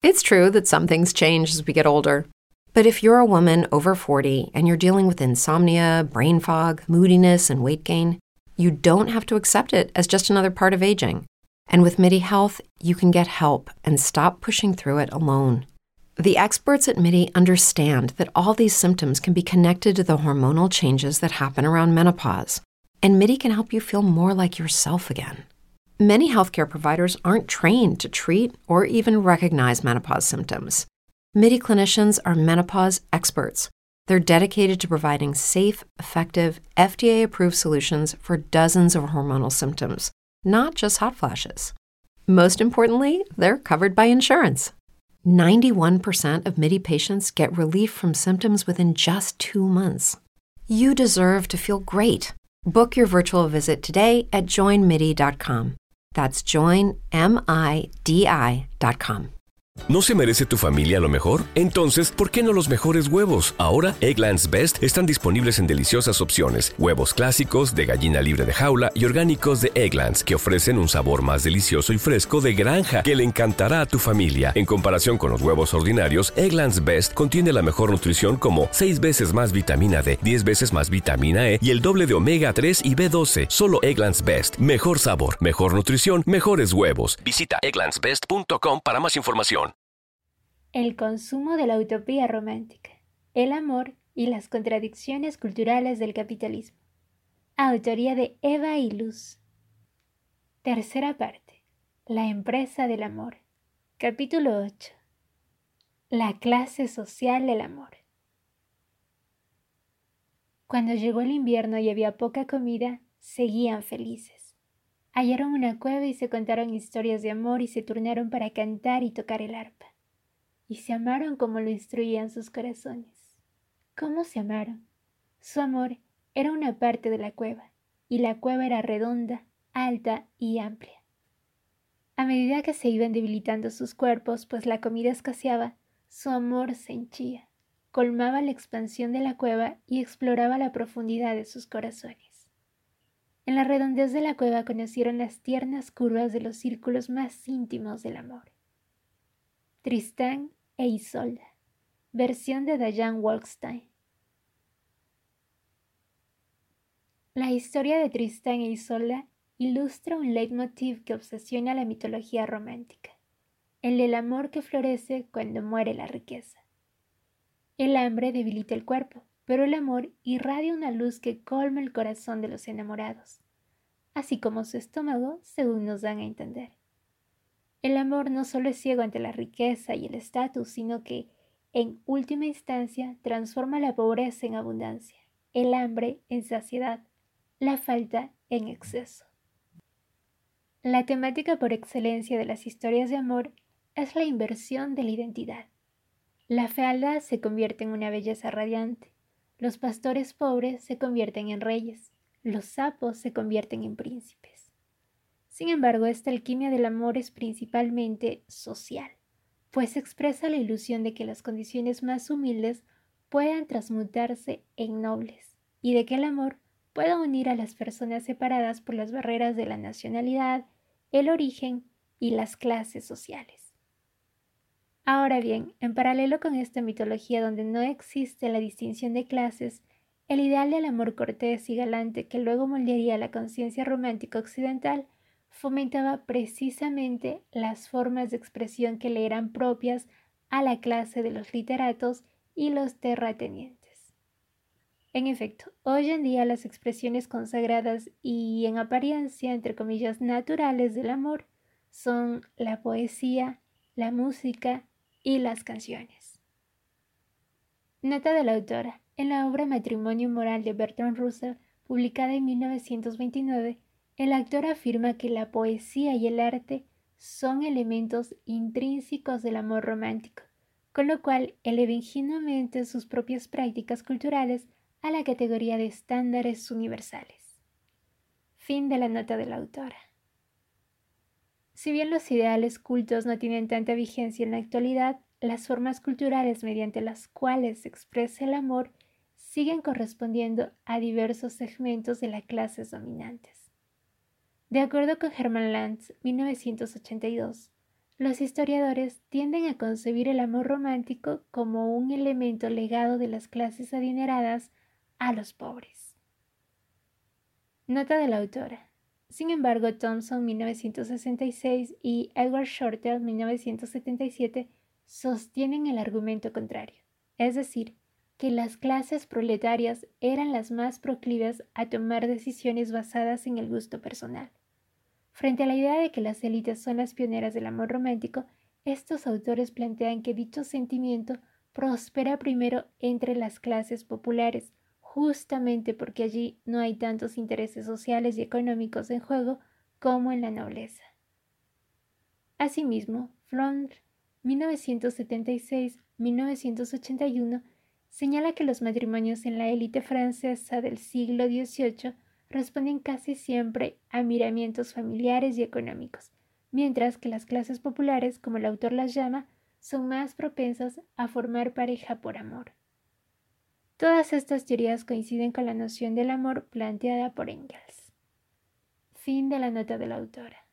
It's true that some things change as we get older. But if you're a woman over 40 and you're dealing with insomnia, brain fog, moodiness, and weight gain, you don't have to accept it as just another part of aging. And with MIDI Health, you can get help and stop pushing through it alone. The experts at MIDI understand that all these symptoms can be connected to the hormonal changes that happen around menopause, and MIDI can help you feel more like yourself again. Many healthcare providers aren't trained to treat or even recognize menopause symptoms. MIDI clinicians are menopause experts. They're dedicated to providing safe, effective, FDA-approved solutions for dozens of hormonal symptoms, not just hot flashes. Most importantly, they're covered by insurance. 91% of MIDI patients get relief from symptoms within just 2 months. You deserve to feel great. Book your virtual visit today at joinmidi.com. That's joinmidi.com. ¿No se merece tu familia lo mejor? Entonces, ¿por qué no los mejores huevos? Ahora, Eggland's Best están disponibles en deliciosas opciones. Huevos clásicos, de gallina libre de jaula y orgánicos de Eggland's, que ofrecen un sabor más delicioso y fresco de granja que le encantará a tu familia. En comparación con los huevos ordinarios, Eggland's Best contiene la mejor nutrición como 6 veces más vitamina D, 10 veces más vitamina E y el doble de omega 3 y B12. Solo Eggland's Best. Mejor sabor, mejor nutrición, mejores huevos. Visita egglandsbest.com para más información. El consumo de la utopía romántica, el amor y las contradicciones culturales del capitalismo. Autoría de Eva y Luz. Tercera parte. La empresa del amor. Capítulo 8. La clase social del amor. Cuando llegó el invierno y había poca comida, seguían felices. Hallaron una cueva y se contaron historias de amor y se turnaron para cantar y tocar el arpa. Y se amaron como lo instruían sus corazones. ¿Cómo se amaron? Su amor era una parte de la cueva, y la cueva era redonda, alta y amplia. A medida que se iban debilitando sus cuerpos, pues la comida escaseaba, su amor se henchía, colmaba la expansión de la cueva y exploraba la profundidad de sus corazones. En la redondez de la cueva conocieron las tiernas curvas de los círculos más íntimos del amor. Tristán e Isolda, versión de Diane Wolkenstein. La historia de Tristán e Isolda ilustra un leitmotiv que obsesiona la mitología romántica, el del amor que florece cuando muere la riqueza. El hambre debilita el cuerpo, pero el amor irradia una luz que colma el corazón de los enamorados, así como su estómago, según nos dan a entender. El amor no solo es ciego ante la riqueza y el estatus, sino que, en última instancia, transforma la pobreza en abundancia, el hambre en saciedad, la falta en exceso. La temática por excelencia de las historias de amor es la inversión de la identidad. La fealdad se convierte en una belleza radiante, los pastores pobres se convierten en reyes, los sapos se convierten en príncipes. Sin embargo, esta alquimia del amor es principalmente social, pues expresa la ilusión de que las condiciones más humildes puedan transmutarse en nobles y de que el amor pueda unir a las personas separadas por las barreras de la nacionalidad, el origen y las clases sociales. Ahora bien, en paralelo con esta mitología donde no existe la distinción de clases, el ideal del amor cortés y galante que luego moldearía la conciencia romántica occidental fomentaba precisamente las formas de expresión que le eran propias a la clase de los literatos y los terratenientes. En efecto, hoy en día las expresiones consagradas y en apariencia, entre comillas, naturales del amor son la poesía, la música y las canciones. Nota de la autora. En la obra Matrimonio Moral de Bertrand Russell, publicada en 1929, el autor afirma que la poesía y el arte son elementos intrínsecos del amor romántico, con lo cual eleva ingenuamente sus propias prácticas culturales a la categoría de estándares universales. Fin de la nota de la autora. Si bien los ideales cultos no tienen tanta vigencia en la actualidad, las formas culturales mediante las cuales se expresa el amor siguen correspondiendo a diversos segmentos de las clases dominantes. De acuerdo con Hermann Lanz, 1982, los historiadores tienden a concebir el amor romántico como un elemento legado de las clases adineradas a los pobres. Nota de la autora. Sin embargo, Thompson 1966 y Edward Shorter 1977 sostienen el argumento contrario, es decir, que las clases proletarias eran las más proclives a tomar decisiones basadas en el gusto personal. Frente a la idea de que las élites son las pioneras del amor romántico, estos autores plantean que dicho sentimiento prospera primero entre las clases populares, justamente porque allí no hay tantos intereses sociales y económicos en juego como en la nobleza. Asimismo, Flom 1976-1981 señala que los matrimonios en la élite francesa del siglo XVIII responden casi siempre a miramientos familiares y económicos, mientras que las clases populares, como el autor las llama, son más propensas a formar pareja por amor. Todas estas teorías coinciden con la noción del amor planteada por Engels. Fin de la nota de la autora.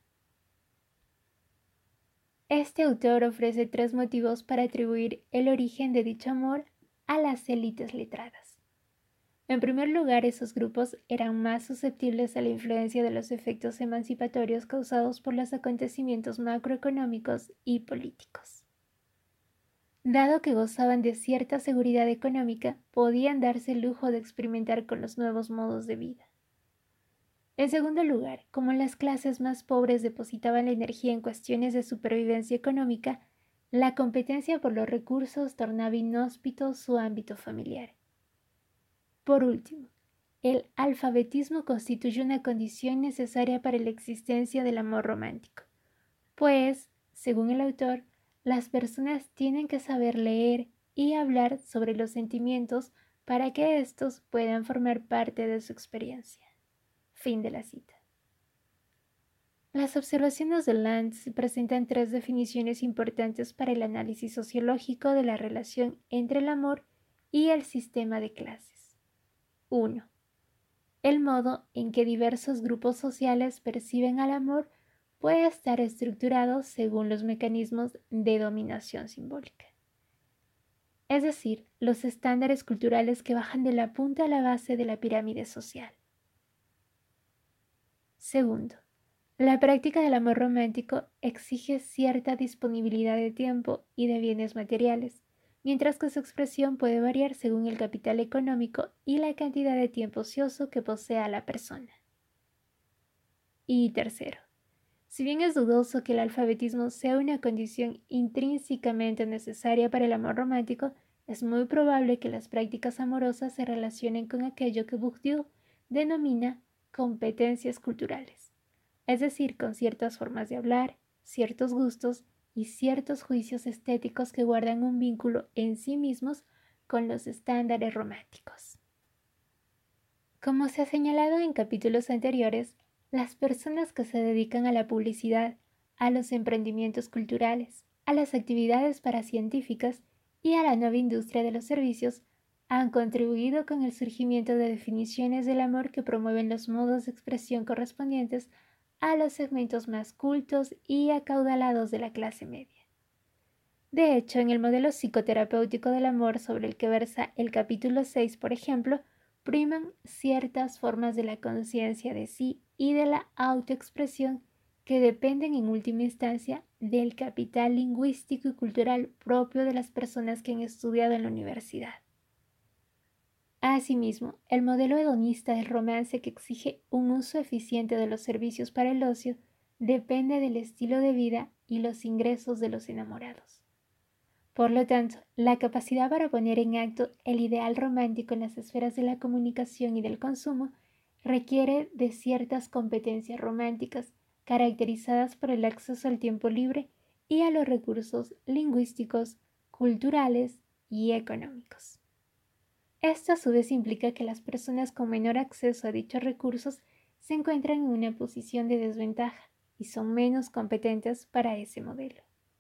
Este autor ofrece 3 motivos para atribuir el origen de dicho amor a las élites letradas. En primer lugar, esos grupos eran más susceptibles a la influencia de los efectos emancipatorios causados por los acontecimientos macroeconómicos y políticos. Dado que gozaban de cierta seguridad económica, podían darse el lujo de experimentar con los nuevos modos de vida. En segundo lugar, como las clases más pobres depositaban la energía en cuestiones de supervivencia económica, la competencia por los recursos tornaba inhóspito su ámbito familiar. Por último, el alfabetismo constituye una condición necesaria para la existencia del amor romántico, pues, según el autor, las personas tienen que saber leer y hablar sobre los sentimientos para que estos puedan formar parte de su experiencia. Fin de la cita. Las observaciones de Lanz presentan 3 definiciones importantes para el análisis sociológico de la relación entre el amor y el sistema de clases. 1. El modo en que diversos grupos sociales perciben al amor puede estar estructurado según los mecanismos de dominación simbólica. Es decir, los estándares culturales que bajan de la punta a la base de la pirámide social. Segundo, la práctica del amor romántico exige cierta disponibilidad de tiempo y de bienes materiales, mientras que su expresión puede variar según el capital económico y la cantidad de tiempo ocioso que posea la persona. Y tercero, si bien es dudoso que el alfabetismo sea una condición intrínsecamente necesaria para el amor romántico, es muy probable que las prácticas amorosas se relacionen con aquello que Bourdieu denomina competencias culturales, es decir, con ciertas formas de hablar, ciertos gustos y ciertos juicios estéticos que guardan un vínculo en sí mismos con los estándares románticos. Como se ha señalado en capítulos anteriores, las personas que se dedican a la publicidad, a los emprendimientos culturales, a las actividades paracientíficas y a la nueva industria de los servicios han contribuido con el surgimiento de definiciones del amor que promueven los modos de expresión correspondientes a los segmentos más cultos y acaudalados de la clase media. De hecho, en el modelo psicoterapéutico del amor sobre el que versa el capítulo 6, por ejemplo, priman ciertas formas de la conciencia de sí y de la autoexpresión que dependen en última instancia del capital lingüístico y cultural propio de las personas que han estudiado en la universidad. Asimismo, el modelo hedonista del romance que exige un uso eficiente de los servicios para el ocio depende del estilo de vida y los ingresos de los enamorados. Por lo tanto, la capacidad para poner en acto el ideal romántico en las esferas de la comunicación y del consumo requiere de ciertas competencias románticas caracterizadas por el acceso al tiempo libre y a los recursos lingüísticos, culturales y económicos. Esto a su vez implica que las personas con menor acceso a dichos recursos se encuentran en una posición de desventaja y son menos competentes para ese modelo.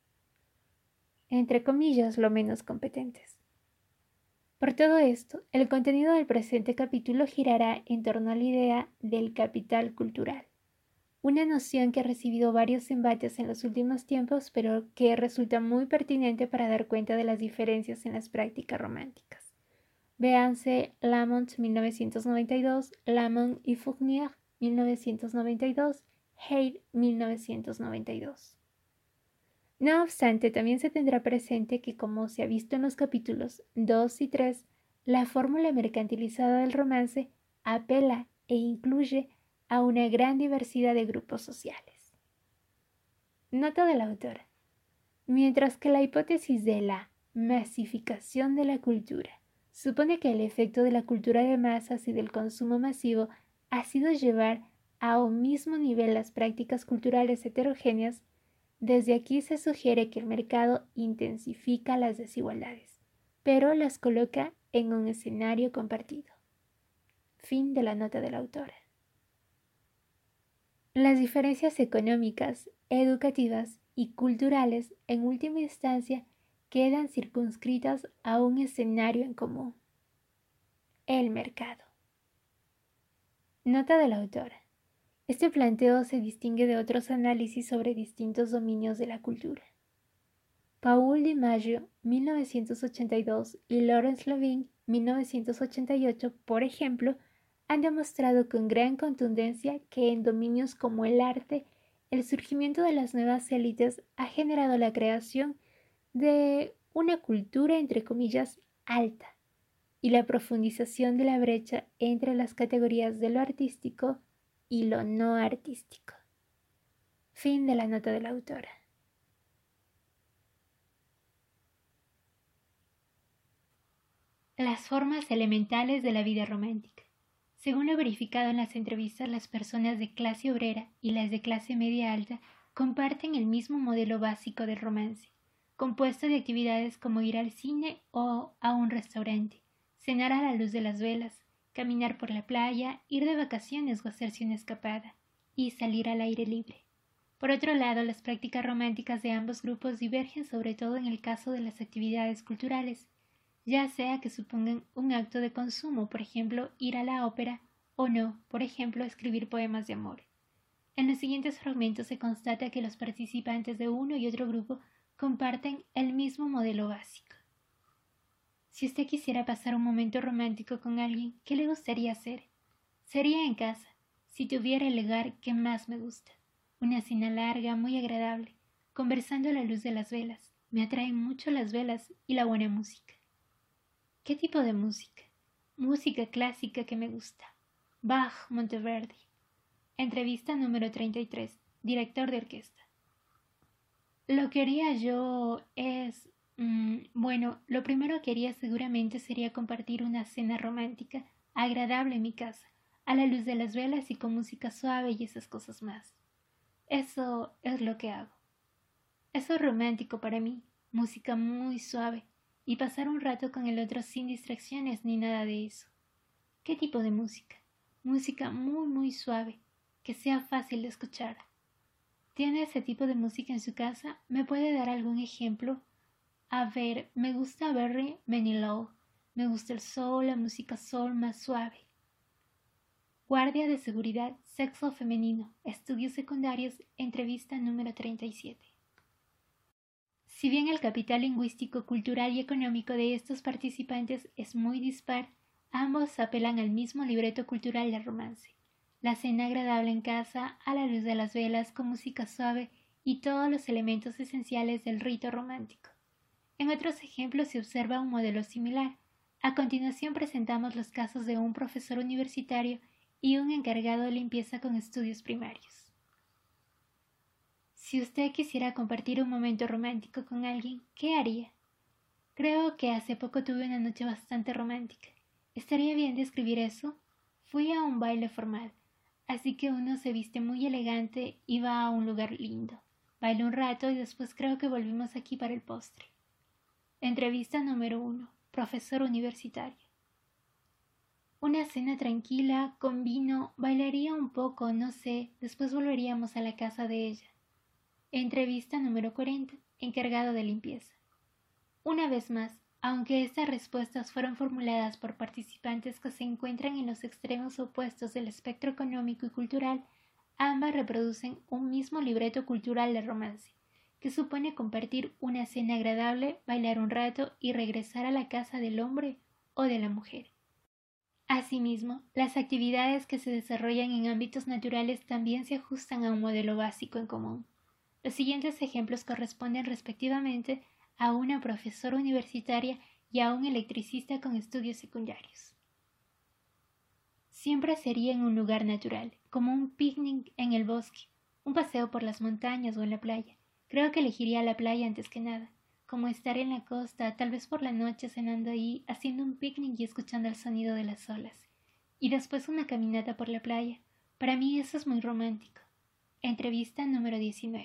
Entre comillas, lo menos competentes. Por todo esto, el contenido del presente capítulo girará en torno a la idea del capital cultural, una noción que ha recibido varios embates en los últimos tiempos, pero que resulta muy pertinente para dar cuenta de las diferencias en las prácticas románticas. Véanse Lamont 1992, Lamont y Fournier 1992, Hale 1992. No obstante, también se tendrá presente que, como se ha visto en los capítulos 2 y 3, la fórmula mercantilizada del romance apela e incluye a una gran diversidad de grupos sociales. Nota de la autora. Mientras que la hipótesis de la masificación de la cultura supone que el efecto de la cultura de masas y del consumo masivo ha sido llevar a un mismo nivel las prácticas culturales heterogéneas, desde aquí se sugiere que el mercado intensifica las desigualdades, pero las coloca en un escenario compartido. Fin de la nota de la autora. Las diferencias económicas, educativas y culturales, en última instancia, quedan circunscritas a un escenario en común: el mercado. Nota de la autora. Este planteo se distingue de otros análisis sobre distintos dominios de la cultura. Paul DiMaggio, 1982, y Lawrence Levine, 1988, por ejemplo, han demostrado con gran contundencia que en dominios como el arte, el surgimiento de las nuevas élites ha generado la creación de una cultura, entre comillas, alta, y la profundización de la brecha entre las categorías de lo artístico y lo no artístico. Fin de la nota de la autora. Las formas elementales de la vida romántica. Según lo verificado en las entrevistas, las personas de clase obrera y las de clase media alta comparten el mismo modelo básico del romance, compuesto de actividades como ir al cine o a un restaurante, cenar a la luz de las velas, caminar por la playa, ir de vacaciones o hacerse una escapada, y salir al aire libre. Por otro lado, las prácticas románticas de ambos grupos divergen sobre todo en el caso de las actividades culturales, ya sea que supongan un acto de consumo, por ejemplo, ir a la ópera, o no, por ejemplo, escribir poemas de amor. En los siguientes fragmentos se constata que los participantes de uno y otro grupo comparten el mismo modelo básico. Si usted quisiera pasar un momento romántico con alguien, ¿qué le gustaría hacer? Sería en casa, si tuviera el lugar que más me gusta. Una cena larga, muy agradable, conversando a la luz de las velas. Me atraen mucho las velas y la buena música. ¿Qué tipo de música? Música clásica que me gusta. Bach, Monteverdi. Entrevista número 33. Director de orquesta. Lo que haría yo es... lo primero que haría seguramente sería compartir una cena romántica, agradable en mi casa, a la luz de las velas y con música suave y esas cosas más. Eso es lo que hago. Eso es romántico para mí, música muy suave, y pasar un rato con el otro sin distracciones ni nada de eso. ¿Qué tipo de música? Música muy muy suave, que sea fácil de escuchar. ¿Tiene ese tipo de música en su casa? ¿Me puede dar algún ejemplo? A ver, me gusta Barry Manilow, me gusta el soul, la música soul más suave. Guardia de seguridad, sexo femenino, estudios secundarios, entrevista número 37. Si bien el capital lingüístico, cultural y económico de estos participantes es muy dispar, ambos apelan al mismo libreto cultural del romance. La cena agradable en casa, a la luz de las velas, con música suave y todos los elementos esenciales del rito romántico. En otros ejemplos se observa un modelo similar. A continuación presentamos los casos de un profesor universitario y un encargado de limpieza con estudios primarios. Si usted quisiera compartir un momento romántico con alguien, ¿qué haría? Creo que hace poco tuve una noche bastante romántica. ¿Estaría bien describir eso? Fui a un baile formal, así que uno se viste muy elegante y va a un lugar lindo. Bailé un rato y después creo que volvimos aquí para el postre. Entrevista número 1. Profesor universitario. Una cena tranquila, con vino, bailaría un poco, no sé, después volveríamos a la casa de ella. Entrevista número 40. Encargado de limpieza. Una vez más, aunque estas respuestas fueron formuladas por participantes que se encuentran en los extremos opuestos del espectro económico y cultural, Ambas reproducen un mismo libreto cultural de romance, que supone compartir una cena agradable, bailar un rato y regresar a la casa del hombre o de la mujer. Asimismo, las actividades que se desarrollan en ámbitos naturales también se ajustan a un modelo básico en común. Los siguientes ejemplos corresponden respectivamente a una profesora universitaria y a un electricista con estudios secundarios. Siempre sería en un lugar natural, como un picnic en el bosque, un paseo por las montañas o en la playa. Creo que elegiría la playa antes que nada, como estar en la costa, tal vez por la noche cenando ahí, haciendo un picnic y escuchando el sonido de las olas. Y después una caminata por la playa. Para mí eso es muy romántico. Entrevista número 19.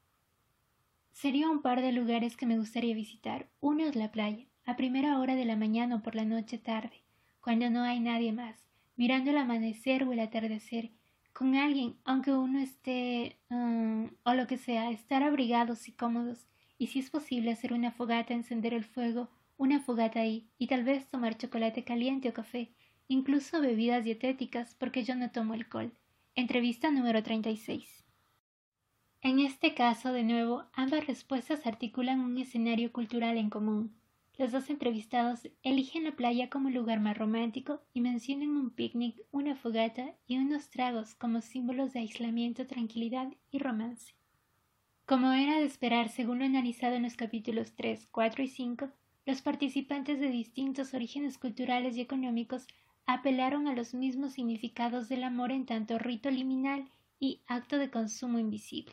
Sería un par de lugares que me gustaría visitar. Uno es la playa, a primera hora de la mañana o por la noche tarde, cuando no hay nadie más, mirando el amanecer o el atardecer, con alguien, aunque uno esté, o lo que sea, estar abrigados y cómodos, y si es posible hacer una fogata, encender el fuego, una fogata ahí, y tal vez tomar chocolate caliente o café, incluso bebidas dietéticas, porque yo no tomo alcohol. Entrevista número 36. En este caso, de nuevo, ambas respuestas articulan un escenario cultural en común. Los dos entrevistados eligen la playa como lugar más romántico y mencionan un picnic, una fogata y unos tragos como símbolos de aislamiento, tranquilidad y romance. Como era de esperar según lo analizado en los capítulos 3, 4 y 5, los participantes de distintos orígenes culturales y económicos apelaron a los mismos significados del amor en tanto rito liminal y acto de consumo invisible.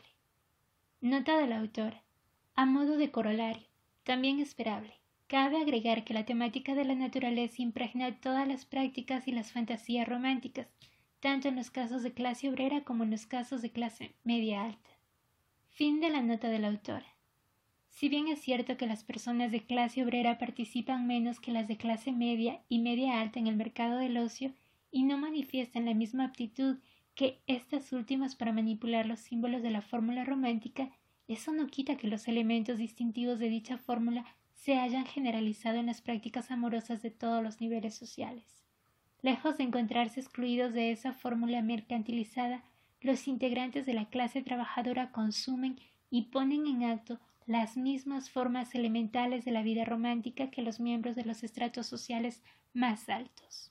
Nota de la autora. A modo de corolario, también esperable, cabe agregar que la temática de la naturaleza impregna todas las prácticas y las fantasías románticas, tanto en los casos de clase obrera como en los casos de clase media alta. Fin de la nota de la autora. Si bien es cierto que las personas de clase obrera participan menos que las de clase media y media alta en el mercado del ocio y no manifiestan la misma aptitud que estas últimas para manipular los símbolos de la fórmula romántica, eso no quita que los elementos distintivos de dicha fórmula se hayan generalizado en las prácticas amorosas de todos los niveles sociales. Lejos de encontrarse excluidos de esa fórmula mercantilizada, los integrantes de la clase trabajadora consumen y ponen en acto las mismas formas elementales de la vida romántica que los miembros de los estratos sociales más altos.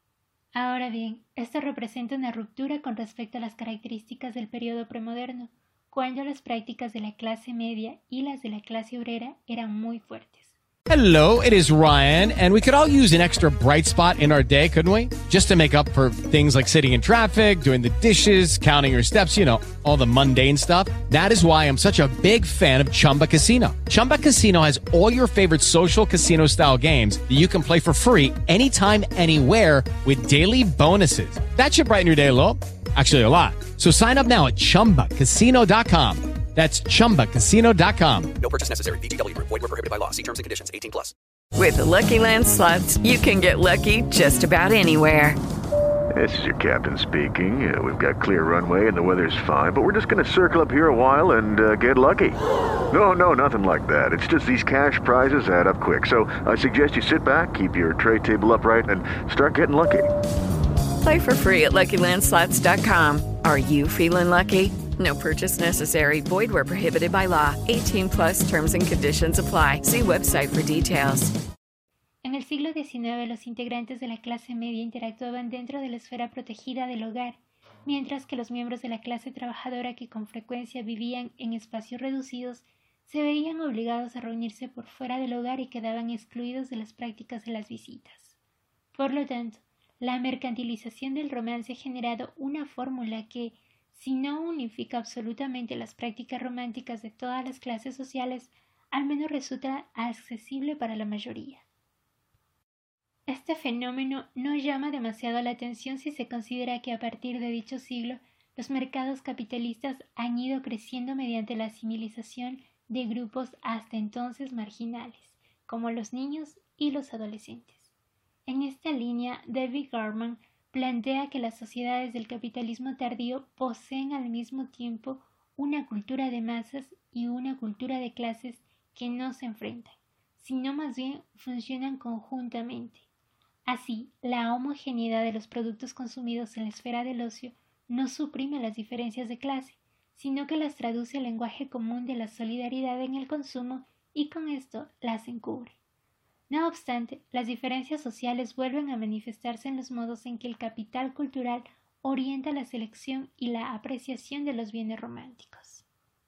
Ahora bien, esto representa una ruptura con respecto a las características del periodo premoderno, cuando las prácticas de la clase media y las de la clase obrera eran muy fuertes. Hello, it is Ryan, and we could all use an extra bright spot in our day, couldn't we? Just to make up for things like sitting in traffic, doing the dishes, counting your steps, you know, all the mundane stuff. That is why I'm such a big fan of Chumba Casino. Chumba Casino has all your favorite social casino-style games that you can play for free anytime, anywhere with daily bonuses. That should brighten your day a little. Actually, a lot. So sign up now at ChumbaCasino.com. That's ChumbaCasino.com. No purchase necessary. VGW Group. Void where prohibited by law. See terms and conditions. 18+. With the Lucky Land Slots, you can get lucky just about anywhere. This is your captain speaking. We've got clear runway and the weather's fine, but we're just going to circle up here a while and get lucky. No, nothing like that. It's just these cash prizes add up quick. So I suggest you sit back, keep your tray table upright, and start getting lucky. Play for free at LuckyLandSlots.com. Are you feeling lucky? No purchase necessary. Void where prohibited by law. 18+ terms and conditions apply. See website for details. En el siglo XIX, los integrantes de la clase media interactuaban dentro de la esfera protegida del hogar, mientras que los miembros de la clase trabajadora que con frecuencia vivían en espacios reducidos se veían obligados a reunirse por fuera del hogar y quedaban excluidos de las prácticas de las visitas. Por lo tanto, la mercantilización del romance ha generado una fórmula que, si no unifica absolutamente las prácticas románticas de todas las clases sociales, al menos resulta accesible para la mayoría. Este fenómeno no llama demasiado la atención si se considera que a partir de dicho siglo los mercados capitalistas han ido creciendo mediante la asimilización de grupos hasta entonces marginales, como los niños y los adolescentes. En esta línea, David Garman plantea que las sociedades del capitalismo tardío poseen al mismo tiempo una cultura de masas y una cultura de clases que no se enfrentan, sino más bien funcionan conjuntamente. Así, la homogeneidad de los productos consumidos en la esfera del ocio no suprime las diferencias de clase, sino que las traduce al lenguaje común de la solidaridad en el consumo y con esto las encubre. No obstante, las diferencias sociales vuelven a manifestarse en los modos en que el capital cultural orienta la selección y la apreciación de los bienes románticos.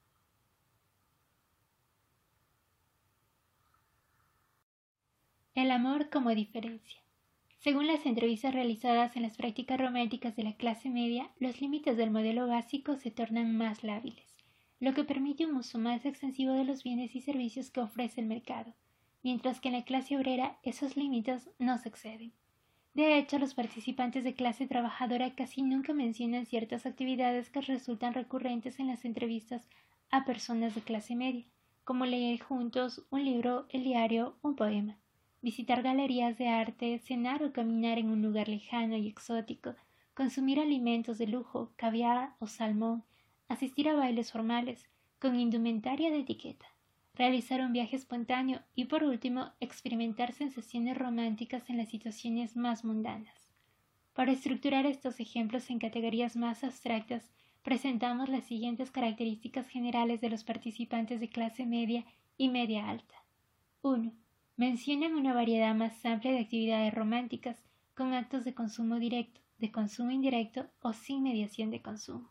El amor como diferencia. Según las entrevistas realizadas en las prácticas románticas de la clase media, los límites del modelo básico se tornan más lábiles, lo que permite un uso más extensivo de los bienes y servicios que ofrece el mercado, mientras que en la clase obrera esos límites no se exceden. De hecho, los participantes de clase trabajadora casi nunca mencionan ciertas actividades que resultan recurrentes en las entrevistas a personas de clase media, como leer juntos un libro, el diario, un poema, visitar galerías de arte, cenar o caminar en un lugar lejano y exótico, consumir alimentos de lujo, caviar o salmón, asistir a bailes formales, con indumentaria de etiqueta, realizar un viaje espontáneo y, por último, experimentar sensaciones románticas en las situaciones más mundanas. Para estructurar estos ejemplos en categorías más abstractas, presentamos las siguientes características generales de los participantes de clase media y media alta. 1. Mencionan una variedad más amplia de actividades románticas con actos de consumo directo, de consumo indirecto o sin mediación de consumo.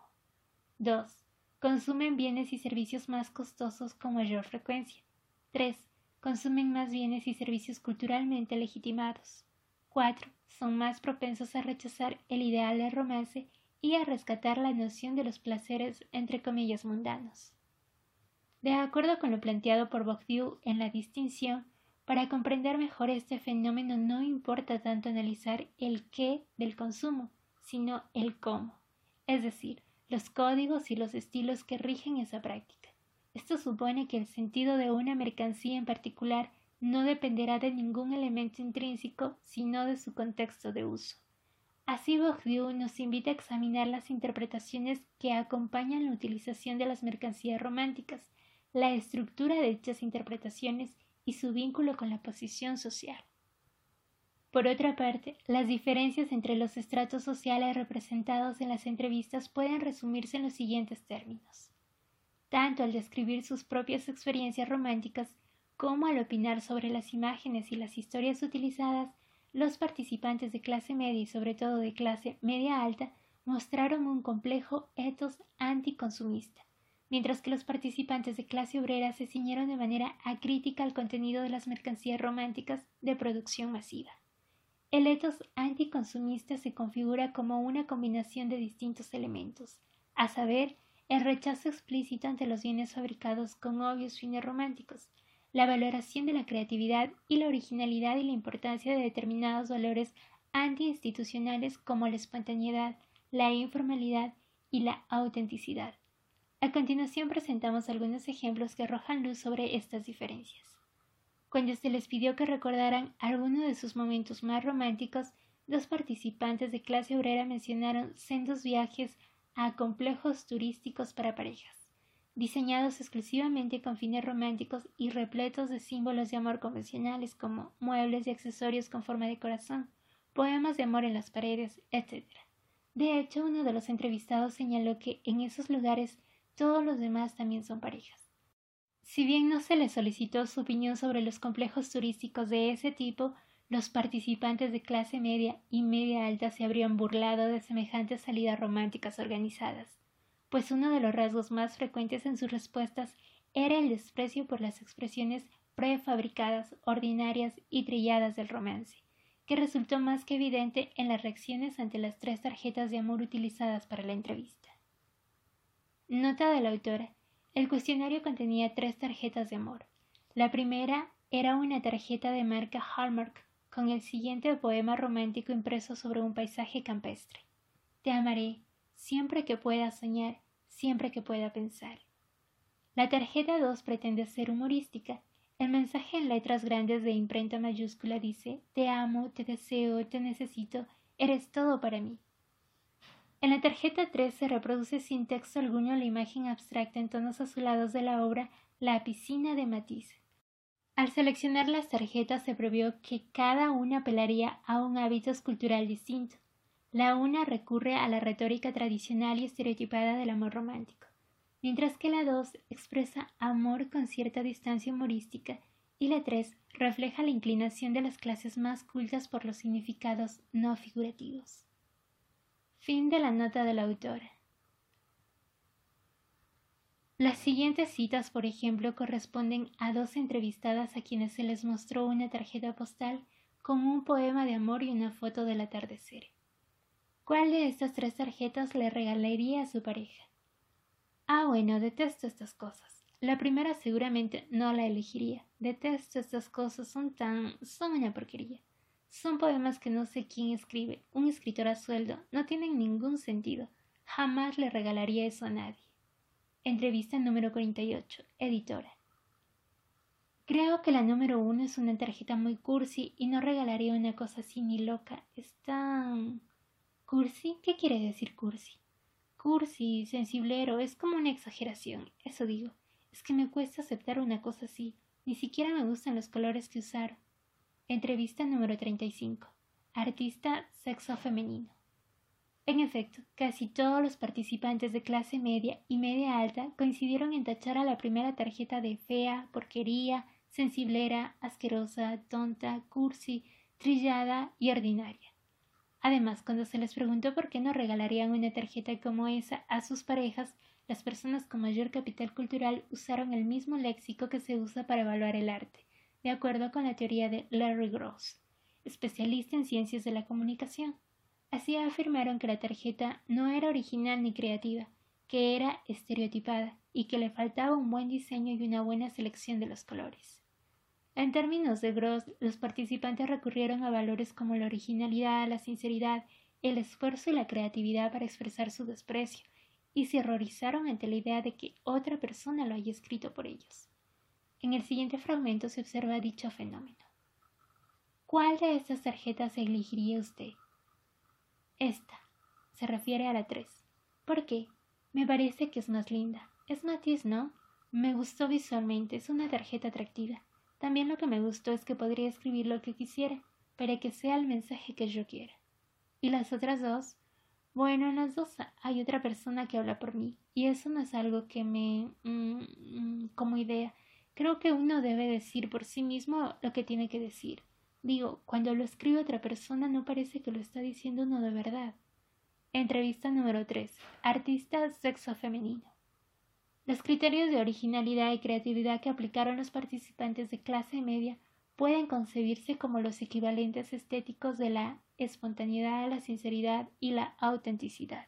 2. Consumen bienes y servicios más costosos con mayor frecuencia. 3. Consumen más bienes y servicios culturalmente legitimados. 4. Son más propensos a rechazar el ideal del romance y a rescatar la noción de los placeres entre comillas mundanos. De acuerdo con lo planteado por Bourdieu en La distinción, para comprender mejor este fenómeno no importa tanto analizar el qué del consumo, sino el cómo, es decir, los códigos y los estilos que rigen esa práctica. Esto supone que el sentido de una mercancía en particular no dependerá de ningún elemento intrínseco, sino de su contexto de uso. Así Bourdieu nos invita a examinar las interpretaciones que acompañan la utilización de las mercancías románticas, la estructura de dichas interpretaciones y su vínculo con la posición social. Por otra parte, las diferencias entre los estratos sociales representados en las entrevistas pueden resumirse en los siguientes términos. Tanto al describir sus propias experiencias románticas como al opinar sobre las imágenes y las historias utilizadas, los participantes de clase media y sobre todo de clase media alta mostraron un complejo ethos anticonsumista, mientras que los participantes de clase obrera se ciñeron de manera acrítica al contenido de las mercancías románticas de producción masiva. El ethos anticonsumista se configura como una combinación de distintos elementos, a saber, el rechazo explícito ante los bienes fabricados con obvios fines románticos, la valoración de la creatividad y la originalidad y la importancia de determinados valores antiinstitucionales como la espontaneidad, la informalidad y la autenticidad. A continuación presentamos algunos ejemplos que arrojan luz sobre estas diferencias. Cuando se les pidió que recordaran alguno de sus momentos más románticos, los participantes de clase obrera mencionaron sendos viajes a complejos turísticos para parejas, diseñados exclusivamente con fines románticos y repletos de símbolos de amor convencionales como muebles y accesorios con forma de corazón, poemas de amor en las paredes, etc. De hecho, uno de los entrevistados señaló que en esos lugares todos los demás también son parejas. Si bien no se les solicitó su opinión sobre los complejos turísticos de ese tipo, los participantes de clase media y media alta se habrían burlado de semejantes salidas románticas organizadas, pues uno de los rasgos más frecuentes en sus respuestas era el desprecio por las expresiones prefabricadas, ordinarias y trilladas del romance, que resultó más que evidente en las reacciones ante las 3 tarjetas de amor utilizadas para la entrevista. Nota de la autora. El cuestionario contenía 3 tarjetas de amor. La primera era una tarjeta de marca Hallmark, con el siguiente poema romántico impreso sobre un paisaje campestre. Te amaré, siempre que pueda soñar, siempre que pueda pensar. La tarjeta 2 pretende ser humorística. El mensaje en letras grandes de imprenta mayúscula dice: te amo, te deseo, te necesito, eres todo para mí. En la tarjeta 3 se reproduce sin texto alguno la imagen abstracta en tonos azulados de la obra La piscina de Matisse. Al seleccionar las tarjetas se previó que cada una apelaría a un hábito cultural distinto. La una recurre a la retórica tradicional y estereotipada del amor romántico, mientras que la 2 expresa amor con cierta distancia humorística y la 3 refleja la inclinación de las clases más cultas por los significados no figurativos. Fin de la nota de la autora. Las siguientes citas, por ejemplo, corresponden a 2 entrevistadas a quienes se les mostró una tarjeta postal con un poema de amor y una foto del atardecer. ¿Cuál de estas 3 tarjetas le regalaría a su pareja? Bueno, detesto estas cosas. La primera seguramente no la elegiría. Detesto estas cosas, son una porquería. Son poemas que no sé quién escribe, un escritor a sueldo, no tienen ningún sentido. Jamás le regalaría eso a nadie. Entrevista número 48, editora. Creo que la número 1 es una tarjeta muy cursi y no regalaría una cosa así ni loca. ¿Es tan... ¿Cursi? ¿Qué quiere decir cursi? Cursi, sensiblero, es como una exageración, eso digo. Es que me cuesta aceptar una cosa así. Ni siquiera me gustan los colores que usaron. Entrevista número 35. Artista, sexo femenino. En efecto, casi todos los participantes de clase media y media alta coincidieron en tachar a la primera tarjeta de fea, porquería, sensiblera, asquerosa, tonta, cursi, trillada y ordinaria. Además, cuando se les preguntó por qué no regalarían una tarjeta como esa a sus parejas, las personas con mayor capital cultural usaron el mismo léxico que se usa para evaluar el arte, de acuerdo con la teoría de Larry Gross, especialista en ciencias de la comunicación. Así afirmaron que la tarjeta no era original ni creativa, que era estereotipada y que le faltaba un buen diseño y una buena selección de los colores. En términos de Gross, los participantes recurrieron a valores como la originalidad, la sinceridad, el esfuerzo y la creatividad para expresar su desprecio, y se horrorizaron ante la idea de que otra persona lo haya escrito por ellos. En el siguiente fragmento se observa dicho fenómeno. ¿Cuál de estas tarjetas elegiría usted? Esta. Se refiere a la 3. ¿Por qué? Me parece que es más linda. Es matiz, ¿no? Me gustó visualmente, es una tarjeta atractiva. También lo que me gustó es que podría escribir lo que quisiera, para que sea el mensaje que yo quiera. ¿Y las otras 2? Bueno, en las 2 hay otra persona que habla por mí, y eso no es algo que me... como idea. Creo que uno debe decir por sí mismo lo que tiene que decir. Digo, cuando lo escribe otra persona no parece que lo está diciendo uno de verdad. Entrevista número 3. Artista, sexo femenino. Los criterios de originalidad y creatividad que aplicaron los participantes de clase media pueden concebirse como los equivalentes estéticos de la espontaneidad, la sinceridad y la autenticidad.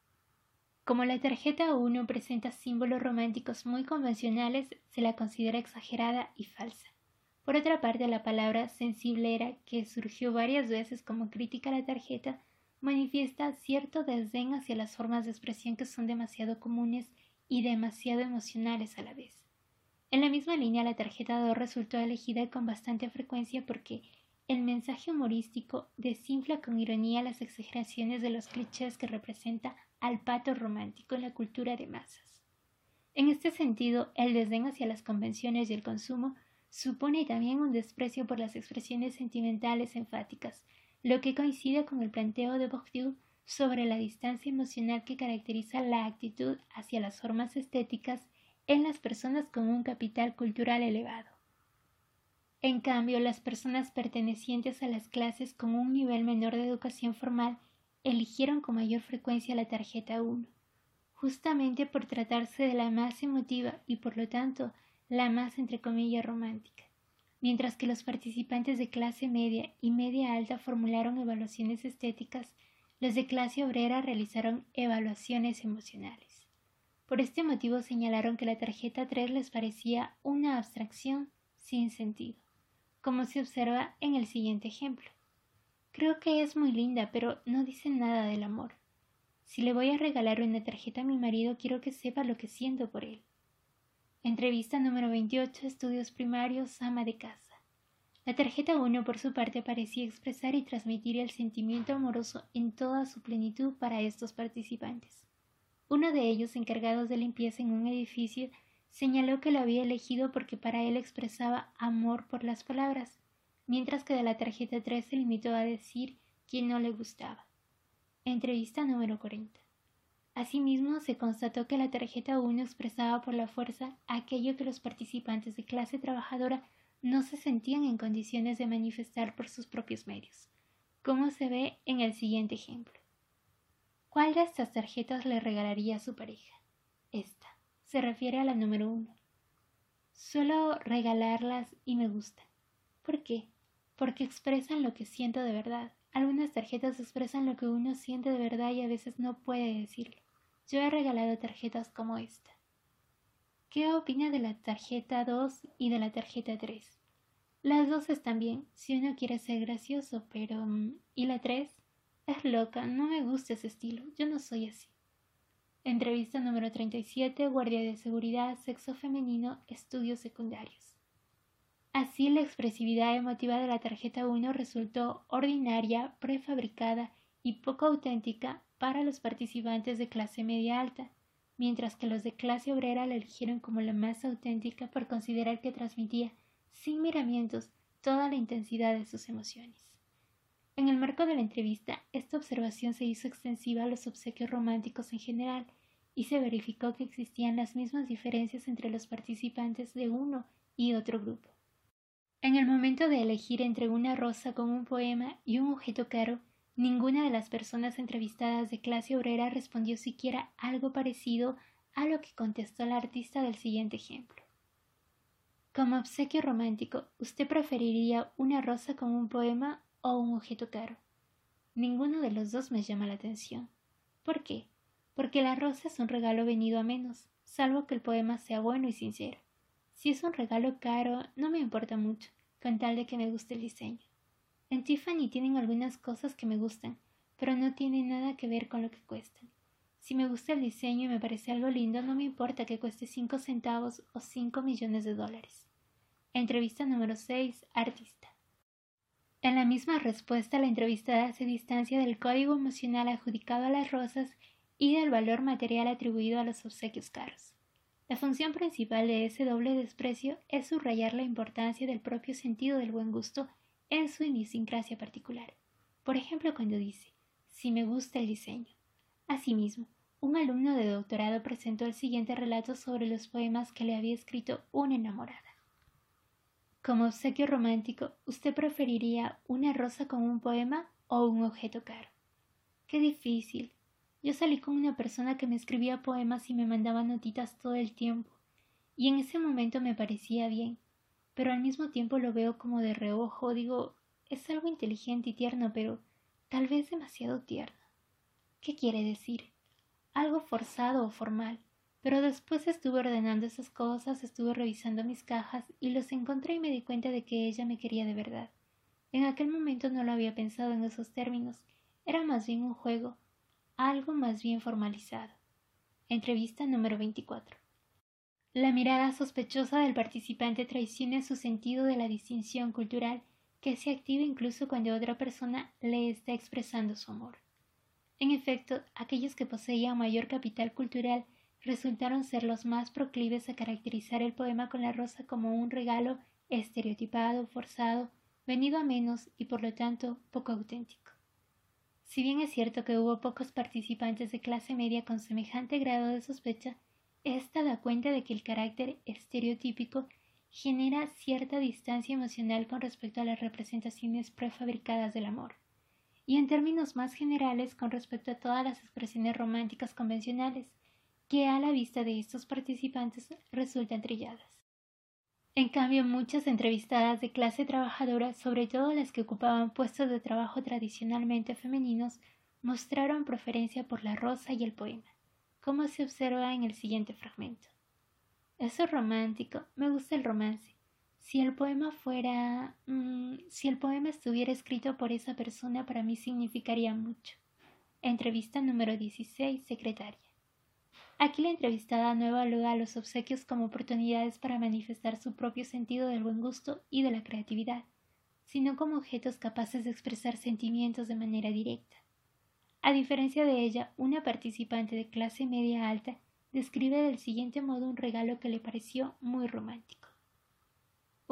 Como la tarjeta 1 presenta símbolos románticos muy convencionales, se la considera exagerada y falsa. Por otra parte, la palabra sensiblera, que surgió varias veces como crítica a la tarjeta, manifiesta cierto desdén hacia las formas de expresión que son demasiado comunes y demasiado emocionales a la vez. En la misma línea, la tarjeta 2 resultó elegida con bastante frecuencia porque el mensaje humorístico desinfla con ironía las exageraciones de los clichés que representa al pato romántico en la cultura de masas. En este sentido, el desdén hacia las convenciones y el consumo supone también un desprecio por las expresiones sentimentales enfáticas, lo que coincide con el planteo de Bourdieu sobre la distancia emocional que caracteriza la actitud hacia las formas estéticas en las personas con un capital cultural elevado. En cambio, las personas pertenecientes a las clases con un nivel menor de educación formal eligieron con mayor frecuencia la tarjeta 1, justamente por tratarse de la más emotiva y por lo tanto la más entre comillas romántica, mientras que los participantes de clase media y media alta formularon evaluaciones estéticas, los de clase obrera realizaron evaluaciones emocionales. Por este motivo señalaron que la tarjeta 3 les parecía una abstracción sin sentido, como se observa en el siguiente ejemplo. Creo que es muy linda, pero no dice nada del amor. Si le voy a regalar una tarjeta a mi marido, quiero que sepa lo que siento por él. Entrevista número 28, estudios primarios, ama de casa. La tarjeta 1, por su parte, parecía expresar y transmitir el sentimiento amoroso en toda su plenitud para estos participantes. Uno de ellos, encargados de limpieza en un edificio, señaló que lo había elegido porque para él expresaba amor por las palabras, mientras que de la tarjeta 3 se limitó a decir que no le gustaba. Entrevista número 40. Asimismo, se constató que la tarjeta 1 expresaba por la fuerza aquello que los participantes de clase trabajadora no se sentían en condiciones de manifestar por sus propios medios, como se ve en el siguiente ejemplo. ¿Cuál de estas tarjetas le regalaría a su pareja? Esta. Se refiere a la número 1. Suelo regalarlas y me gustan. ¿Por qué? Porque expresan lo que siento de verdad. Algunas tarjetas expresan lo que uno siente de verdad y a veces no puede decirlo. Yo he regalado tarjetas como esta. ¿Qué opina de la tarjeta 2 y de la tarjeta 3? Las dos están bien, si uno quiere ser gracioso, pero... ¿Y la 3? Es loca, no me gusta ese estilo, yo no soy así. Entrevista número 37, Guardia de Seguridad, Sexo Femenino, Estudios Secundarios. Así, la expresividad emotiva de la tarjeta 1 resultó ordinaria, prefabricada y poco auténtica para los participantes de clase media alta, mientras que los de clase obrera la eligieron como la más auténtica por considerar que transmitía, sin miramientos, toda la intensidad de sus emociones. En el marco de la entrevista, esta observación se hizo extensiva a los obsequios románticos en general y se verificó que existían las mismas diferencias entre los participantes de uno y otro grupo. En el momento de elegir entre una rosa con un poema y un objeto caro, ninguna de las personas entrevistadas de clase obrera respondió siquiera algo parecido a lo que contestó la artista del siguiente ejemplo. Como obsequio romántico, ¿usted preferiría una rosa con un poema o un objeto caro? Ninguno de los dos me llama la atención. ¿Por qué? Porque la rosa es un regalo venido a menos, salvo que el poema sea bueno y sincero. Si es un regalo caro, no me importa mucho, con tal de que me guste el diseño. En Tiffany tienen algunas cosas que me gustan, pero no tienen nada que ver con lo que cuestan. Si me gusta el diseño y me parece algo lindo, no me importa que cueste 5 centavos o 5 millones de dólares. Entrevista número 6, artista. En la misma respuesta, la entrevistada se distancia del código emocional adjudicado a las rosas y del valor material atribuido a los obsequios caros. La función principal de ese doble desprecio es subrayar la importancia del propio sentido del buen gusto en su idiosincrasia particular. Por ejemplo, cuando dice, si me gusta el diseño. Asimismo, un alumno de doctorado presentó el siguiente relato sobre los poemas que le había escrito una enamorada. Como obsequio romántico, ¿usted preferiría una rosa con un poema o un objeto caro? ¡Qué difícil! Yo salí con una persona que me escribía poemas y me mandaba notitas todo el tiempo, y en ese momento me parecía bien, pero al mismo tiempo lo veo como de reojo, digo, es algo inteligente y tierno, pero tal vez demasiado tierno. ¿Qué quiere decir? Algo forzado o formal. Pero después estuve ordenando esas cosas, estuve revisando mis cajas y los encontré y me di cuenta de que ella me quería de verdad. En aquel momento no lo había pensado en esos términos, era más bien un juego, algo más bien formalizado. Entrevista número 24. La mirada sospechosa del participante traiciona su sentido de la distinción cultural que se activa incluso cuando otra persona le está expresando su amor. En efecto, aquellos que poseían mayor capital cultural resultaron ser los más proclives a caracterizar el poema con la rosa como un regalo estereotipado, forzado, venido a menos y por lo tanto poco auténtico. Si bien es cierto que hubo pocos participantes de clase media con semejante grado de sospecha, esta da cuenta de que el carácter estereotípico genera cierta distancia emocional con respecto a las representaciones prefabricadas del amor, y en términos más generales con respecto a todas las expresiones románticas convencionales, que a la vista de estos participantes resultan trilladas. En cambio, muchas entrevistadas de clase trabajadora, sobre todo las que ocupaban puestos de trabajo tradicionalmente femeninos, mostraron preferencia por la rosa y el poema, como se observa en el siguiente fragmento. Eso es romántico, me gusta el romance. Si el poema estuviera escrito por esa persona, para mí significaría mucho. Entrevista número 16, secretaria. Aquí la entrevistada no evalúa los obsequios como oportunidades para manifestar su propio sentido del buen gusto y de la creatividad, sino como objetos capaces de expresar sentimientos de manera directa. A diferencia de ella, una participante de clase media alta describe del siguiente modo un regalo que le pareció muy romántico.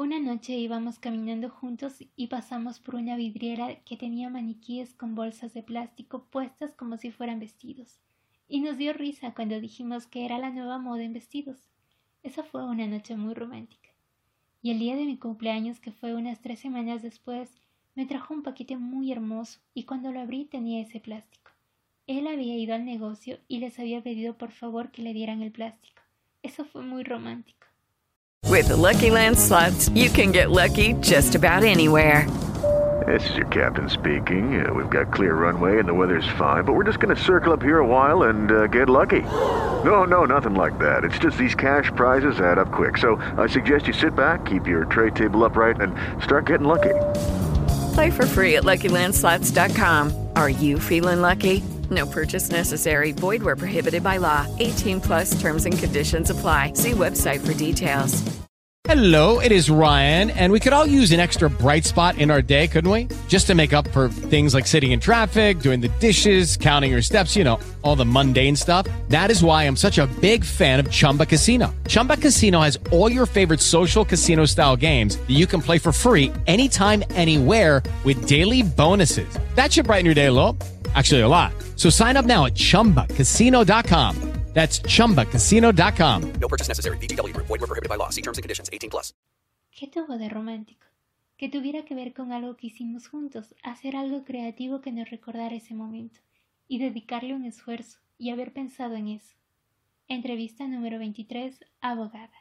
Una noche íbamos caminando juntos y pasamos por una vidriera que tenía maniquíes con bolsas de plástico puestas como si fueran vestidos, y nos dio risa cuando dijimos que era la nueva moda en vestidos. Esa fue una noche muy romántica. Y el día de mi cumpleaños, que fue unas 3 semanas después, me trajo un paquete muy hermoso y cuando lo abrí tenía ese plástico. Él había ido al negocio y les había pedido por favor que le dieran el plástico. Eso fue muy romántico. With the Lucky Land Slots, you can get lucky just about anywhere. This is your captain speaking. We've got clear runway and the weather's fine, but we're just going to circle up here a while and get lucky. No, nothing like that. It's just these cash prizes add up quick. So I suggest you sit back, keep your tray table upright, and start getting lucky. Play for free at LuckyLandSlots.com. Are you feeling lucky? No purchase necessary. Void where prohibited by law. 18+ terms and conditions apply. See website for details. Hello, it is Ryan, and we could all use an extra bright spot in our day, couldn't we? Just to make up for things like sitting in traffic, doing the dishes, counting your steps, all the mundane stuff. That is why I'm such a big fan of Chumba Casino. Chumba Casino has all your favorite social casino-style games that you can play for free anytime, anywhere with daily bonuses. That should brighten your day a little. Actually, a lot. So sign up now at ChumbaCasino.com. That's ChumbaCasino.com. No purchase necessary. VGW Group. Void where prohibited by law. See terms and conditions. 18+. ¿Qué tuvo de romántico? Que tuviera que ver con algo que hicimos juntos, hacer algo creativo que nos recordara ese momento, y dedicarle un esfuerzo, y haber pensado en eso. Entrevista número 23, abogada.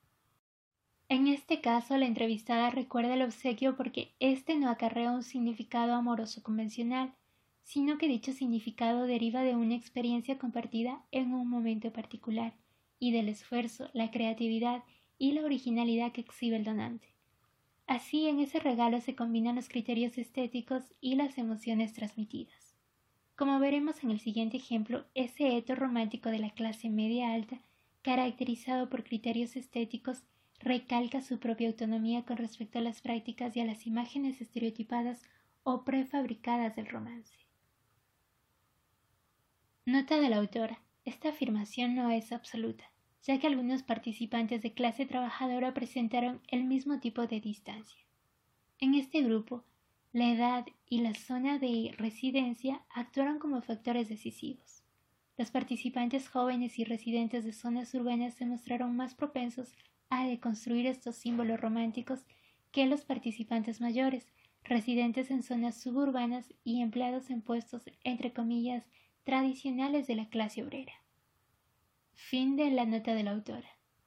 En este caso, la entrevistada recuerda el obsequio porque este no acarrea un significado amoroso convencional, sino que dicho significado deriva de una experiencia compartida en un momento particular y del esfuerzo, la creatividad y la originalidad que exhibe el donante. Así, en ese regalo se combinan los criterios estéticos y las emociones transmitidas. Como veremos en el siguiente ejemplo, ese eto romántico de la clase media alta, caracterizado por criterios estéticos, recalca su propia autonomía con respecto a las prácticas y a las imágenes estereotipadas o prefabricadas del romance. Nota de la autora. Esta afirmación no es absoluta, ya que algunos participantes de clase trabajadora presentaron el mismo tipo de distancia. En este grupo, la edad y la zona de residencia actuaron como factores decisivos. Los participantes jóvenes y residentes de zonas urbanas se mostraron más propensos a deconstruir estos símbolos románticos que los participantes mayores, residentes en zonas suburbanas y empleados en puestos, entre comillas, tradicionales de la clase obrera. Fin de la nota de la autora.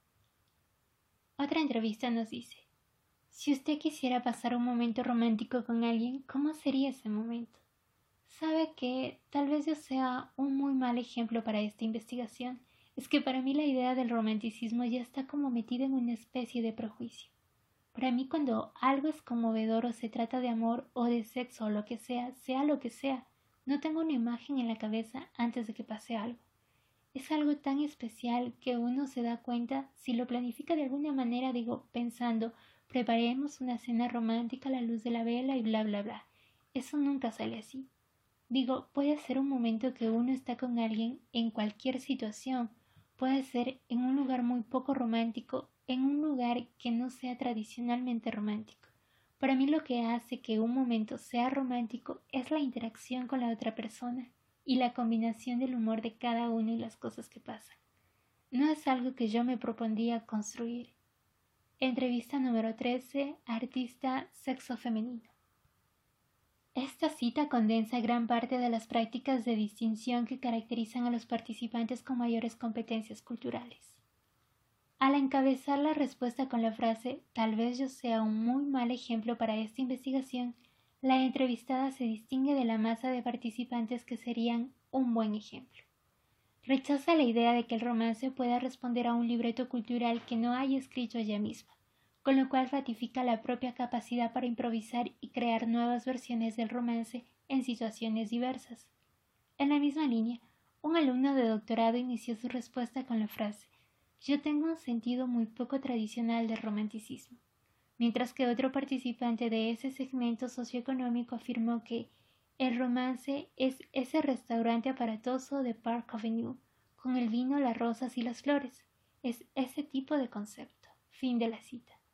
Otra entrevista nos dice: si usted quisiera pasar un momento romántico con alguien, ¿cómo sería ese momento? Sabe que tal vez yo sea un muy mal ejemplo para esta investigación. Es que para mí la idea del romanticismo ya está como metida en una especie de prejuicio. Para mí, cuando algo es conmovedor o se trata de amor o de sexo o lo que sea lo que sea, no tengo una imagen en la cabeza antes de que pase algo. Es algo tan especial que uno se da cuenta si lo planifica de alguna manera, pensando, preparemos una cena romántica a la luz de la vela y bla bla bla. Eso nunca sale así. Puede ser un momento que uno está con alguien en cualquier situación, puede ser en un lugar muy poco romántico, en un lugar que no sea tradicionalmente romántico. Para mí lo que hace que un momento sea romántico es la interacción con la otra persona y la combinación del humor de cada uno y las cosas que pasan. No es algo que yo me propondría construir. Entrevista número 13, artista sexo femenino. Esta cita condensa gran parte de las prácticas de distinción que caracterizan a los participantes con mayores competencias culturales. Al encabezar la respuesta con la frase «tal vez yo sea un muy mal ejemplo para esta investigación», la entrevistada se distingue de la masa de participantes que serían un buen ejemplo. Rechaza la idea de que el romance pueda responder a un libreto cultural que no haya escrito ella misma, con lo cual ratifica la propia capacidad para improvisar y crear nuevas versiones del romance en situaciones diversas. En la misma línea, un alumno de doctorado inició su respuesta con la frase «yo tengo un sentido muy poco tradicional del romanticismo», mientras que otro participante de ese segmento socioeconómico afirmó que el romance es ese restaurante aparatoso de Park Avenue, con el vino, las rosas y las flores. Es ese tipo de concepto. Fin de la cita.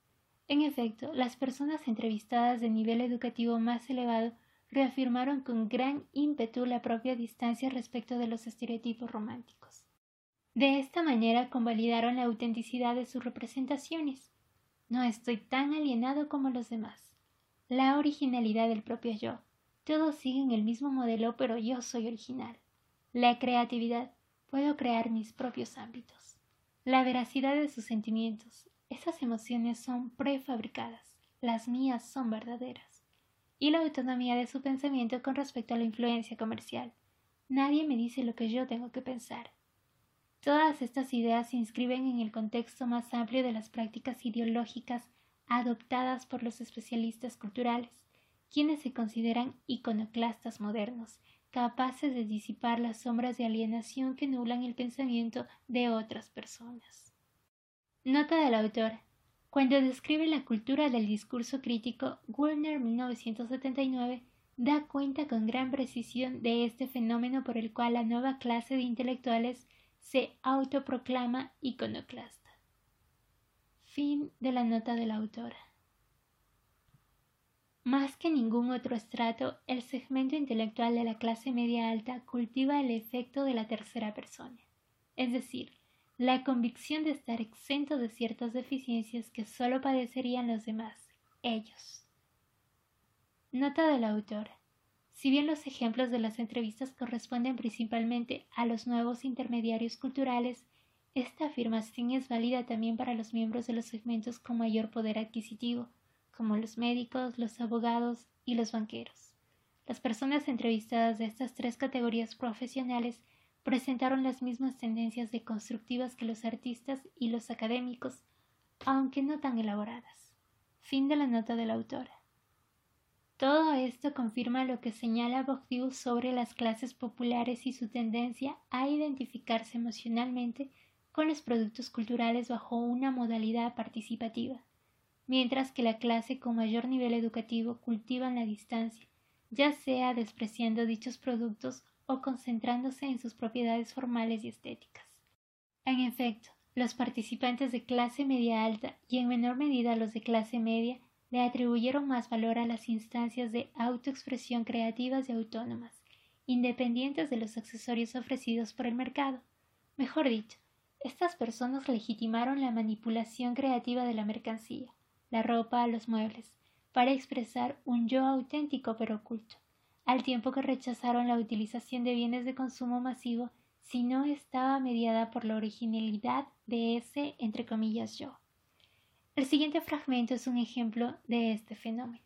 En efecto, las personas entrevistadas de nivel educativo más elevado reafirmaron con gran ímpetu la propia distancia respecto de los estereotipos románticos. De esta manera convalidaron la autenticidad de sus representaciones. No estoy tan alienado como los demás. La originalidad del propio yo. Todos siguen el mismo modelo, pero yo soy original. La creatividad. Puedo crear mis propios ámbitos. La veracidad de sus sentimientos. Esas emociones son prefabricadas. Las mías son verdaderas. Y la autonomía de su pensamiento con respecto a la influencia comercial. Nadie me dice lo que yo tengo que pensar. Todas estas ideas se inscriben en el contexto más amplio de las prácticas ideológicas adoptadas por los especialistas culturales, quienes se consideran iconoclastas modernos, capaces de disipar las sombras de alienación que nublan el pensamiento de otras personas. Nota del autor. Cuando describe la cultura del discurso crítico, Woolner 1979 da cuenta con gran precisión de este fenómeno por el cual la nueva clase de intelectuales se autoproclama iconoclasta. Fin de la nota de la autora. Más que ningún otro estrato, el segmento intelectual de la clase media alta cultiva el efecto de la tercera persona, es decir, la convicción de estar exento de ciertas deficiencias que solo padecerían los demás, ellos. Nota del autor. Si bien los ejemplos de las entrevistas corresponden principalmente a los nuevos intermediarios culturales, esta afirmación es válida también para los miembros de los segmentos con mayor poder adquisitivo, como los médicos, los abogados y los banqueros. Las personas entrevistadas de estas tres categorías profesionales presentaron las mismas tendencias deconstructivas que los artistas y los académicos, aunque no tan elaboradas. Fin de la nota de la autora. Todo esto confirma lo que señala Bourdieu sobre las clases populares y su tendencia a identificarse emocionalmente con los productos culturales bajo una modalidad participativa, mientras que la clase con mayor nivel educativo cultiva la distancia, ya sea despreciando dichos productos o concentrándose en sus propiedades formales y estéticas. En efecto, los participantes de clase media alta y en menor medida los de clase media le atribuyeron más valor a las instancias de autoexpresión creativas y autónomas, independientes de los accesorios ofrecidos por el mercado. Mejor dicho, estas personas legitimaron la manipulación creativa de la mercancía, la ropa, los muebles, para expresar un yo auténtico pero oculto, al tiempo que rechazaron la utilización de bienes de consumo masivo si no estaba mediada por la originalidad de ese, entre comillas, yo. El siguiente fragmento es un ejemplo de este fenómeno.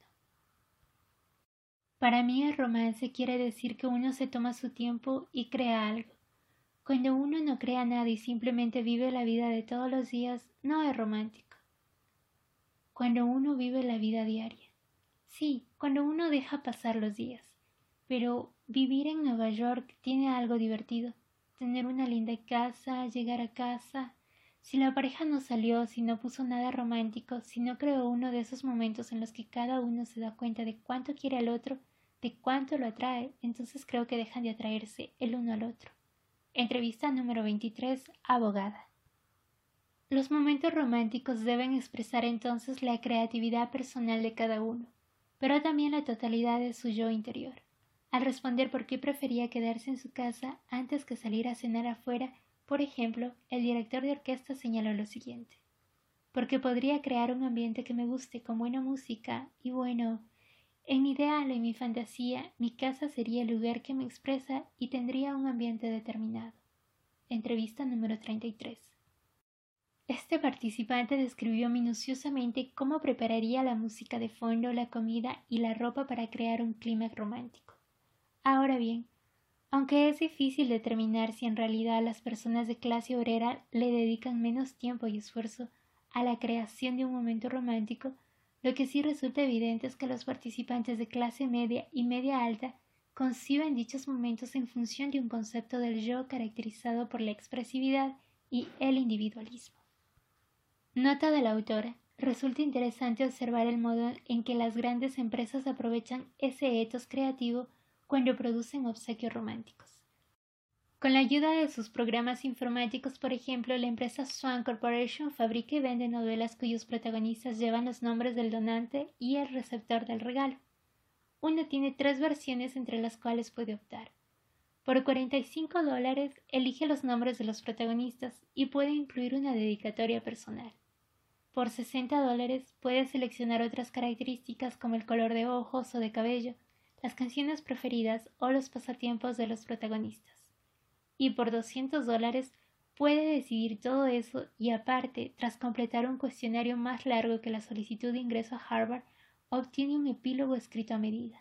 Para mí el romance quiere decir que uno se toma su tiempo y crea algo. Cuando uno no crea nada y simplemente vive la vida de todos los días, no es romántico. Cuando uno vive la vida diaria. Sí, cuando uno deja pasar los días. Pero vivir en Nueva York tiene algo divertido. Tener una linda casa, llegar a casa. Si la pareja no salió, si no puso nada romántico, si no creó uno de esos momentos en los que cada uno se da cuenta de cuánto quiere al otro, de cuánto lo atrae, entonces creo que dejan de atraerse el uno al otro. Entrevista número 23, abogada. Los momentos románticos deben expresar entonces la creatividad personal de cada uno, pero también la totalidad de su yo interior. Al responder por qué prefería quedarse en su casa antes que salir a cenar afuera, por ejemplo, el director de orquesta señaló lo siguiente: porque podría crear un ambiente que me guste con buena música y bueno, en mi ideal, en mi fantasía, mi casa sería el lugar que me expresa y tendría un ambiente determinado. Entrevista número 33. Este participante describió minuciosamente cómo prepararía la música de fondo, la comida y la ropa para crear un clima romántico. Ahora bien, aunque es difícil determinar si en realidad las personas de clase obrera le dedican menos tiempo y esfuerzo a la creación de un momento romántico, lo que sí resulta evidente es que los participantes de clase media y media alta conciben dichos momentos en función de un concepto del yo caracterizado por la expresividad y el individualismo. Nota de la autora. Resulta interesante observar el modo en que las grandes empresas aprovechan ese etos creativo cuando producen obsequios románticos. Con la ayuda de sus programas informáticos, por ejemplo, la empresa Swan Corporation fabrica y vende novelas cuyos protagonistas llevan los nombres del donante y el receptor del regalo. Uno tiene 3 versiones entre las cuales puede optar. Por $45 elige los nombres de los protagonistas y puede incluir una dedicatoria personal. Por $60 puede seleccionar otras características como el color de ojos o de cabello, las canciones preferidas o los pasatiempos de los protagonistas. Y por $200 puede decidir todo eso y aparte, tras completar un cuestionario más largo que la solicitud de ingreso a Harvard, obtiene un epílogo escrito a medida.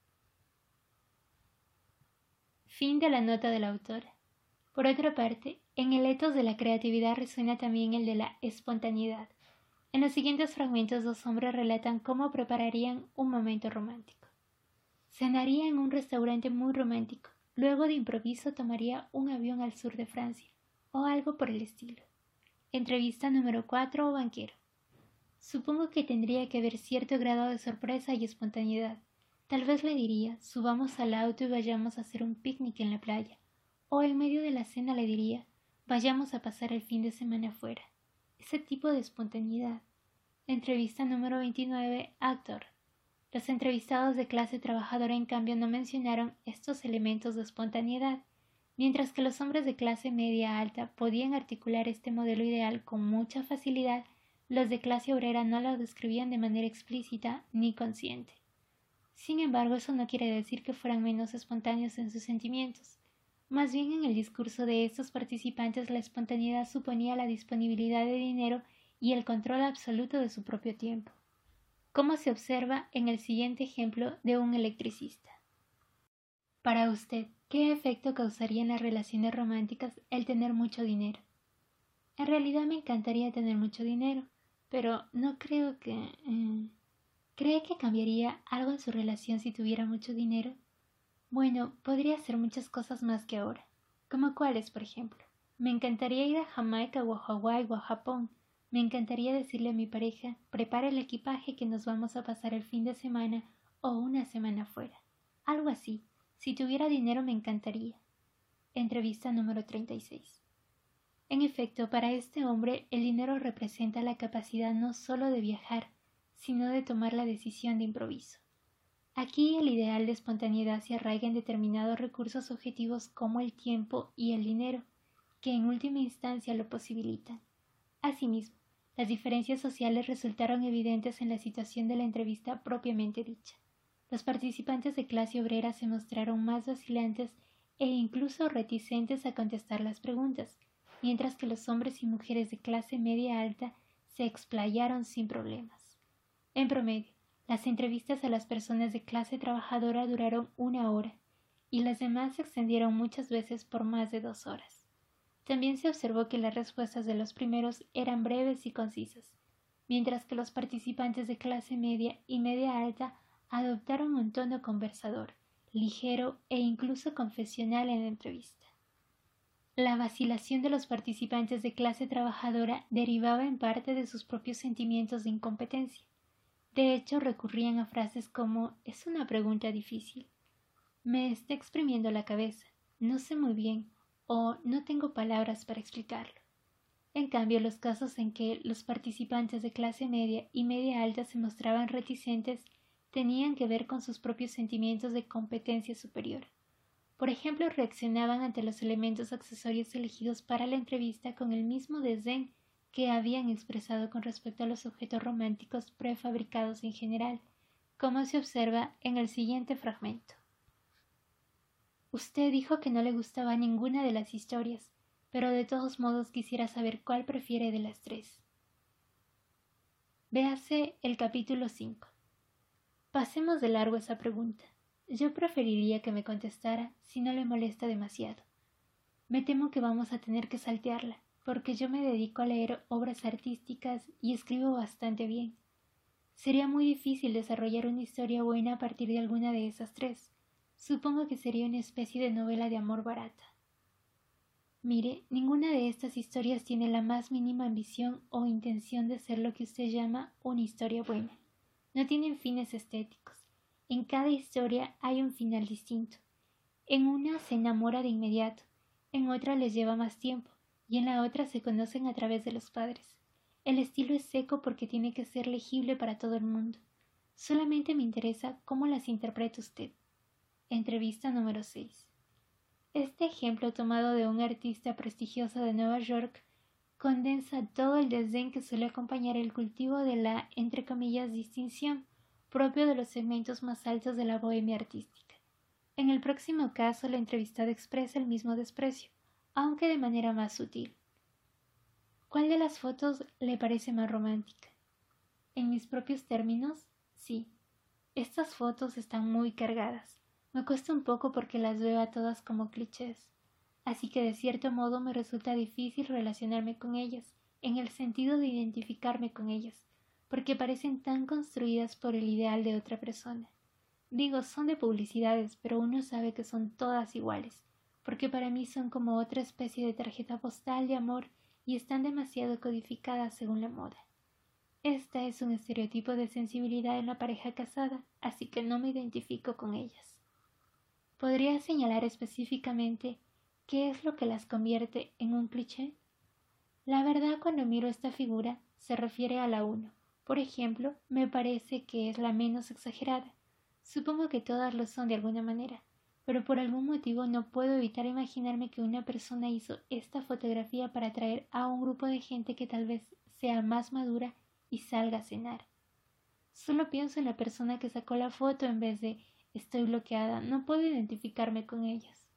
Fin de la nota del autor. Por otra parte, en el etos de la creatividad resuena también el de la espontaneidad. En los siguientes fragmentos 2 hombres relatan cómo prepararían un momento romántico. Cenaría en un restaurante muy romántico. Luego de improviso tomaría un avión al sur de Francia, o algo por el estilo. Entrevista número 4 o banquero. Supongo que tendría que haber cierto grado de sorpresa y espontaneidad. Tal vez le diría, subamos al auto y vayamos a hacer un picnic en la playa. O en medio de la cena le diría, vayamos a pasar el fin de semana afuera. Ese tipo de espontaneidad. Entrevista número 29, actor. Los entrevistados de clase trabajadora, en cambio, no mencionaron estos elementos de espontaneidad, mientras que los hombres de clase media alta podían articular este modelo ideal con mucha facilidad. Los de clase obrera no lo describían de manera explícita ni consciente. Sin embargo, eso no quiere decir que fueran menos espontáneos en sus sentimientos. Más bien, en el discurso de estos participantes, la espontaneidad suponía la disponibilidad de dinero y el control absoluto de su propio tiempo, como se observa en el siguiente ejemplo de un electricista. Para usted, ¿qué efecto causaría en las relaciones románticas el tener mucho dinero? En realidad me encantaría tener mucho dinero, pero no creo que... ¿Cree que cambiaría algo en su relación si tuviera mucho dinero? Bueno, podría hacer muchas cosas más que ahora. ¿Como cuáles, por ejemplo? Me encantaría ir a Jamaica o a Hawái o a Japón. Me encantaría decirle a mi pareja, prepara el equipaje que nos vamos a pasar el fin de semana o una semana fuera. Algo así. Si tuviera dinero me encantaría. Entrevista número 36. En efecto, para este hombre el dinero representa la capacidad no solo de viajar, sino de tomar la decisión de improviso. Aquí el ideal de espontaneidad se arraiga en determinados recursos objetivos como el tiempo y el dinero, que en última instancia lo posibilitan. Asimismo, las diferencias sociales resultaron evidentes en la situación de la entrevista propiamente dicha. Los participantes de clase obrera se mostraron más vacilantes e incluso reticentes a contestar las preguntas, mientras que los hombres y mujeres de clase media alta se explayaron sin problemas. En promedio, las entrevistas a las personas de clase trabajadora duraron 1 hora, y las demás se extendieron muchas veces por más de 2 horas. También se observó que las respuestas de los primeros eran breves y concisas, mientras que los participantes de clase media y media alta adoptaron un tono conversador, ligero e incluso confesional en la entrevista. La vacilación de los participantes de clase trabajadora derivaba en parte de sus propios sentimientos de incompetencia. De hecho, recurrían a frases como «es una pregunta difícil», «me está exprimiendo la cabeza», «no sé muy bien» o «no tengo palabras para explicarlo». En cambio, los casos en que los participantes de clase media y media alta se mostraban reticentes tenían que ver con sus propios sentimientos de competencia superior. Por ejemplo, reaccionaban ante los elementos accesorios elegidos para la entrevista con el mismo desdén que habían expresado con respecto a los objetos románticos prefabricados en general, como se observa en el siguiente fragmento. Usted dijo que no le gustaba ninguna de las historias, pero de todos modos quisiera saber cuál prefiere de las 3. Véase el capítulo 5. Pasemos de largo esa pregunta. Yo preferiría que me contestara si no le molesta demasiado. Me temo que vamos a tener que saltearla, porque yo me dedico a leer obras artísticas y escribo bastante bien. Sería muy difícil desarrollar una historia buena a partir de alguna de esas 3. Supongo que sería una especie de novela de amor barata. Mire, ninguna de estas historias tiene la más mínima ambición o intención de ser lo que usted llama una historia buena. No tienen fines estéticos. En cada historia hay un final distinto. En una se enamora de inmediato, en otra les lleva más tiempo, y en la otra se conocen a través de los padres. El estilo es seco porque tiene que ser legible para todo el mundo. Solamente me interesa cómo las interpreta usted. Entrevista número 6. Este ejemplo tomado de un artista prestigioso de Nueva York condensa todo el desdén que suele acompañar el cultivo de la, entre comillas, distinción, propio de los segmentos más altos de la bohemia artística. En el próximo caso, la entrevistada expresa el mismo desprecio, aunque de manera más sutil. ¿Cuál de las fotos le parece más romántica? En mis propios términos, sí. Estas fotos están muy cargadas. Me cuesta un poco porque las veo a todas como clichés. Así que de cierto modo me resulta difícil relacionarme con ellas, en el sentido de identificarme con ellas, porque parecen tan construidas por el ideal de otra persona. Digo, son de publicidades, pero uno sabe que son todas iguales, porque para mí son como otra especie de tarjeta postal de amor y están demasiado codificadas según la moda. Esta es un estereotipo de sensibilidad en la pareja casada, así que no me identifico con ellas. ¿Podría señalar específicamente qué es lo que las convierte en un cliché? La verdad, cuando miro esta figura, se refiere a la 1. Por ejemplo, me parece que es la menos exagerada. Supongo que todas lo son de alguna manera, pero por algún motivo no puedo evitar imaginarme que una persona hizo esta fotografía para atraer a un grupo de gente que tal vez sea más madura y salga a cenar. Solo pienso en la persona que sacó la foto en vez de estoy bloqueada, no puedo identificarme con ellas.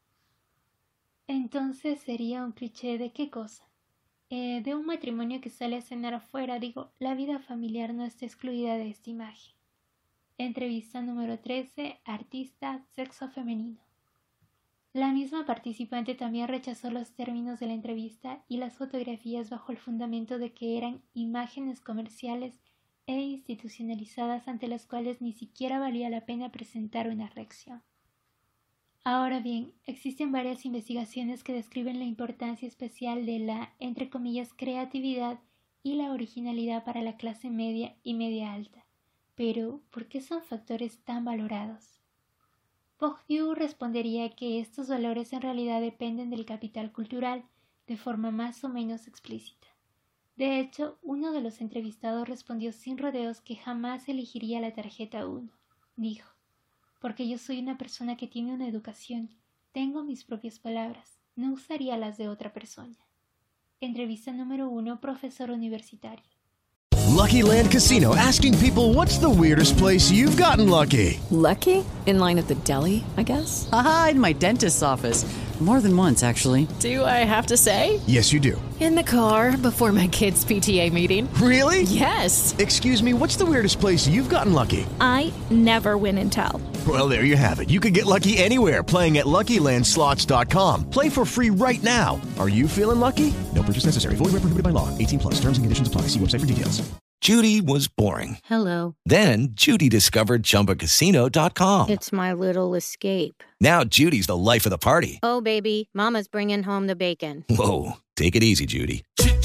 Entonces sería un cliché ¿de qué cosa? De un matrimonio que sale a cenar afuera, digo, la vida familiar no está excluida de esta imagen. Entrevista número 13, artista, sexo femenino. La misma participante también rechazó los términos de la entrevista y las fotografías bajo el fundamento de que eran imágenes comerciales e institucionalizadas ante las cuales ni siquiera valía la pena presentar una reacción. Ahora bien, existen varias investigaciones que describen la importancia especial de la, entre comillas, creatividad y la originalidad para la clase media y media alta. Pero, ¿por qué son factores tan valorados? Bourdieu respondería que estos valores en realidad dependen del capital cultural, de forma más o menos explícita. De hecho, uno de los entrevistados respondió sin rodeos que jamás elegiría la tarjeta 1. Dijo, porque yo soy una persona que tiene una educación, tengo mis propias palabras, no usaría las de otra persona. Entrevista número 1, profesor universitario. Lucky Land Casino, asking people, what's the weirdest place you've gotten lucky? Lucky? In line at the deli, I guess? Aha, in my dentist's office. More than once, actually. Do I have to say? Yes, you do. In the car before my kids' PTA meeting. Really? Yes. Excuse me, what's the weirdest place you've gotten lucky? I never win and tell. Well, there you have it. You can get lucky anywhere, playing at LuckyLandSlots.com. Play for free right now. Are you feeling lucky? No purchase necessary. Void where prohibited by law. 18+. Terms and conditions apply. See website for details. Judy was boring. Hello. Then Judy discovered ChumbaCasino.com. It's my little escape. Now Judy's the life of the party. Oh, baby, mama's bringing home the bacon. Whoa, take it easy, Judy.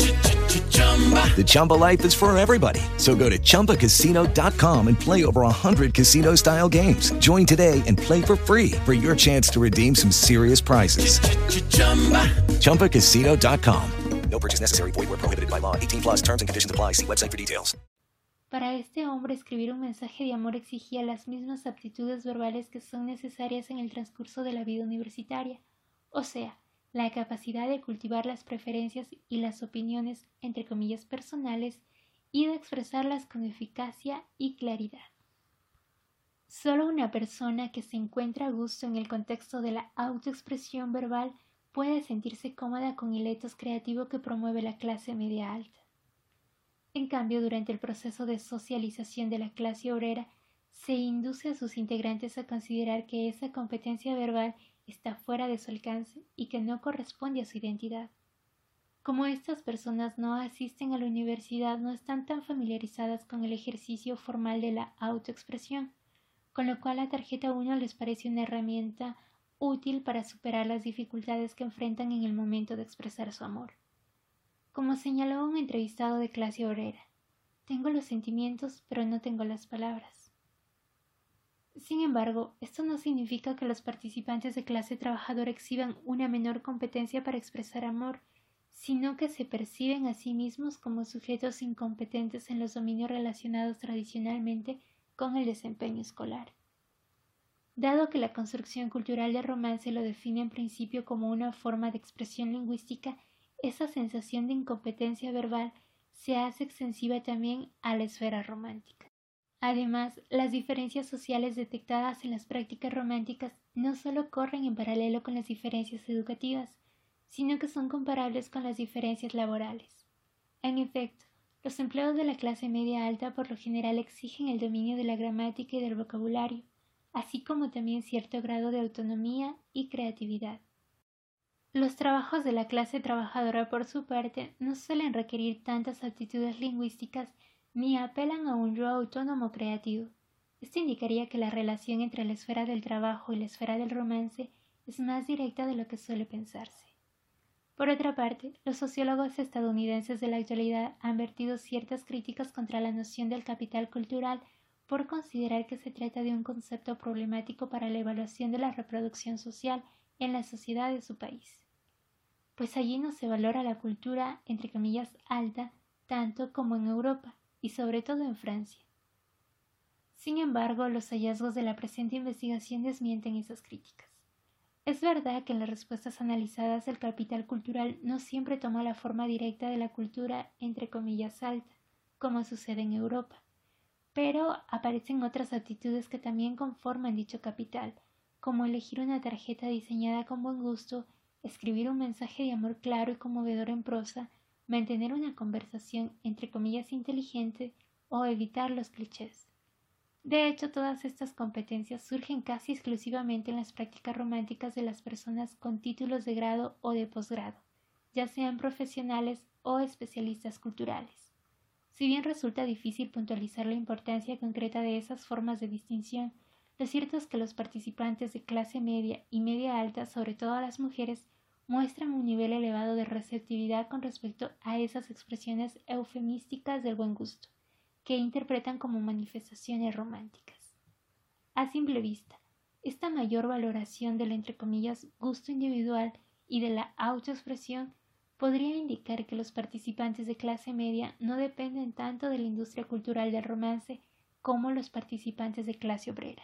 The Chumba life is for everybody. So go to ChumbaCasino.com and play over 100 casino-style games. Join today and play for free for your chance to redeem some serious prizes. ChumbaCasino.com. No purchase necessary. Void where prohibited by law. 18+. Terms and conditions apply. See website for details. Para este hombre, escribir un mensaje de amor exigía las mismas aptitudes verbales que son necesarias en el transcurso de la vida universitaria, o sea, la capacidad de cultivar las preferencias y las opiniones, entre comillas, personales, y de expresarlas con eficacia y claridad. Solo una persona que se encuentra a gusto en el contexto de la autoexpresión verbal puede sentirse cómoda con el etos creativo que promueve la clase media alta. En cambio, durante el proceso de socialización de la clase obrera, se induce a sus integrantes a considerar que esa competencia verbal está fuera de su alcance y que no corresponde a su identidad. Como estas personas no asisten a la universidad, no están tan familiarizadas con el ejercicio formal de la autoexpresión, con lo cual la tarjeta 1 les parece una herramienta útil para superar las dificultades que enfrentan en el momento de expresar su amor. Como señaló un entrevistado de clase obrera, tengo los sentimientos, pero no tengo las palabras. Sin embargo, esto no significa que los participantes de clase trabajadora exhiban una menor competencia para expresar amor, sino que se perciben a sí mismos como sujetos incompetentes en los dominios relacionados tradicionalmente con el desempeño escolar. Dado que la construcción cultural de romance lo define en principio como una forma de expresión lingüística, esa sensación de incompetencia verbal se hace extensiva también a la esfera romántica. Además, las diferencias sociales detectadas en las prácticas románticas no solo corren en paralelo con las diferencias educativas, sino que son comparables con las diferencias laborales. En efecto, los empleados de la clase media alta por lo general exigen el dominio de la gramática y del vocabulario, así como también cierto grado de autonomía y creatividad. Los trabajos de la clase trabajadora, por su parte, no suelen requerir tantas aptitudes lingüísticas ni apelan a un yo autónomo creativo. Esto indicaría que la relación entre la esfera del trabajo y la esfera del romance es más directa de lo que suele pensarse. Por otra parte, los sociólogos estadounidenses de la actualidad han vertido ciertas críticas contra la noción del capital cultural por considerar que se trata de un concepto problemático para la evaluación de la reproducción social en la sociedad de su país, pues allí no se valora la cultura, entre comillas, alta, tanto como en Europa, y sobre todo en Francia. Sin embargo, los hallazgos de la presente investigación desmienten esas críticas. Es verdad que en las respuestas analizadas el capital cultural no siempre toma la forma directa de la cultura, entre comillas, alta, como sucede en Europa, pero aparecen otras actitudes que también conforman dicho capital, como elegir una tarjeta diseñada con buen gusto, escribir un mensaje de amor claro y conmovedor en prosa, mantener una conversación entre comillas inteligente o evitar los clichés. De hecho, todas estas competencias surgen casi exclusivamente en las prácticas románticas de las personas con títulos de grado o de posgrado, ya sean profesionales o especialistas culturales. Si bien resulta difícil puntualizar la importancia concreta de esas formas de distinción, lo cierto es que los participantes de clase media y media alta, sobre todo las mujeres, muestran un nivel elevado de receptividad con respecto a esas expresiones eufemísticas del buen gusto, que interpretan como manifestaciones románticas. A simple vista, esta mayor valoración del, entre comillas, gusto individual y de la autoexpresión podría indicar que los participantes de clase media no dependen tanto de la industria cultural del romance como los participantes de clase obrera.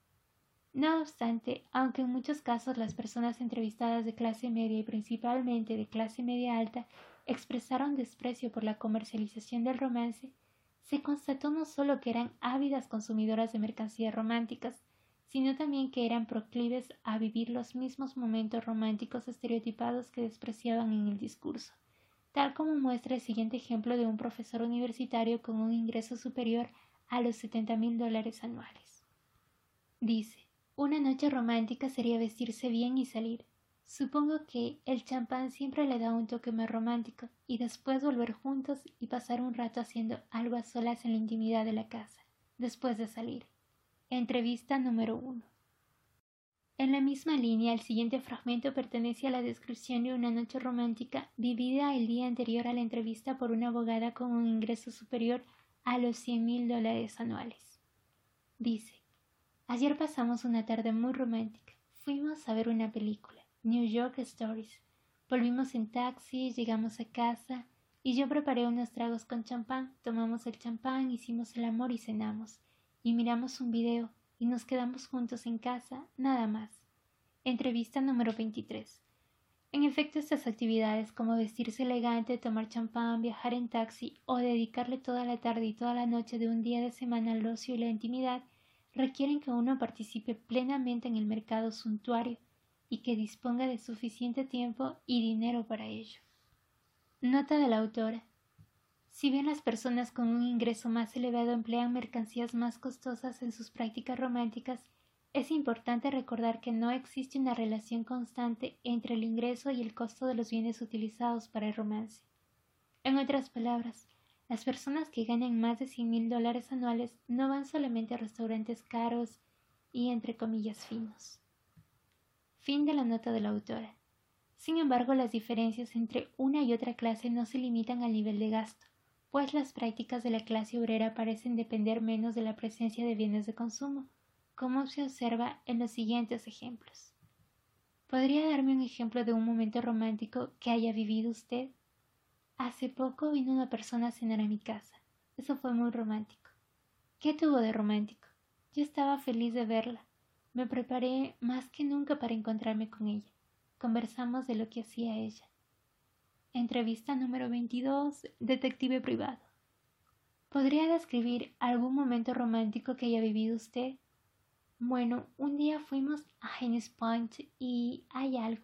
No obstante, aunque en muchos casos las personas entrevistadas de clase media y principalmente de clase media alta expresaron desprecio por la comercialización del romance, se constató no solo que eran ávidas consumidoras de mercancías románticas, sino también que eran proclives a vivir los mismos momentos románticos estereotipados que despreciaban en el discurso, tal como muestra el siguiente ejemplo de un profesor universitario con un ingreso superior a los $70,000 anuales. Dice: una noche romántica sería vestirse bien y salir. Supongo que el champán siempre le da un toque más romántico, y después volver juntos y pasar un rato haciendo algo a solas en la intimidad de la casa, después de salir. Entrevista número 1. En la misma línea, el siguiente fragmento pertenece a la descripción de una noche romántica vivida el día anterior a la entrevista por una abogada con un ingreso superior a los $100,000 anuales. Dice: ayer pasamos una tarde muy romántica. Fuimos a ver una película, New York Stories. Volvimos en taxi, llegamos a casa y yo preparé unos tragos con champán. Tomamos el champán, hicimos el amor y cenamos. Y miramos un video y nos quedamos juntos en casa, nada más. Entrevista número 23. En efecto, estas actividades como vestirse elegante, tomar champán, viajar en taxi o dedicarle toda la tarde y toda la noche de un día de semana al ocio y la intimidad requieren que uno participe plenamente en el mercado suntuario y que disponga de suficiente tiempo y dinero para ello. Nota de la autora. Si bien las personas con un ingreso más elevado emplean mercancías más costosas en sus prácticas románticas, es importante recordar que no existe una relación constante entre el ingreso y el costo de los bienes utilizados para el romance. En otras palabras, las personas que ganan más de $100,000 anuales no van solamente a restaurantes caros y, entre comillas, finos. Fin de la nota de la autora. Sin embargo, las diferencias entre una y otra clase no se limitan al nivel de gasto, pues las prácticas de la clase obrera parecen depender menos de la presencia de bienes de consumo, como se observa en los siguientes ejemplos. ¿Podría darme un ejemplo de un momento romántico que haya vivido usted? Hace poco vino una persona a cenar a mi casa. Eso fue muy romántico. ¿Qué tuvo de romántico? Yo estaba feliz de verla. Me preparé más que nunca para encontrarme con ella. Conversamos de lo que hacía ella. Entrevista número 22, detective privado. ¿Podría describir algún momento romántico que haya vivido usted? Bueno, un día fuimos a Henness Point y hay algo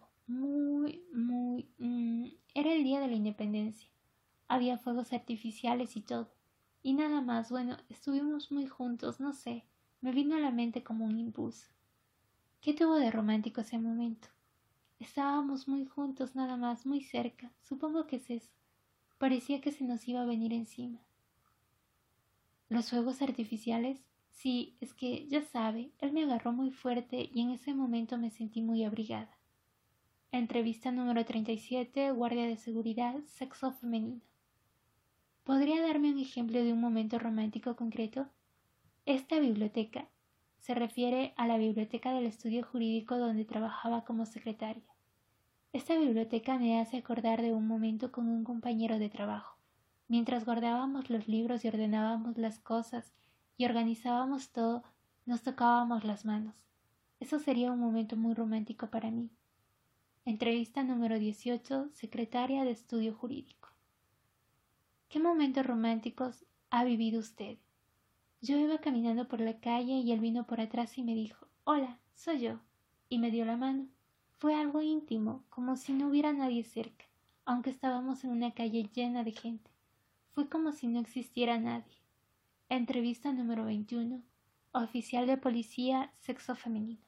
era el día de la independencia. Había fuegos artificiales y todo. Y nada más, bueno, estuvimos muy juntos, no sé, me vino a la mente como un impulso. ¿Qué tuvo de romántico ese momento? Estábamos muy juntos, nada más, muy cerca, supongo que es eso. Parecía que se nos iba a venir encima. ¿Los fuegos artificiales? Sí, es que, ya sabe, él me agarró muy fuerte y en ese momento me sentí muy abrigada. Entrevista número 37, guardia de seguridad, sexo femenino. ¿Podría darme un ejemplo de un momento romántico concreto? Esta biblioteca se refiere a la biblioteca del estudio jurídico donde trabajaba como secretaria. Esta biblioteca me hace acordar de un momento con un compañero de trabajo. Mientras guardábamos los libros y ordenábamos las cosas y organizábamos todo, nos tocábamos las manos. Eso sería un momento muy romántico para mí. Entrevista número 18, secretaria de estudio jurídico. ¿Qué momentos románticos ha vivido usted? Yo iba caminando por la calle y él vino por atrás y me dijo, «Hola, soy yo», y me dio la mano. Fue algo íntimo, como si no hubiera nadie cerca, aunque estábamos en una calle llena de gente. Fue como si no existiera nadie. Entrevista número 21. Oficial de policía, sexo femenino.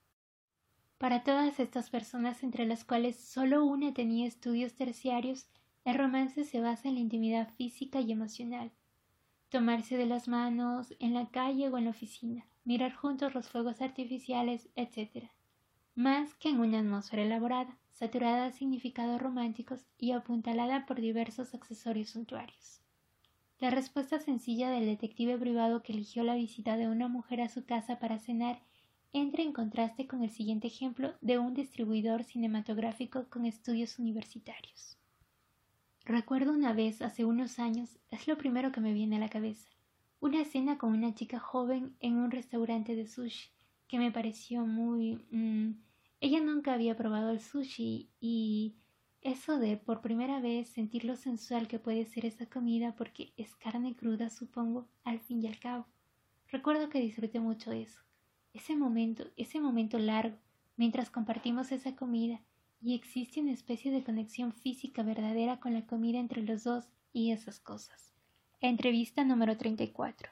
Para todas estas personas, entre las cuales solo una tenía estudios terciarios, el romance se basa en la intimidad física y emocional. Tomarse de las manos en la calle o en la oficina, mirar juntos los fuegos artificiales, etc. Más que en una atmósfera elaborada, saturada de significados románticos y apuntalada por diversos accesorios suntuarios. La respuesta sencilla del detective privado que eligió la visita de una mujer a su casa para cenar entra en contraste con el siguiente ejemplo de un distribuidor cinematográfico con estudios universitarios. Recuerdo una vez, hace unos años, es lo primero que me viene a la cabeza, una cena con una chica joven en un restaurante de sushi, que me pareció muy... Ella nunca había probado el sushi y eso de por primera vez sentir lo sensual que puede ser esa comida porque es carne cruda, supongo, al fin y al cabo. Recuerdo que disfruté mucho eso. Ese momento largo, mientras compartimos esa comida, y existe una especie de conexión física verdadera con la comida entre los dos y esas cosas. Entrevista número 34.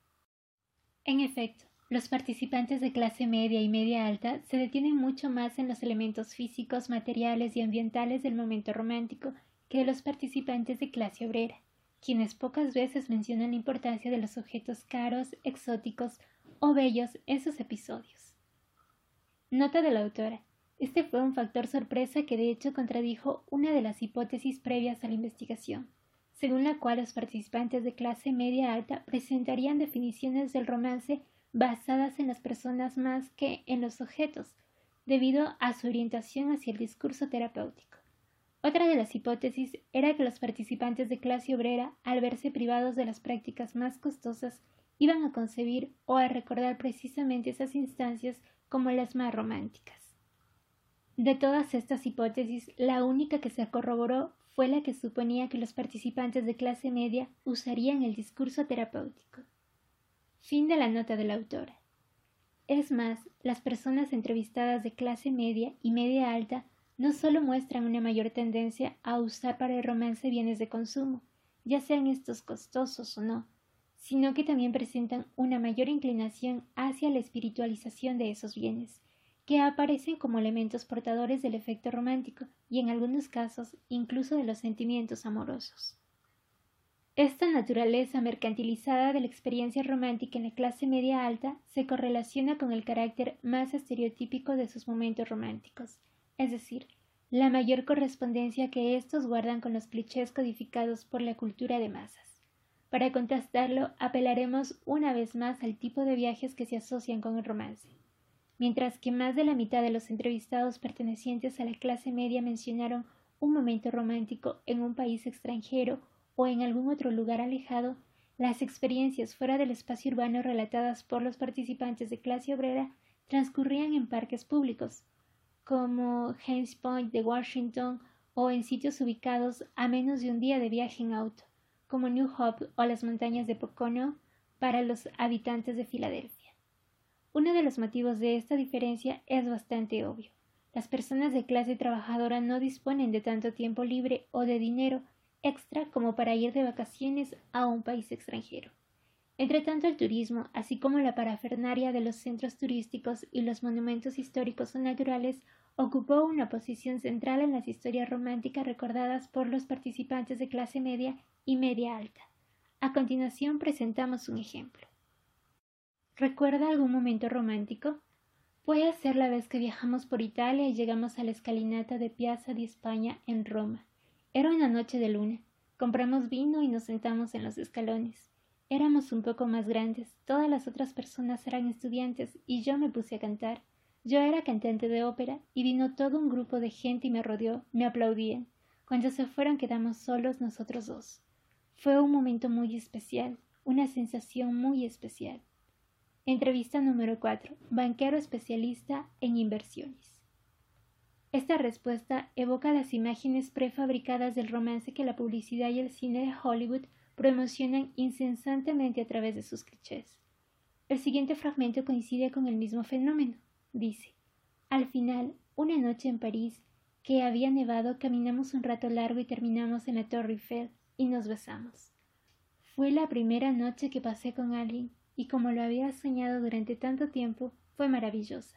En efecto, los participantes de clase media y media alta se detienen mucho más en los elementos físicos, materiales y ambientales del momento romántico que los participantes de clase obrera, quienes pocas veces mencionan la importancia de los objetos caros, exóticos o bellos en sus episodios. Nota de la autora. Este fue un factor sorpresa que de hecho contradijo una de las hipótesis previas a la investigación, según la cual los participantes de clase media alta presentarían definiciones del romance basadas en las personas más que en los objetos, debido a su orientación hacia el discurso terapéutico. Otra de las hipótesis era que los participantes de clase obrera, al verse privados de las prácticas más costosas, iban a concebir o a recordar precisamente esas instancias como las más románticas. De todas estas hipótesis, la única que se corroboró fue la que suponía que los participantes de clase media usarían el discurso terapéutico. Fin de la nota de la autora. Es más, las personas entrevistadas de clase media y media alta no solo muestran una mayor tendencia a usar para el romance bienes de consumo, ya sean estos costosos o no, sino que también presentan una mayor inclinación hacia la espiritualización de esos bienes, que aparecen como elementos portadores del efecto romántico y en algunos casos incluso de los sentimientos amorosos. Esta naturaleza mercantilizada de la experiencia romántica en la clase media alta se correlaciona con el carácter más estereotípico de sus momentos románticos, es decir, la mayor correspondencia que estos guardan con los clichés codificados por la cultura de masas. Para contrastarlo, apelaremos una vez más al tipo de viajes que se asocian con el romance. Mientras que más de la mitad de los entrevistados pertenecientes a la clase media mencionaron un momento romántico en un país extranjero o en algún otro lugar alejado, las experiencias fuera del espacio urbano relatadas por los participantes de clase obrera transcurrían en parques públicos, como Haines Point de Washington, o en sitios ubicados a menos de un día de viaje en auto, como New Hope o las montañas de Pocono para los habitantes de Filadelfia. Uno de los motivos de esta diferencia es bastante obvio. Las personas de clase trabajadora no disponen de tanto tiempo libre o de dinero extra como para ir de vacaciones a un país extranjero. Entre tanto, el turismo, así como la parafernalia de los centros turísticos y los monumentos históricos o naturales, ocupó una posición central en las historias románticas recordadas por los participantes de clase media y media alta. A continuación presentamos un ejemplo. ¿Recuerda algún momento romántico? Puede ser la vez que viajamos por Italia y llegamos a la escalinata de Piazza di Spagna en Roma. Era una noche de luna. Compramos vino y nos sentamos en los escalones. Éramos un poco más grandes, todas las otras personas eran estudiantes y yo me puse a cantar. Yo era cantante de ópera y vino todo un grupo de gente y me rodeó, me aplaudían. Cuando se fueron quedamos solos nosotros dos. Fue un momento muy especial, una sensación muy especial. Entrevista número 4. Banquero especialista en inversiones. Esta respuesta evoca las imágenes prefabricadas del romance que la publicidad y el cine de Hollywood promocionan incesantemente a través de sus clichés. El siguiente fragmento coincide con el mismo fenómeno. Dice: al final, una noche en París, que había nevado, caminamos un rato largo y terminamos en la Torre Eiffel y nos besamos. Fue la primera noche que pasé con alguien y como lo había soñado durante tanto tiempo, fue maravillosa.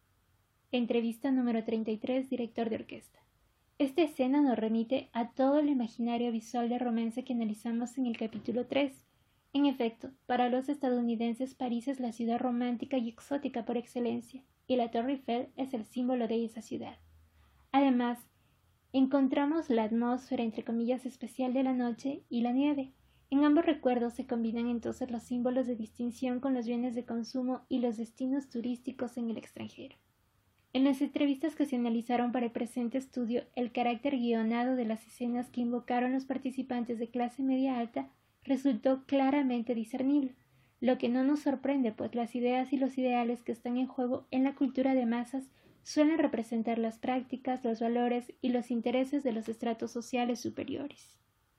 Entrevista número 33, director de orquesta. Esta escena nos remite a todo el imaginario visual de romance que analizamos en el capítulo 3. En efecto, para los estadounidenses París es la ciudad romántica y exótica por excelencia, y la Torre Eiffel es el símbolo de esa ciudad. Además, encontramos la atmósfera entre comillas especial de la noche y la nieve. En ambos recuerdos se combinan entonces los símbolos de distinción con los bienes de consumo y los destinos turísticos en el extranjero. En las entrevistas que se analizaron para el presente estudio, el carácter guionado de las escenas que invocaron los participantes de clase media alta resultó claramente discernible, lo que no nos sorprende, pues las ideas y los ideales que están en juego en la cultura de masas suelen representar las prácticas, los valores y los intereses de los estratos sociales superiores.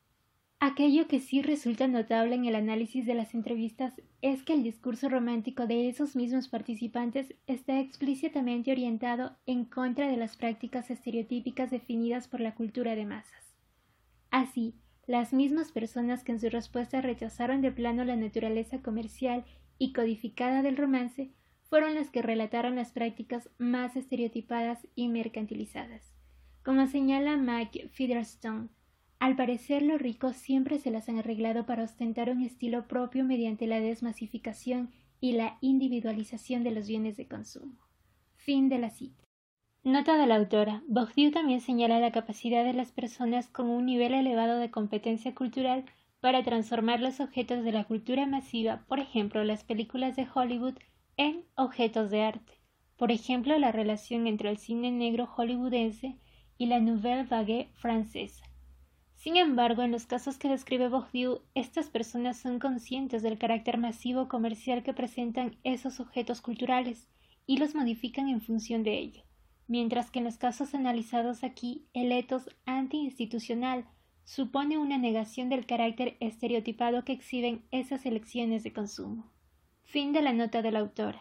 Aquello que sí resulta notable en el análisis de las entrevistas es que el discurso romántico de esos mismos participantes está explícitamente orientado en contra de las prácticas estereotípicas definidas por la cultura de masas. Así, las mismas personas que en su respuesta rechazaron de plano la naturaleza comercial y codificada del romance fueron las que relataron las prácticas más estereotipadas y mercantilizadas. Como señala Mike Featherstone, al parecer los ricos siempre se las han arreglado para ostentar un estilo propio mediante la desmasificación y la individualización de los bienes de consumo. Fin de la cita. Nota de la autora. Bourdieu también señala la capacidad de las personas con un nivel elevado de competencia cultural para transformar los objetos de la cultura masiva, por ejemplo las películas de Hollywood, en objetos de arte. Por ejemplo, la relación entre el cine negro hollywoodense y la Nouvelle Vague francesa. Sin embargo, en los casos que describe Bourdieu, estas personas son conscientes del carácter masivo comercial que presentan esos objetos culturales y los modifican en función de ello, mientras que en los casos analizados aquí, el etos antiinstitucional supone una negación del carácter estereotipado que exhiben esas elecciones de consumo. Fin de la nota de la autora.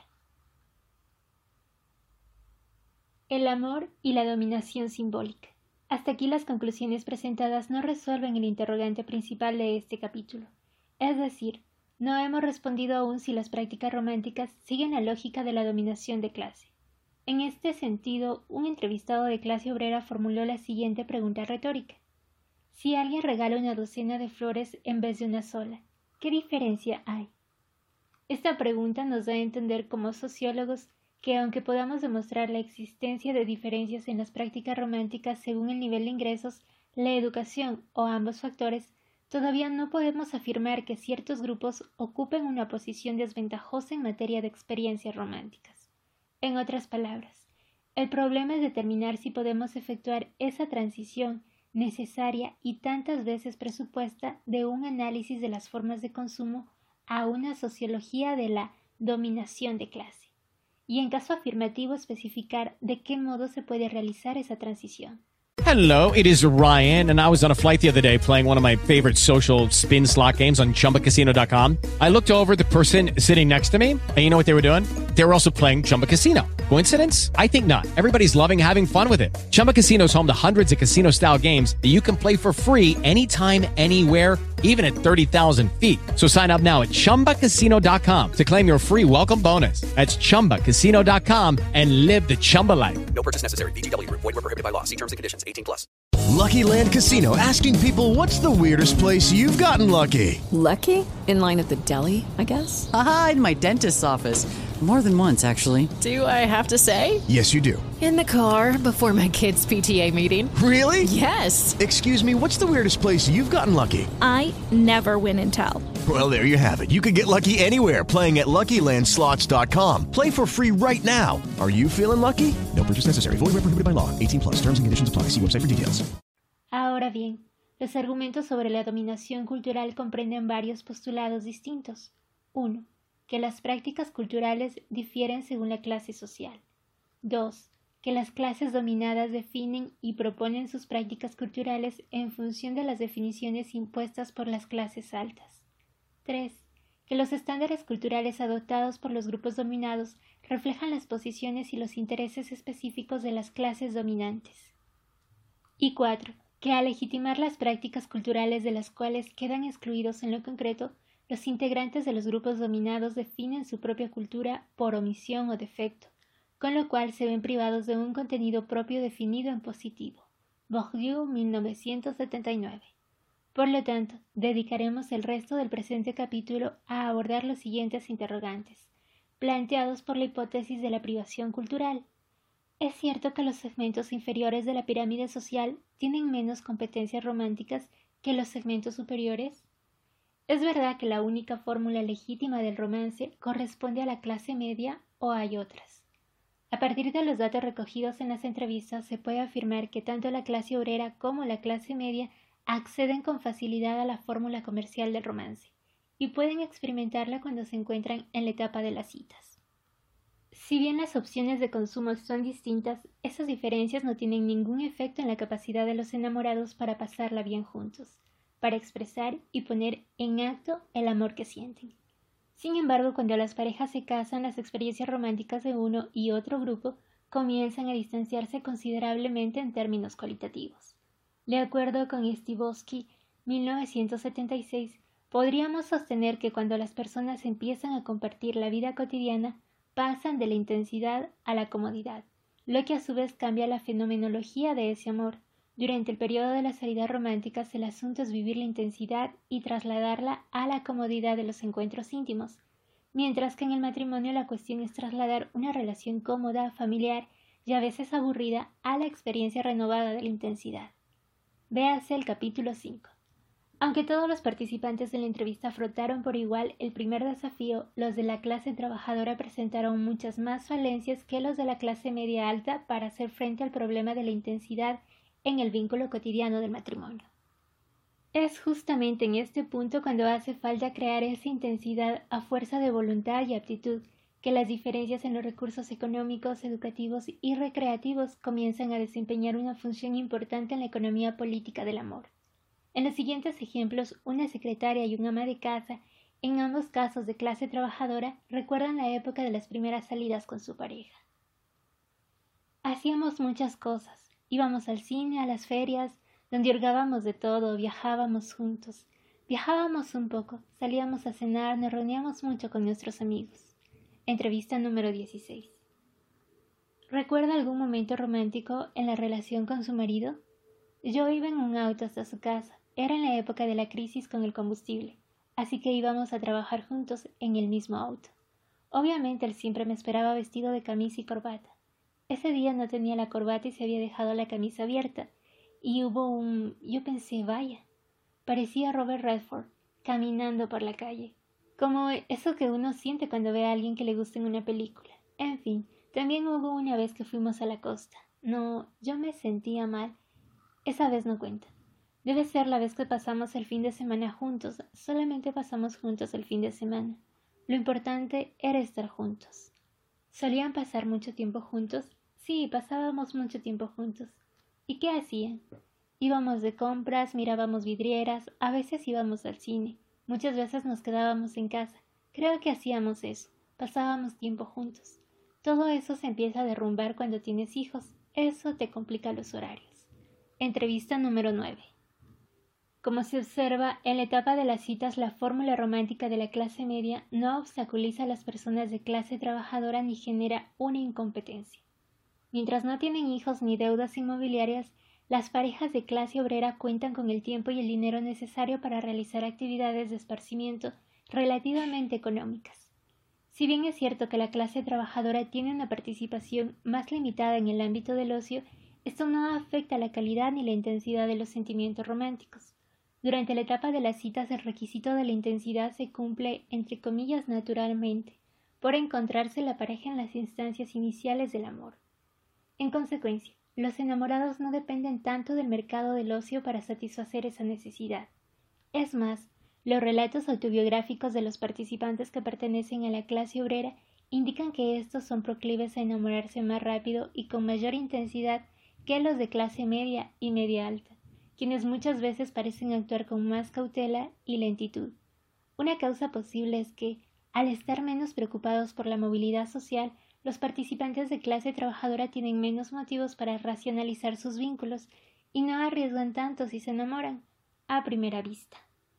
El amor y la dominación simbólica. Hasta aquí las conclusiones presentadas no resuelven el interrogante principal de este capítulo. Es decir, no hemos respondido aún si las prácticas románticas siguen la lógica de la dominación de clase. En este sentido, un entrevistado de clase obrera formuló la siguiente pregunta retórica. Si alguien regala una docena de flores en vez de una sola, ¿qué diferencia hay? Esta pregunta nos da a entender como sociólogos que aunque podamos demostrar la existencia de diferencias en las prácticas románticas según el nivel de ingresos, la educación o ambos factores, todavía no podemos afirmar que ciertos grupos ocupen una posición desventajosa en materia de experiencias románticas. En otras palabras, el problema es determinar si podemos efectuar esa transición necesaria y tantas veces presupuesta de un análisis de las formas de consumo a una sociología de la dominación de clase, y en caso afirmativo especificar de qué modo se puede realizar esa transición. Hello, it is Ryan, and I was on a flight the other day playing one of my favorite social spin slot games on ChumbaCasino.com. I looked over at the person sitting next to me, and you know what they were doing? They were also playing Chumba Casino. Coincidence? I think not. Everybody's loving having fun with it. Chumba Casino is home to hundreds of casino-style games that you can play for free anytime, anywhere, even at 30,000 feet. So sign up now at ChumbaCasino.com to claim your free welcome bonus. That's ChumbaCasino.com and live the Chumba life. No purchase necessary. VGW. Void where prohibited by law. See terms and conditions. 18+. Lucky Land Casino, asking people, what's the weirdest place you've gotten lucky? Lucky? In line at the deli, I guess? Aha, in my dentist's office. More than once, actually. Do I have to say? Yes, you do. In the car before my kids' PTA meeting. Really? Yes. Excuse me, what's the weirdest place you've gotten lucky? I never win and tell. Well, there you have it. You can get lucky anywhere, playing at LuckyLandSlots.com. Play for free right now. Are you feeling lucky? No purchase necessary. Void where prohibited by law. 18+. Terms and conditions apply. See website for details. Ahora bien, los argumentos sobre la dominación cultural comprenden varios postulados distintos. 1. Que las prácticas culturales difieren según la clase social. 2. Que las clases dominadas definen y proponen sus prácticas culturales en función de las definiciones impuestas por las clases altas. 3. Que los estándares culturales adoptados por los grupos dominados reflejan las posiciones y los intereses específicos de las clases dominantes. Y 4. Que al legitimar las prácticas culturales de las cuales quedan excluidos en lo concreto, los integrantes de los grupos dominados definen su propia cultura por omisión o defecto, con lo cual se ven privados de un contenido propio definido en positivo. Bourdieu, 1979. Por lo tanto, dedicaremos el resto del presente capítulo a abordar los siguientes interrogantes, planteados por la hipótesis de la privación cultural. ¿Es cierto que los segmentos inferiores de la pirámide social tienen menos competencias románticas que los segmentos superiores? ¿Es verdad que la única fórmula legítima del romance corresponde a la clase media o hay otras? A partir de los datos recogidos en las entrevistas se puede afirmar que tanto la clase obrera como la clase media acceden con facilidad a la fórmula comercial del romance y pueden experimentarla cuando se encuentran en la etapa de las citas. Si bien las opciones de consumo son distintas, esas diferencias no tienen ningún efecto en la capacidad de los enamorados para pasarla bien juntos, para expresar y poner en acto el amor que sienten. Sin embargo, cuando las parejas se casan, las experiencias románticas de uno y otro grupo comienzan a distanciarse considerablemente en términos cualitativos. De acuerdo con Styboski, 1976, podríamos sostener que cuando las personas empiezan a compartir la vida cotidiana, pasan de la intensidad a la comodidad, lo que a su vez cambia la fenomenología de ese amor. Durante el periodo de las salidas románticas, el asunto es vivir la intensidad y trasladarla a la comodidad de los encuentros íntimos, mientras que en el matrimonio la cuestión es trasladar una relación cómoda, familiar y a veces aburrida a la experiencia renovada de la intensidad. Véase el capítulo 5. Aunque todos los participantes de la entrevista afrontaron por igual el primer desafío, los de la clase trabajadora presentaron muchas más falencias que los de la clase media alta para hacer frente al problema de la intensidad en el vínculo cotidiano del matrimonio. Es justamente en este punto cuando hace falta crear esa intensidad a fuerza de voluntad y aptitud, que las diferencias en los recursos económicos, educativos y recreativos comienzan a desempeñar una función importante en la economía política del amor. En los siguientes ejemplos, una secretaria y un ama de casa, en ambos casos de clase trabajadora, recuerdan la época de las primeras salidas con su pareja. Hacíamos muchas cosas. Íbamos al cine, a las ferias, donde hurgábamos de todo, viajábamos juntos. Viajábamos un poco, salíamos a cenar, nos reuníamos mucho con nuestros amigos. Entrevista número 16. ¿Recuerda algún momento romántico en la relación con su marido? Yo iba en un auto hasta su casa. Era en la época de la crisis con el combustible, así que íbamos a trabajar juntos en el mismo auto. Obviamente él siempre me esperaba vestido de camisa y corbata. Ese día no tenía la corbata y se había dejado la camisa abierta, y yo pensé, vaya, Parecía Robert Redford, caminando por la calle, como eso que uno siente cuando ve a alguien que le gusta en una película. En fin, también hubo una vez que fuimos a la costa. No, yo me sentía mal. Esa vez no cuenta. Debe ser la vez que pasamos el fin de semana juntos. Solamente pasamos juntos el fin de semana. Lo importante era estar juntos. ¿Solían pasar mucho tiempo juntos? Sí, pasábamos mucho tiempo juntos. ¿Y qué hacían? Íbamos de compras, mirábamos vidrieras, a veces íbamos al cine, muchas veces nos quedábamos en casa. Creo que hacíamos eso, pasábamos tiempo juntos. Todo eso se empieza a derrumbar cuando tienes hijos, eso te complica los horarios. Entrevista número 9. Como se observa, en la etapa de las citas la fórmula romántica de la clase media no obstaculiza a las personas de clase trabajadora ni genera una incompetencia. Mientras no tienen hijos ni deudas inmobiliarias, las parejas de clase obrera cuentan con el tiempo y el dinero necesario para realizar actividades de esparcimiento relativamente económicas. Si bien es cierto que la clase trabajadora tiene una participación más limitada en el ámbito del ocio, esto no afecta la calidad ni la intensidad de los sentimientos románticos. Durante la etapa de las citas el requisito de la intensidad se cumple, entre comillas, naturalmente, por encontrarse la pareja en las instancias iniciales del amor. En consecuencia, los enamorados no dependen tanto del mercado del ocio para satisfacer esa necesidad. Es más, los relatos autobiográficos de los participantes que pertenecen a la clase obrera indican que estos son proclives a enamorarse más rápido y con mayor intensidad que los de clase media y media alta, quienes muchas veces parecen actuar con más cautela y lentitud. Una causa posible es que, al estar menos preocupados por la movilidad social, los participantes de clase trabajadora tienen menos motivos para racionalizar sus vínculos y no arriesgan tanto si se enamoran a primera vista.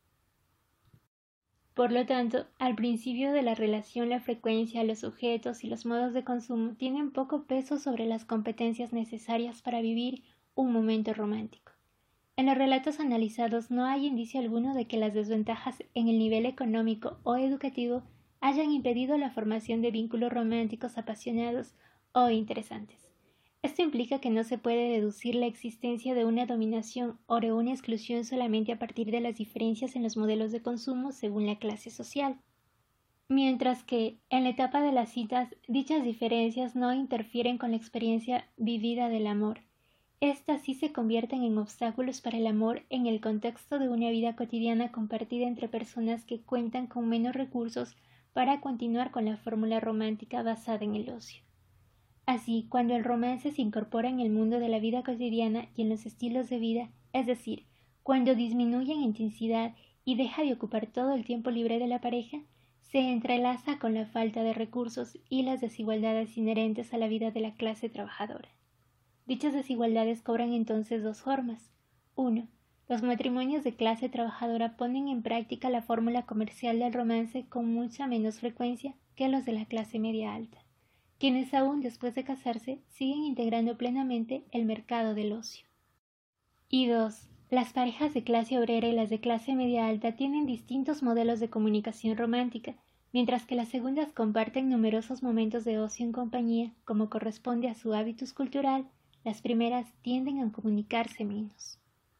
Por lo tanto, al principio de la relación la frecuencia, los objetos y los modos de consumo tienen poco peso sobre las competencias necesarias para vivir un momento romántico. En los relatos analizados no hay indicio alguno de que las desventajas en el nivel económico o educativo hayan impedido la formación de vínculos románticos apasionados o interesantes. Esto implica que no se puede deducir la existencia de una dominación o de una exclusión solamente a partir de las diferencias en los modelos de consumo según la clase social. Mientras que, en la etapa de las citas, dichas diferencias no interfieren con la experiencia vivida del amor. Estas sí se convierten en obstáculos para el amor en el contexto de una vida cotidiana compartida entre personas que cuentan con menos recursos para continuar con la fórmula romántica basada en el ocio. Así, cuando el romance se incorpora en el mundo de la vida cotidiana y en los estilos de vida, es decir, cuando disminuye en intensidad y deja de ocupar todo el tiempo libre de la pareja, se entrelaza con la falta de recursos y las desigualdades inherentes a la vida de la clase trabajadora. Dichas desigualdades cobran entonces dos formas. 1. Los matrimonios de clase trabajadora ponen en práctica la fórmula comercial del romance con mucha menos frecuencia que los de la clase media alta, quienes aún después de casarse siguen integrando plenamente el mercado del ocio. Y 2. Las parejas de clase obrera y las de clase media alta tienen distintos modelos de comunicación romántica, mientras que las segundas comparten numerosos momentos de ocio en compañía, como corresponde a su hábitus cultural. Las primeras tienden a comunicarse menos.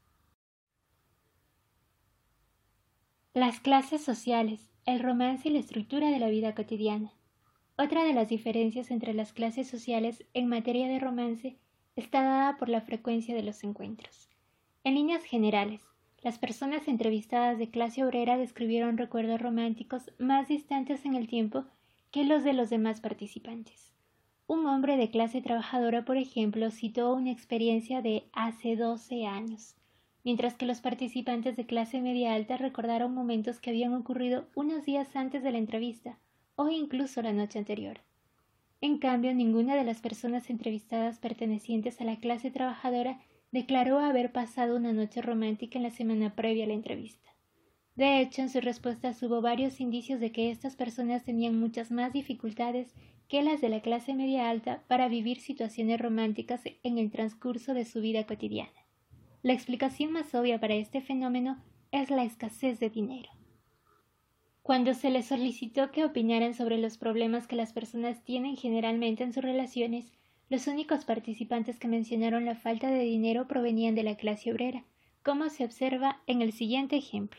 Las clases sociales, el romance y la estructura de la vida cotidiana. Otra de las diferencias entre las clases sociales en materia de romance está dada por la frecuencia de los encuentros. En líneas generales, las personas entrevistadas de clase obrera describieron recuerdos románticos más distantes en el tiempo que los de los demás participantes. Un hombre de clase trabajadora, por ejemplo, citó una experiencia de hace 12 años, mientras que los participantes de clase media alta recordaron momentos que habían ocurrido unos días antes de la entrevista o incluso la noche anterior. En cambio, ninguna de las personas entrevistadas pertenecientes a la clase trabajadora declaró haber pasado una noche romántica en la semana previa a la entrevista. De hecho, en sus respuestas hubo varios indicios de que estas personas tenían muchas más dificultades que las de la clase media alta para vivir situaciones románticas en el transcurso de su vida cotidiana. La explicación más obvia para este fenómeno es la escasez de dinero. Cuando se les solicitó que opinaran sobre los problemas que las personas tienen generalmente en sus relaciones, los únicos participantes que mencionaron la falta de dinero provenían de la clase obrera, como se observa en el siguiente ejemplo.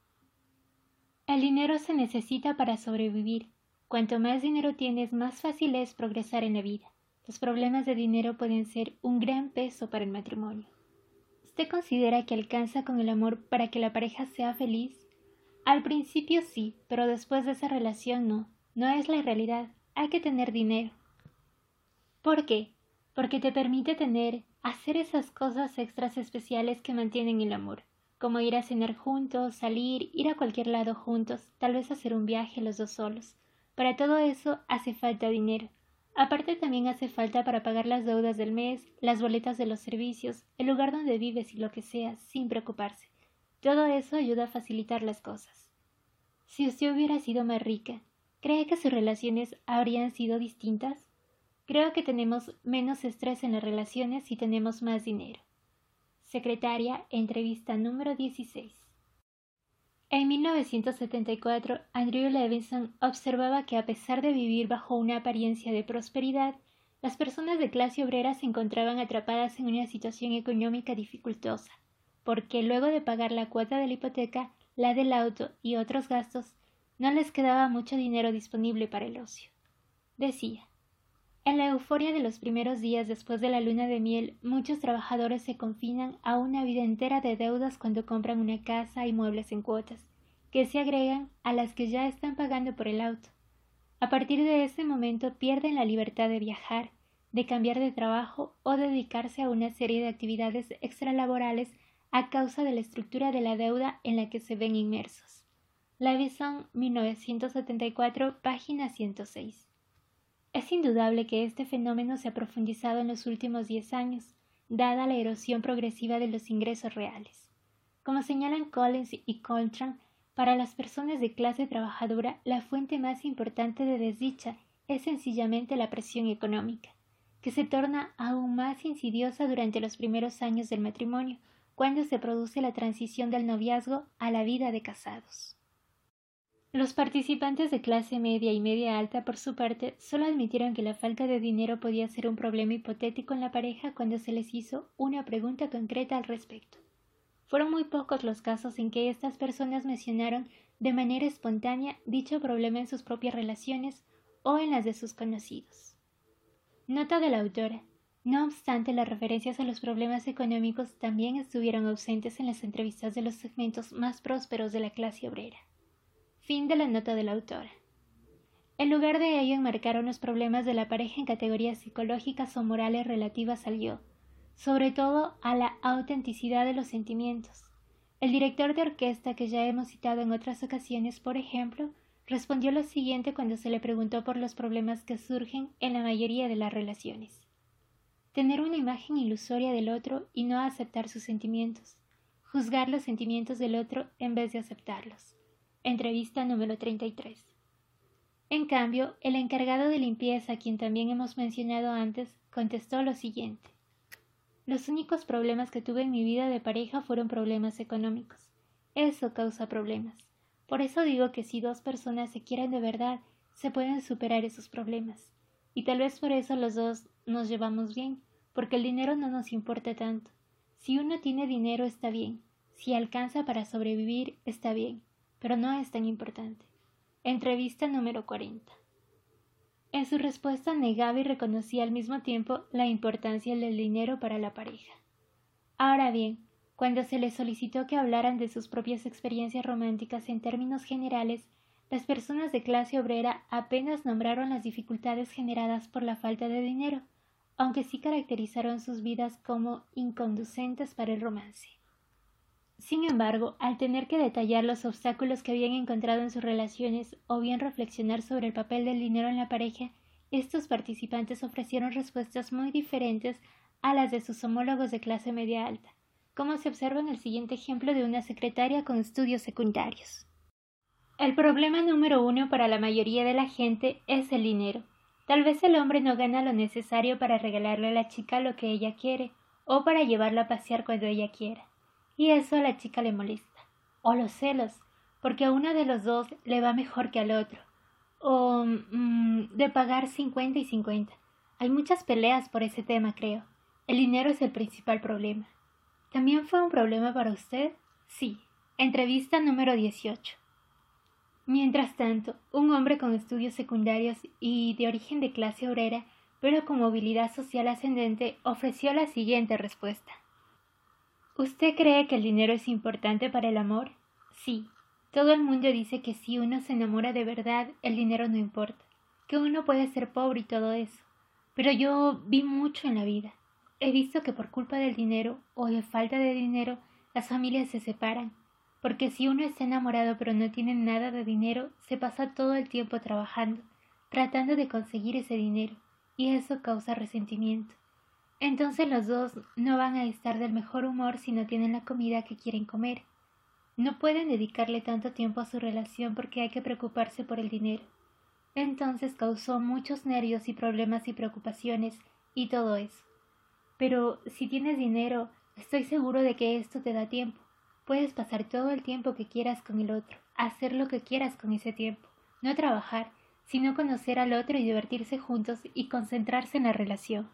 El dinero se necesita para sobrevivir. Cuanto más dinero tienes, más fácil es progresar en la vida. Los problemas de dinero pueden ser un gran peso para el matrimonio. ¿Usted considera que alcanza con el amor para que la pareja sea feliz? Al principio sí, pero después de esa relación no. No es la realidad. Hay que tener dinero. ¿Por qué? Porque te permite hacer esas cosas extras especiales que mantienen el amor, como ir a cenar juntos, salir, ir a cualquier lado juntos, tal vez hacer un viaje los dos solos. Para todo eso hace falta dinero. Aparte también hace falta para pagar las deudas del mes, las boletas de los servicios, el lugar donde vives y lo que sea, sin preocuparse. Todo eso ayuda a facilitar las cosas. Si usted hubiera sido más rica, ¿cree que sus relaciones habrían sido distintas? Creo que tenemos menos estrés en las relaciones si tenemos más dinero. Secretaria, entrevista número 16. En 1974, Andrew Levinson observaba que a pesar de vivir bajo una apariencia de prosperidad, las personas de clase obrera se encontraban atrapadas en una situación económica dificultosa, porque luego de pagar la cuota de la hipoteca, la del auto y otros gastos, no les quedaba mucho dinero disponible para el ocio. Decía: en la euforia de los primeros días después de la luna de miel, muchos trabajadores se confinan a una vida entera de deudas cuando compran una casa y muebles en cuotas, que se agregan a las que ya están pagando por el auto. A partir de ese momento pierden la libertad de viajar, de cambiar de trabajo o dedicarse a una serie de actividades extralaborales a causa de la estructura de la deuda en la que se ven inmersos. Levinson, 1974, página 106. Es indudable que este fenómeno se ha profundizado en los últimos 10 años, dada la erosión progresiva de los ingresos reales. Como señalan Collins y Coltrane, para las personas de clase trabajadora, la fuente más importante de desdicha es sencillamente la presión económica, que se torna aún más insidiosa durante los primeros años del matrimonio, cuando se produce la transición del noviazgo a la vida de casados. Los participantes de clase media y media alta, por su parte, solo admitieron que la falta de dinero podía ser un problema hipotético en la pareja cuando se les hizo una pregunta concreta al respecto. Fueron muy pocos los casos en que estas personas mencionaron de manera espontánea dicho problema en sus propias relaciones o en las de sus conocidos. Nota de la autora. No obstante, las referencias a los problemas económicos también estuvieron ausentes en las entrevistas de los segmentos más prósperos de la clase obrera. Fin de la nota de la autora. En lugar de ello, enmarcaron los problemas de la pareja en categorías psicológicas o morales relativas al yo, sobre todo a la autenticidad de los sentimientos. El director de orquesta, que ya hemos citado en otras ocasiones, por ejemplo, respondió lo siguiente cuando se le preguntó por los problemas que surgen en la mayoría de las relaciones. Tener una imagen ilusoria del otro y no aceptar sus sentimientos. Juzgar los sentimientos del otro en vez de aceptarlos. Entrevista número 33. En cambio, el encargado de limpieza, quien también hemos mencionado antes, contestó lo siguiente. Los únicos problemas que tuve en mi vida de pareja fueron problemas económicos. Eso causa problemas. Por eso digo que si dos personas se quieren de verdad, se pueden superar esos problemas. Y tal vez por eso los dos nos llevamos bien, porque el dinero no nos importa tanto. Si uno tiene dinero está bien. Si alcanza para sobrevivir está bien. Pero no es tan importante. Entrevista número 40. En su respuesta negaba y reconocía al mismo tiempo la importancia del dinero para la pareja. Ahora bien, cuando se les solicitó que hablaran de sus propias experiencias románticas en términos generales, las personas de clase obrera apenas nombraron las dificultades generadas por la falta de dinero, aunque sí caracterizaron sus vidas como inconducentes para el romance. Sin embargo, al tener que detallar los obstáculos que habían encontrado en sus relaciones o bien reflexionar sobre el papel del dinero en la pareja, estos participantes ofrecieron respuestas muy diferentes a las de sus homólogos de clase media alta, como se observa en el siguiente ejemplo de una secretaria con estudios secundarios. El problema número 1 para la mayoría de la gente es el dinero. Tal vez el hombre no gana lo necesario para regalarle a la chica lo que ella quiere o para llevarla a pasear cuando ella quiera. Y eso a la chica le molesta. O los celos, porque a uno de los dos le va mejor que al otro. O de pagar 50 y 50. Hay muchas peleas por ese tema, creo. El dinero es el principal problema. ¿También fue un problema para usted? Sí. Entrevista número 18. Mientras tanto, un hombre con estudios secundarios y de origen de clase obrera, pero con movilidad social ascendente, ofreció la siguiente respuesta. ¿Usted cree que el dinero es importante para el amor? Sí. Todo el mundo dice que si uno se enamora de verdad, el dinero no importa, que uno puede ser pobre y todo eso. Pero yo vi mucho en la vida. He visto que por culpa del dinero o de falta de dinero, las familias se separan. Porque si uno está enamorado pero no tiene nada de dinero, se pasa todo el tiempo trabajando, tratando de conseguir ese dinero, y eso causa resentimiento. Entonces los dos no van a estar del mejor humor si no tienen la comida que quieren comer. No pueden dedicarle tanto tiempo a su relación porque hay que preocuparse por el dinero. Entonces causó muchos nervios y problemas y preocupaciones y todo eso. Pero si tienes dinero, estoy seguro de que esto te da tiempo. Puedes pasar todo el tiempo que quieras con el otro, hacer lo que quieras con ese tiempo, no trabajar, sino conocer al otro y divertirse juntos y concentrarse en la relación.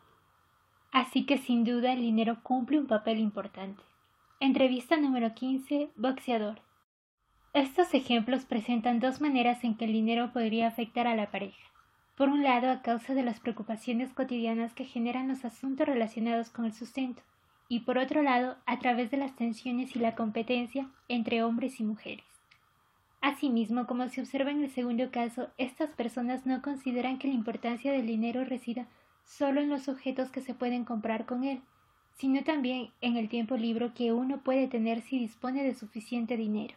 Así que sin duda el dinero cumple un papel importante. Entrevista número 15, boxeador. Estos ejemplos presentan dos maneras en que el dinero podría afectar a la pareja. Por un lado, a causa de las preocupaciones cotidianas que generan los asuntos relacionados con el sustento, y por otro lado, a través de las tensiones y la competencia entre hombres y mujeres. Asimismo, como se observa en el segundo caso, estas personas no consideran que la importancia del dinero resida solo en los objetos que se pueden comprar con él, sino también en el tiempo libre que uno puede tener si dispone de suficiente dinero.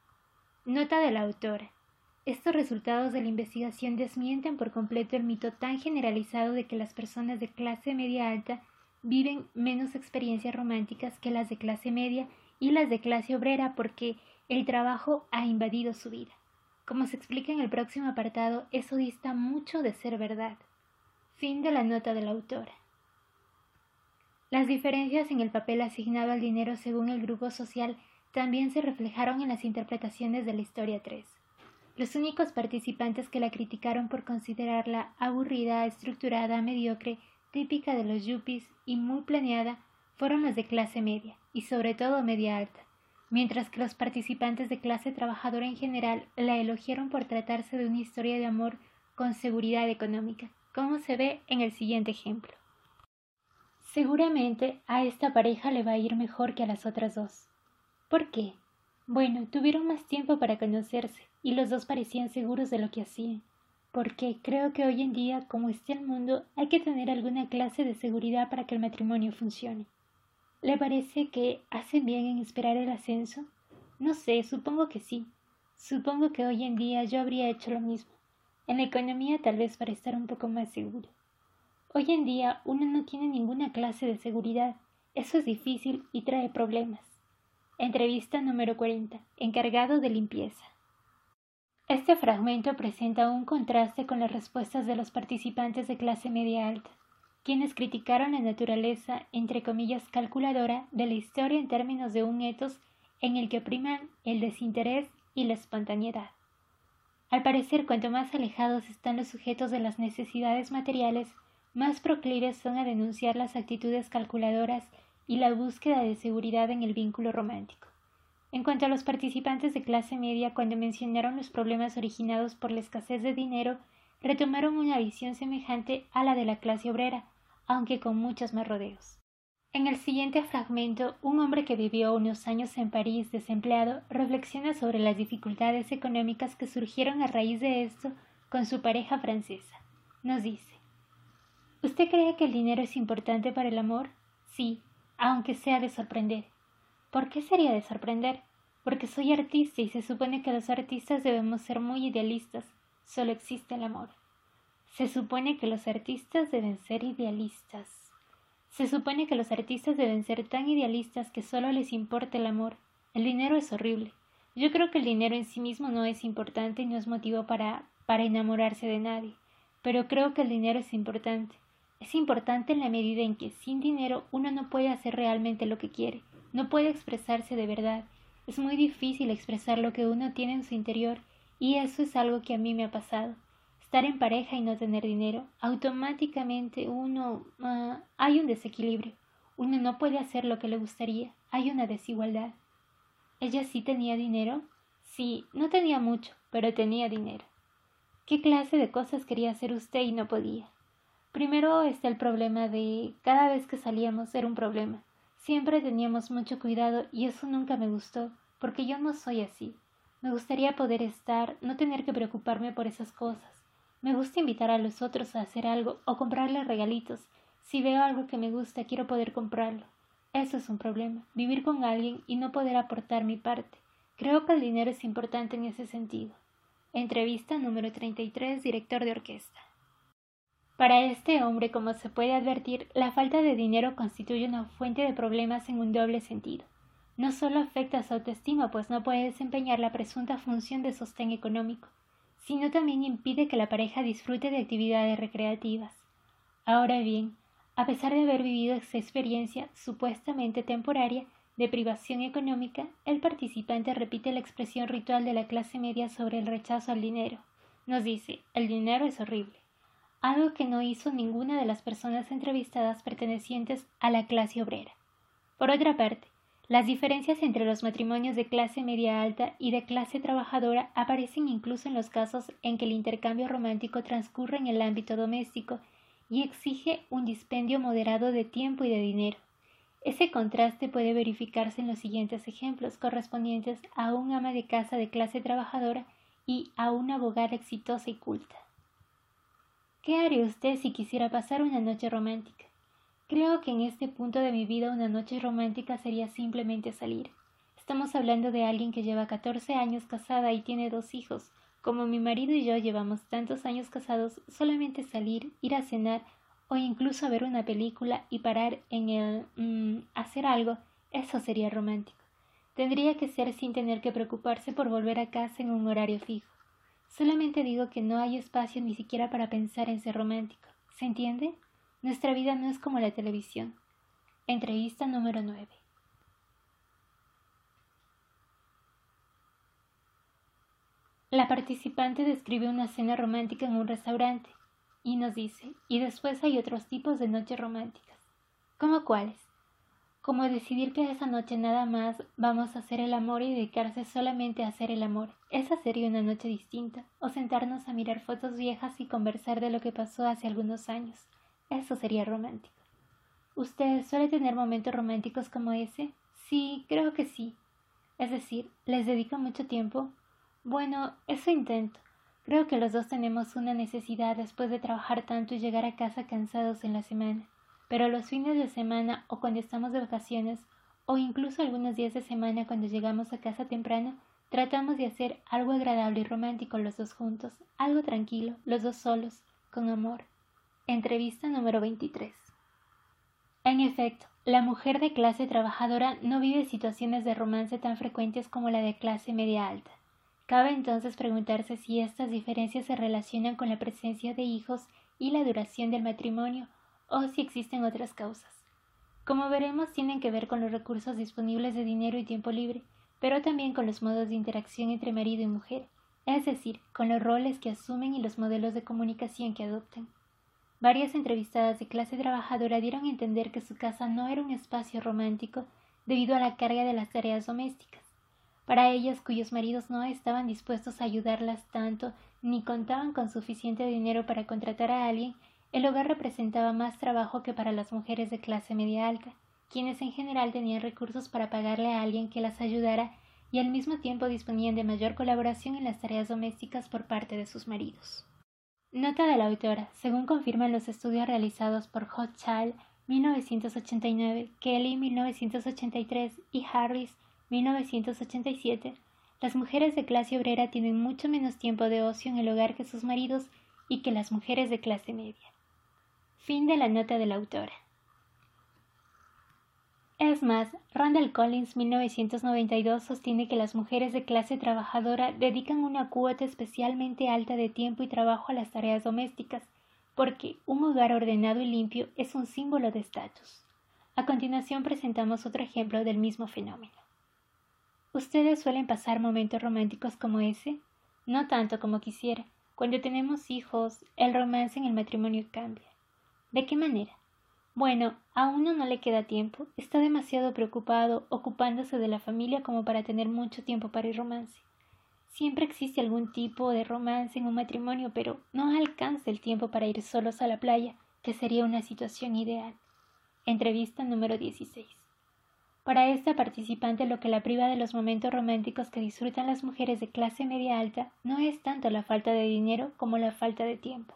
Nota de la autora. Estos resultados de la investigación desmienten por completo el mito tan generalizado de que las personas de clase media alta viven menos experiencias románticas que las de clase media y las de clase obrera porque el trabajo ha invadido su vida. Como se explica en el próximo apartado, eso dista mucho de ser verdad. Fin de la nota de la autora. Las diferencias en el papel asignado al dinero según el grupo social también se reflejaron en las interpretaciones de la historia 3. Los únicos participantes que la criticaron por considerarla aburrida, estructurada, mediocre, típica de los yuppies y muy planeada, fueron los de clase media, y sobre todo media alta, mientras que los participantes de clase trabajadora en general la elogiaron por tratarse de una historia de amor con seguridad económica, como se ve en el siguiente ejemplo. Seguramente a esta pareja le va a ir mejor que a las otras dos. ¿Por qué? Bueno, tuvieron más tiempo para conocerse, y los dos parecían seguros de lo que hacían. Porque creo que hoy en día, como está el mundo, hay que tener alguna clase de seguridad para que el matrimonio funcione. ¿Le parece que hacen bien en esperar el ascenso? No sé, supongo que sí. Supongo que hoy en día yo habría hecho lo mismo. En la economía tal vez para estar un poco más seguro. Hoy en día uno no tiene ninguna clase de seguridad. Eso es difícil y trae problemas. Entrevista número 40. Encargado de limpieza. Este fragmento presenta un contraste con las respuestas de los participantes de clase media alta, quienes criticaron la naturaleza, entre comillas, calculadora de la historia en términos de un etos en el que priman el desinterés y la espontaneidad. Al parecer, cuanto más alejados están los sujetos de las necesidades materiales, más proclives son a denunciar las actitudes calculadoras y la búsqueda de seguridad en el vínculo romántico. En cuanto a los participantes de clase media, cuando mencionaron los problemas originados por la escasez de dinero, retomaron una visión semejante a la de la clase obrera, aunque con muchos más rodeos. En el siguiente fragmento, un hombre que vivió unos años en París desempleado reflexiona sobre las dificultades económicas que surgieron a raíz de esto con su pareja francesa. Nos dice: ¿Usted cree que el dinero es importante para el amor? Sí, aunque sea de sorprender. ¿Por qué sería de sorprender? Porque soy artista y se supone que los artistas debemos ser muy idealistas. Solo existe el amor. Se supone que los artistas deben ser idealistas. Se supone que los artistas deben ser tan idealistas que solo les importa el amor. El dinero es horrible. Yo creo que el dinero en sí mismo no es importante y no es motivo para enamorarse de nadie. Pero creo que el dinero es importante. Es importante en la medida en que sin dinero uno no puede hacer realmente lo que quiere. No puede expresarse de verdad. Es muy difícil expresar lo que uno tiene en su interior, y eso es algo que a mí me ha pasado. Estar en pareja y no tener dinero, automáticamente hay un desequilibrio. Uno no puede hacer lo que le gustaría. hay una desigualdad. ¿Ella sí tenía dinero? Sí, no tenía mucho, pero tenía dinero. ¿Qué clase de cosas quería hacer usted y no podía? Primero está el problema de cada vez que salíamos era un problema. Siempre teníamos mucho cuidado y eso nunca me gustó, porque yo no soy así. Me gustaría poder estar, no tener que preocuparme por esas cosas. Me gusta invitar a los otros a hacer algo o comprarles regalitos. Si veo algo que me gusta, quiero poder comprarlo. Eso es un problema, vivir con alguien y no poder aportar mi parte. Creo que el dinero es importante en ese sentido. Entrevista número 33, director de orquesta. Para este hombre, como se puede advertir, la falta de dinero constituye una fuente de problemas en un doble sentido. No solo afecta a su autoestima, pues no puede desempeñar la presunta función de sostén económico, sino también impide que la pareja disfrute de actividades recreativas. Ahora bien, a pesar de haber vivido esa experiencia supuestamente temporaria de privación económica, el participante repite la expresión ritual de la clase media sobre el rechazo al dinero. Nos dice, el dinero es horrible, algo que no hizo ninguna de las personas entrevistadas pertenecientes a la clase obrera. Por otra parte, las diferencias entre los matrimonios de clase media alta y de clase trabajadora aparecen incluso en los casos en que el intercambio romántico transcurre en el ámbito doméstico y exige un dispendio moderado de tiempo y de dinero. Ese contraste puede verificarse en los siguientes ejemplos correspondientes a un ama de casa de clase trabajadora y a una abogada exitosa y culta. ¿Qué haría usted si quisiera pasar una noche romántica? Creo que en este punto de mi vida una noche romántica sería simplemente salir. Estamos hablando de alguien que lleva 14 años casada y tiene 2 hijos. Como mi marido y yo llevamos tantos años casados, solamente salir, ir a cenar o incluso a ver una película y parar en el hacer algo, eso sería romántico. Tendría que ser sin tener que preocuparse por volver a casa en un horario fijo. Solamente digo que no hay espacio ni siquiera para pensar en ser romántico. ¿Se entiende? Nuestra vida no es como la televisión. Entrevista número 9. La participante describe una cena romántica en un restaurante y nos dice, y después hay otros tipos de noches románticas. ¿Cómo cuáles? Como decidir que esa noche nada más vamos a hacer el amor y dedicarse solamente a hacer el amor. Esa sería una noche distinta. O sentarnos a mirar fotos viejas y conversar de lo que pasó hace algunos años. Eso sería romántico. ¿Usted suele tener momentos románticos como ese? Sí, creo que sí. Es decir, ¿les dedico mucho tiempo? Bueno, eso intento. Creo que los dos tenemos una necesidad después de trabajar tanto y llegar a casa cansados en la semana. Pero los fines de semana o cuando estamos de vacaciones o incluso algunos días de semana cuando llegamos a casa temprano, tratamos de hacer algo agradable y romántico los dos juntos, algo tranquilo, los dos solos, con amor. Entrevista número 23. En efecto, la mujer de clase trabajadora no vive situaciones de romance tan frecuentes como la de clase media alta. Cabe entonces preguntarse si estas diferencias se relacionan con la presencia de hijos y la duración del matrimonio, o si existen otras causas. Como veremos, tienen que ver con los recursos disponibles de dinero y tiempo libre, pero también con los modos de interacción entre marido y mujer, es decir, con los roles que asumen y los modelos de comunicación que adoptan. Varias entrevistadas de clase trabajadora dieron a entender que su casa no era un espacio romántico debido a la carga de las tareas domésticas. Para ellas, cuyos maridos no estaban dispuestos a ayudarlas tanto ni contaban con suficiente dinero para contratar a alguien, el hogar representaba más trabajo que para las mujeres de clase media alta, quienes en general tenían recursos para pagarle a alguien que las ayudara y al mismo tiempo disponían de mayor colaboración en las tareas domésticas por parte de sus maridos. Nota de la autora. Según confirman los estudios realizados por Hochschild, 1989, Kelly, 1983 y Harris, 1987, las mujeres de clase obrera tienen mucho menos tiempo de ocio en el hogar que sus maridos y que las mujeres de clase media. Fin de la nota de la autora. Es más, Randall Collins, 1992, sostiene que las mujeres de clase trabajadora dedican una cuota especialmente alta de tiempo y trabajo a las tareas domésticas, porque un hogar ordenado y limpio es un símbolo de estatus. A continuación presentamos otro ejemplo del mismo fenómeno. ¿Ustedes suelen pasar momentos románticos como ese? No tanto como quisiera. Cuando tenemos hijos, el romance en el matrimonio cambia. ¿De qué manera? Bueno, a uno no le queda tiempo, está demasiado preocupado, ocupándose de la familia como para tener mucho tiempo para el romance. Siempre existe algún tipo de romance en un matrimonio, pero no alcanza el tiempo para ir solos a la playa, que sería una situación ideal. Entrevista número 16. Para esta participante, lo que la priva de los momentos románticos que disfrutan las mujeres de clase media alta no es tanto la falta de dinero como la falta de tiempo.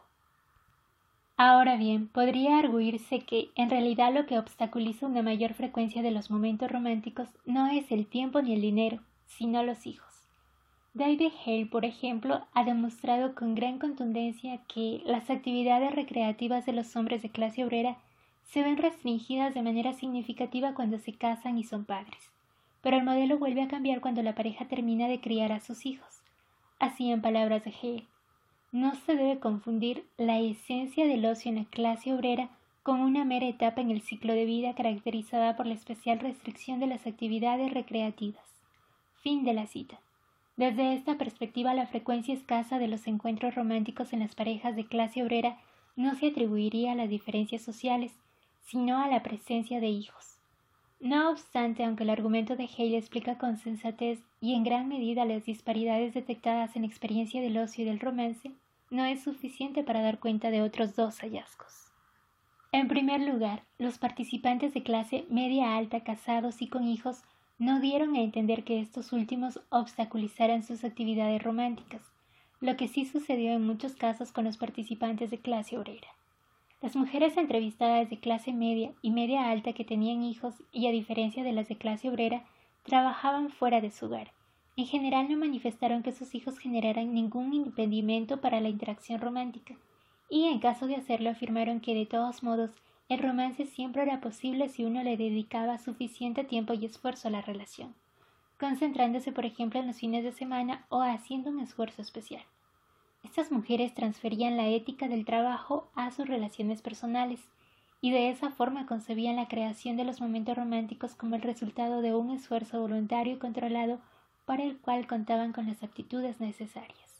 Ahora bien, podría arguirse que, en realidad, lo que obstaculiza una mayor frecuencia de los momentos románticos no es el tiempo ni el dinero, sino los hijos. David Hale, por ejemplo, ha demostrado con gran contundencia que las actividades recreativas de los hombres de clase obrera se ven restringidas de manera significativa cuando se casan y son padres, pero el modelo vuelve a cambiar cuando la pareja termina de criar a sus hijos. Así, en palabras de Hale, no se debe confundir la esencia del ocio en la clase obrera con una mera etapa en el ciclo de vida caracterizada por la especial restricción de las actividades recreativas. Fin de la cita. Desde esta perspectiva, la frecuencia escasa de los encuentros románticos en las parejas de clase obrera no se atribuiría a las diferencias sociales, sino a la presencia de hijos. No obstante, aunque el argumento de Hale explica con sensatez y en gran medida las disparidades detectadas en la experiencia del ocio y del romance, no es suficiente para dar cuenta de otros dos hallazgos. En primer lugar, los participantes de clase media alta casados y con hijos no dieron a entender que estos últimos obstaculizaran sus actividades románticas, lo que sí sucedió en muchos casos con los participantes de clase obrera. Las mujeres entrevistadas de clase media y media alta que tenían hijos y, a diferencia de las de clase obrera, trabajaban fuera de su hogar. En general no manifestaron que sus hijos generaran ningún impedimento para la interacción romántica, y en caso de hacerlo afirmaron que de todos modos el romance siempre era posible si uno le dedicaba suficiente tiempo y esfuerzo a la relación, concentrándose por ejemplo en los fines de semana o haciendo un esfuerzo especial. Estas mujeres transferían la ética del trabajo a sus relaciones personales y de esa forma concebían la creación de los momentos románticos como el resultado de un esfuerzo voluntario y controlado para el cual contaban con las aptitudes necesarias.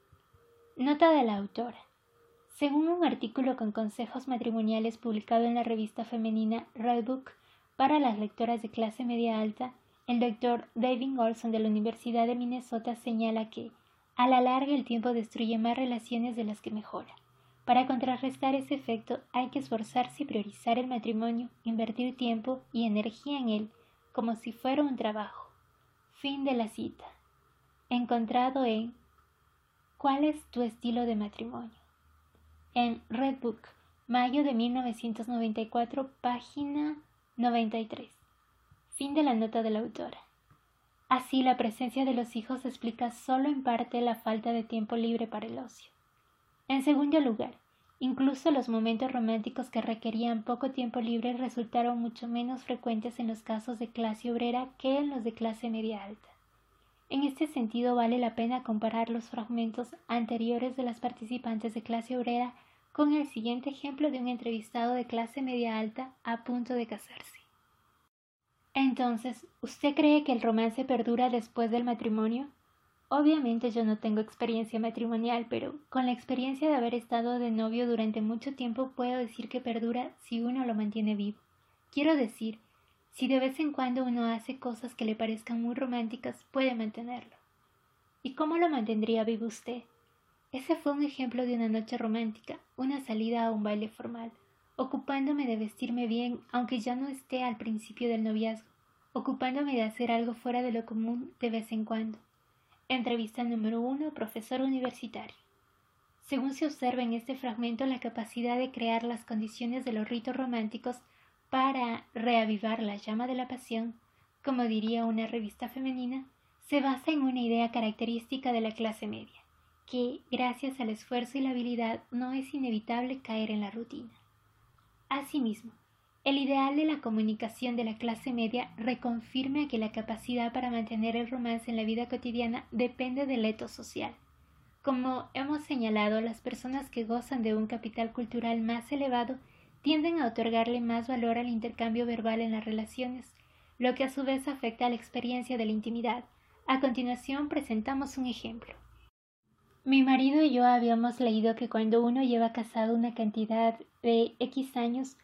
Nota de la autora. Según un artículo con consejos matrimoniales publicado en la revista femenina Redbook para las lectoras de clase media alta, el Dr. David Olson de la Universidad de Minnesota señala que a la larga el tiempo destruye más relaciones de las que mejora. Para contrarrestar ese efecto hay que esforzarse y priorizar el matrimonio, invertir tiempo y energía en él, como si fuera un trabajo. Fin de la cita. Encontrado en ¿Cuál es tu estilo de matrimonio? En Redbook, mayo de 1994, página 93. Fin de la nota de la autora. Así, la presencia de los hijos explica solo en parte la falta de tiempo libre para el ocio. En segundo lugar, incluso los momentos románticos que requerían poco tiempo libre resultaron mucho menos frecuentes en los casos de clase obrera que en los de clase media alta. En este sentido, vale la pena comparar los fragmentos anteriores de las participantes de clase obrera con el siguiente ejemplo de un entrevistado de clase media alta a punto de casarse. Entonces, ¿usted cree que el romance perdura después del matrimonio? Obviamente yo no tengo experiencia matrimonial, pero con la experiencia de haber estado de novio durante mucho tiempo puedo decir que perdura si uno lo mantiene vivo. Quiero decir, si de vez en cuando uno hace cosas que le parezcan muy románticas, puede mantenerlo. ¿Y cómo lo mantendría vivo usted? Ese fue un ejemplo de una noche romántica, una salida a un baile formal, ocupándome de vestirme bien, aunque ya no esté al principio del noviazgo, ocupándome de hacer algo fuera de lo común de vez en cuando. Entrevista número 1, profesor universitario. Según se observa en este fragmento, la capacidad de crear las condiciones de los ritos románticos para reavivar la llama de la pasión, como diría una revista femenina, se basa en una idea característica de la clase media, que, gracias al esfuerzo y la habilidad, no es inevitable caer en la rutina. Asimismo, el ideal de la comunicación de la clase media reconfirma que la capacidad para mantener el romance en la vida cotidiana depende del etos social. Como hemos señalado, las personas que gozan de un capital cultural más elevado tienden a otorgarle más valor al intercambio verbal en las relaciones, lo que a su vez afecta a la experiencia de la intimidad. A continuación presentamos un ejemplo. Mi marido y yo habíamos leído que cuando uno lleva casado una cantidad de X años,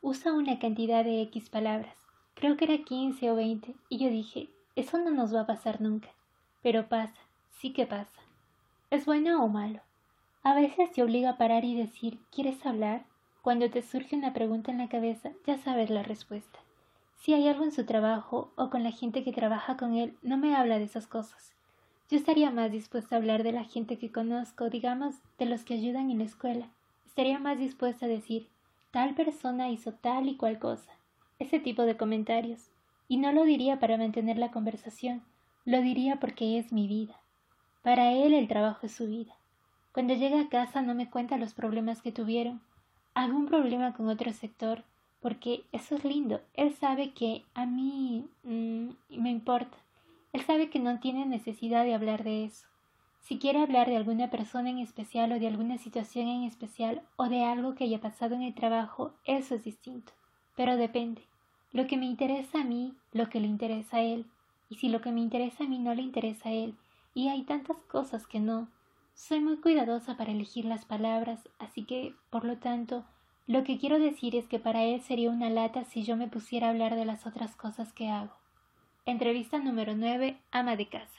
usa una cantidad de X palabras. Creo que era 15 o 20, y yo dije, eso no nos va a pasar nunca. Pero pasa, sí que pasa. ¿Es bueno o malo? A veces te obliga a parar y decir, ¿quieres hablar? Cuando te surge una pregunta en la cabeza, ya sabes la respuesta. Si hay algo en su trabajo o con la gente que trabaja con él, no me habla de esas cosas. Yo estaría más dispuesta a hablar de la gente que conozco, digamos, de los que ayudan en la escuela. Estaría más dispuesta a decir, tal persona hizo tal y cual cosa. Ese tipo de comentarios. Y no lo diría para mantener la conversación, lo diría porque es mi vida. Para él el trabajo es su vida. Cuando llega a casa no me cuenta los problemas que tuvieron. Algún problema con otro sector, porque eso es lindo. Él sabe que a mí me importa. Él sabe que no tiene necesidad de hablar de eso. Si quiere hablar de alguna persona en especial o de alguna situación en especial o de algo que haya pasado en el trabajo, eso es distinto. Pero depende. Lo que me interesa a mí, lo que le interesa a él. Y si lo que me interesa a mí no le interesa a él, y hay tantas cosas que no. Soy muy cuidadosa para elegir las palabras, así que, por lo tanto, lo que quiero decir es que para él sería una lata si yo me pusiera a hablar de las otras cosas que hago. Entrevista número 9, ama de casa.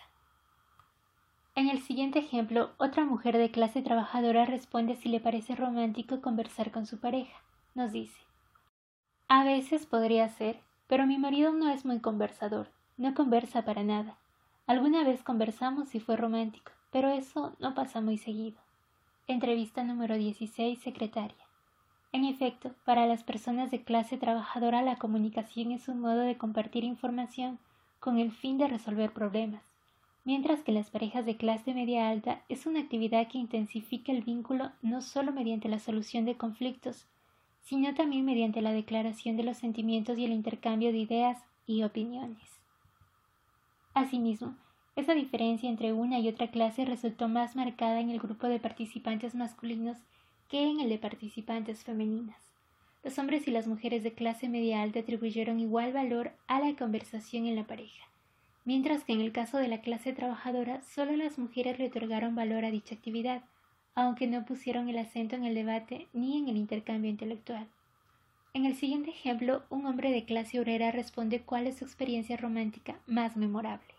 En el siguiente ejemplo, otra mujer de clase trabajadora responde si le parece romántico conversar con su pareja. Nos dice, a veces podría ser, pero mi marido no es muy conversador, no conversa para nada. Alguna vez conversamos y fue romántico, pero eso no pasa muy seguido. Entrevista número 16, secretaria. En efecto, para las personas de clase trabajadora la comunicación es un modo de compartir información con el fin de resolver problemas, mientras que las parejas de clase media alta es una actividad que intensifica el vínculo no solo mediante la solución de conflictos, sino también mediante la declaración de los sentimientos y el intercambio de ideas y opiniones. Asimismo, esa diferencia entre una y otra clase resultó más marcada en el grupo de participantes masculinos que en el de participantes femeninas. Los hombres y las mujeres de clase media alta atribuyeron igual valor a la conversación en la pareja, mientras que en el caso de la clase trabajadora solo las mujeres le otorgaron valor a dicha actividad, aunque no pusieron el acento en el debate ni en el intercambio intelectual. En el siguiente ejemplo, un hombre de clase obrera responde cuál es su experiencia romántica más memorable.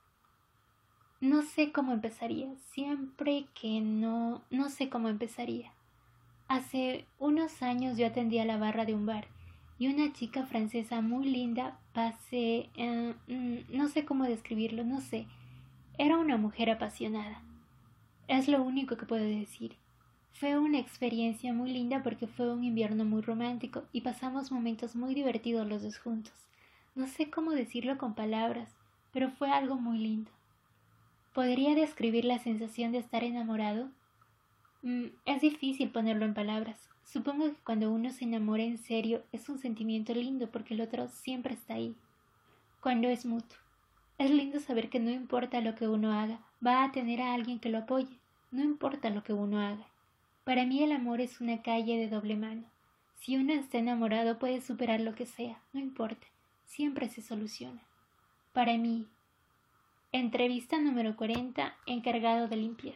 No sé cómo empezaría, siempre que no sé cómo empezaría. Hace unos años yo atendía la barra de un bar y una chica francesa muy linda no sé cómo describirlo, no sé. Era una mujer apasionada. Es lo único que puedo decir. Fue una experiencia muy linda porque fue un invierno muy romántico y pasamos momentos muy divertidos los dos juntos. No sé cómo decirlo con palabras, pero fue algo muy lindo. ¿Podría describir la sensación de estar enamorado? Es difícil ponerlo en palabras. Supongo que cuando uno se enamora en serio es un sentimiento lindo porque el otro siempre está ahí. Cuando es mutuo. Es lindo saber que no importa lo que uno haga, va a tener a alguien que lo apoye. No importa lo que uno haga. Para mí el amor es una calle de doble mano. Si uno está enamorado puede superar lo que sea, no importa. Siempre se soluciona. Para mí. Entrevista número 40, encargado de limpieza.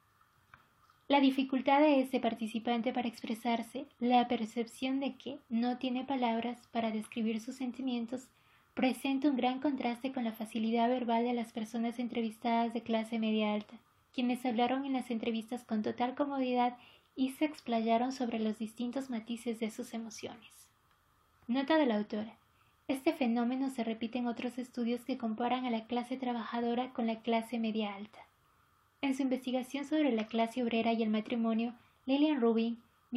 La dificultad de ese participante para expresarse, la percepción de que no tiene palabras para describir sus sentimientos, presenta un gran contraste con la facilidad verbal de las personas entrevistadas de clase media alta, quienes hablaron en las entrevistas con total comodidad y se explayaron sobre los distintos matices de sus emociones. Nota de la autora. Este fenómeno se repite en otros estudios que comparan a la clase trabajadora con la clase media alta. En su investigación sobre la clase obrera y el matrimonio, Lillian Rubin,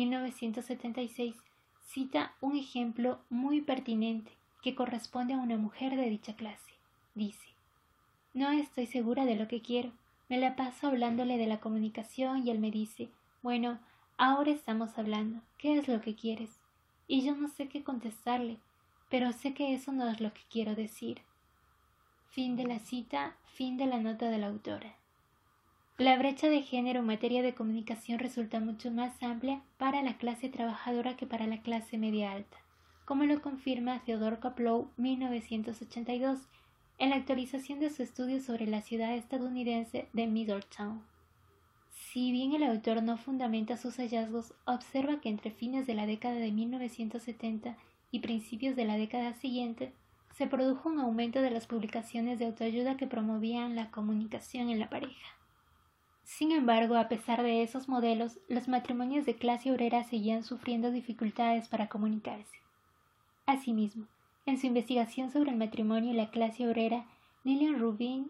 1976, cita un ejemplo muy pertinente que corresponde a una mujer de dicha clase. Dice, no estoy segura de lo que quiero. Me la paso hablándole de la comunicación y él me dice, bueno, ahora estamos hablando. ¿Qué es lo que quieres? Y yo no sé qué contestarle, pero sé que eso no es lo que quiero decir. Fin de la cita, fin de la nota de la autora. La brecha de género en materia de comunicación resulta mucho más amplia para la clase trabajadora que para la clase media alta, como lo confirma Theodore Koplow, 1982, en la actualización de su estudio sobre la ciudad estadounidense de Middletown. Si bien el autor no fundamenta sus hallazgos, observa que entre fines de la década de 1970 y principios de la década siguiente, se produjo un aumento de las publicaciones de autoayuda que promovían la comunicación en la pareja. Sin embargo, a pesar de esos modelos, los matrimonios de clase obrera seguían sufriendo dificultades para comunicarse. Asimismo, en su investigación sobre el matrimonio y la clase obrera, Lillian Rubin,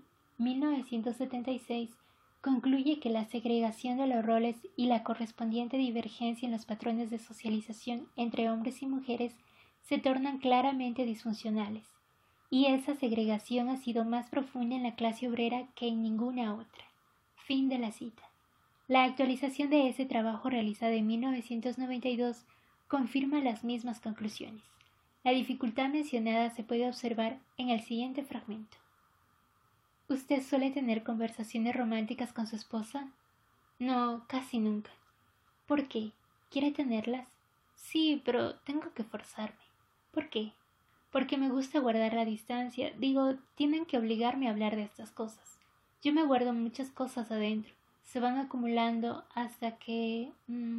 1976, concluye que la segregación de los roles y la correspondiente divergencia en los patrones de socialización entre hombres y mujeres se tornan claramente disfuncionales, y esa segregación ha sido más profunda en la clase obrera que en ninguna otra. Fin de la cita. La actualización de ese trabajo realizado en 1992 confirma las mismas conclusiones. La dificultad mencionada se puede observar en el siguiente fragmento. ¿Usted suele tener conversaciones románticas con su esposa? No, casi nunca. ¿Por qué? ¿Quiere tenerlas? Sí, pero tengo que forzarme. ¿Por qué? Porque me gusta guardar la distancia. Digo, tienen que obligarme a hablar de estas cosas. Yo me guardo muchas cosas adentro. Se van acumulando hasta que...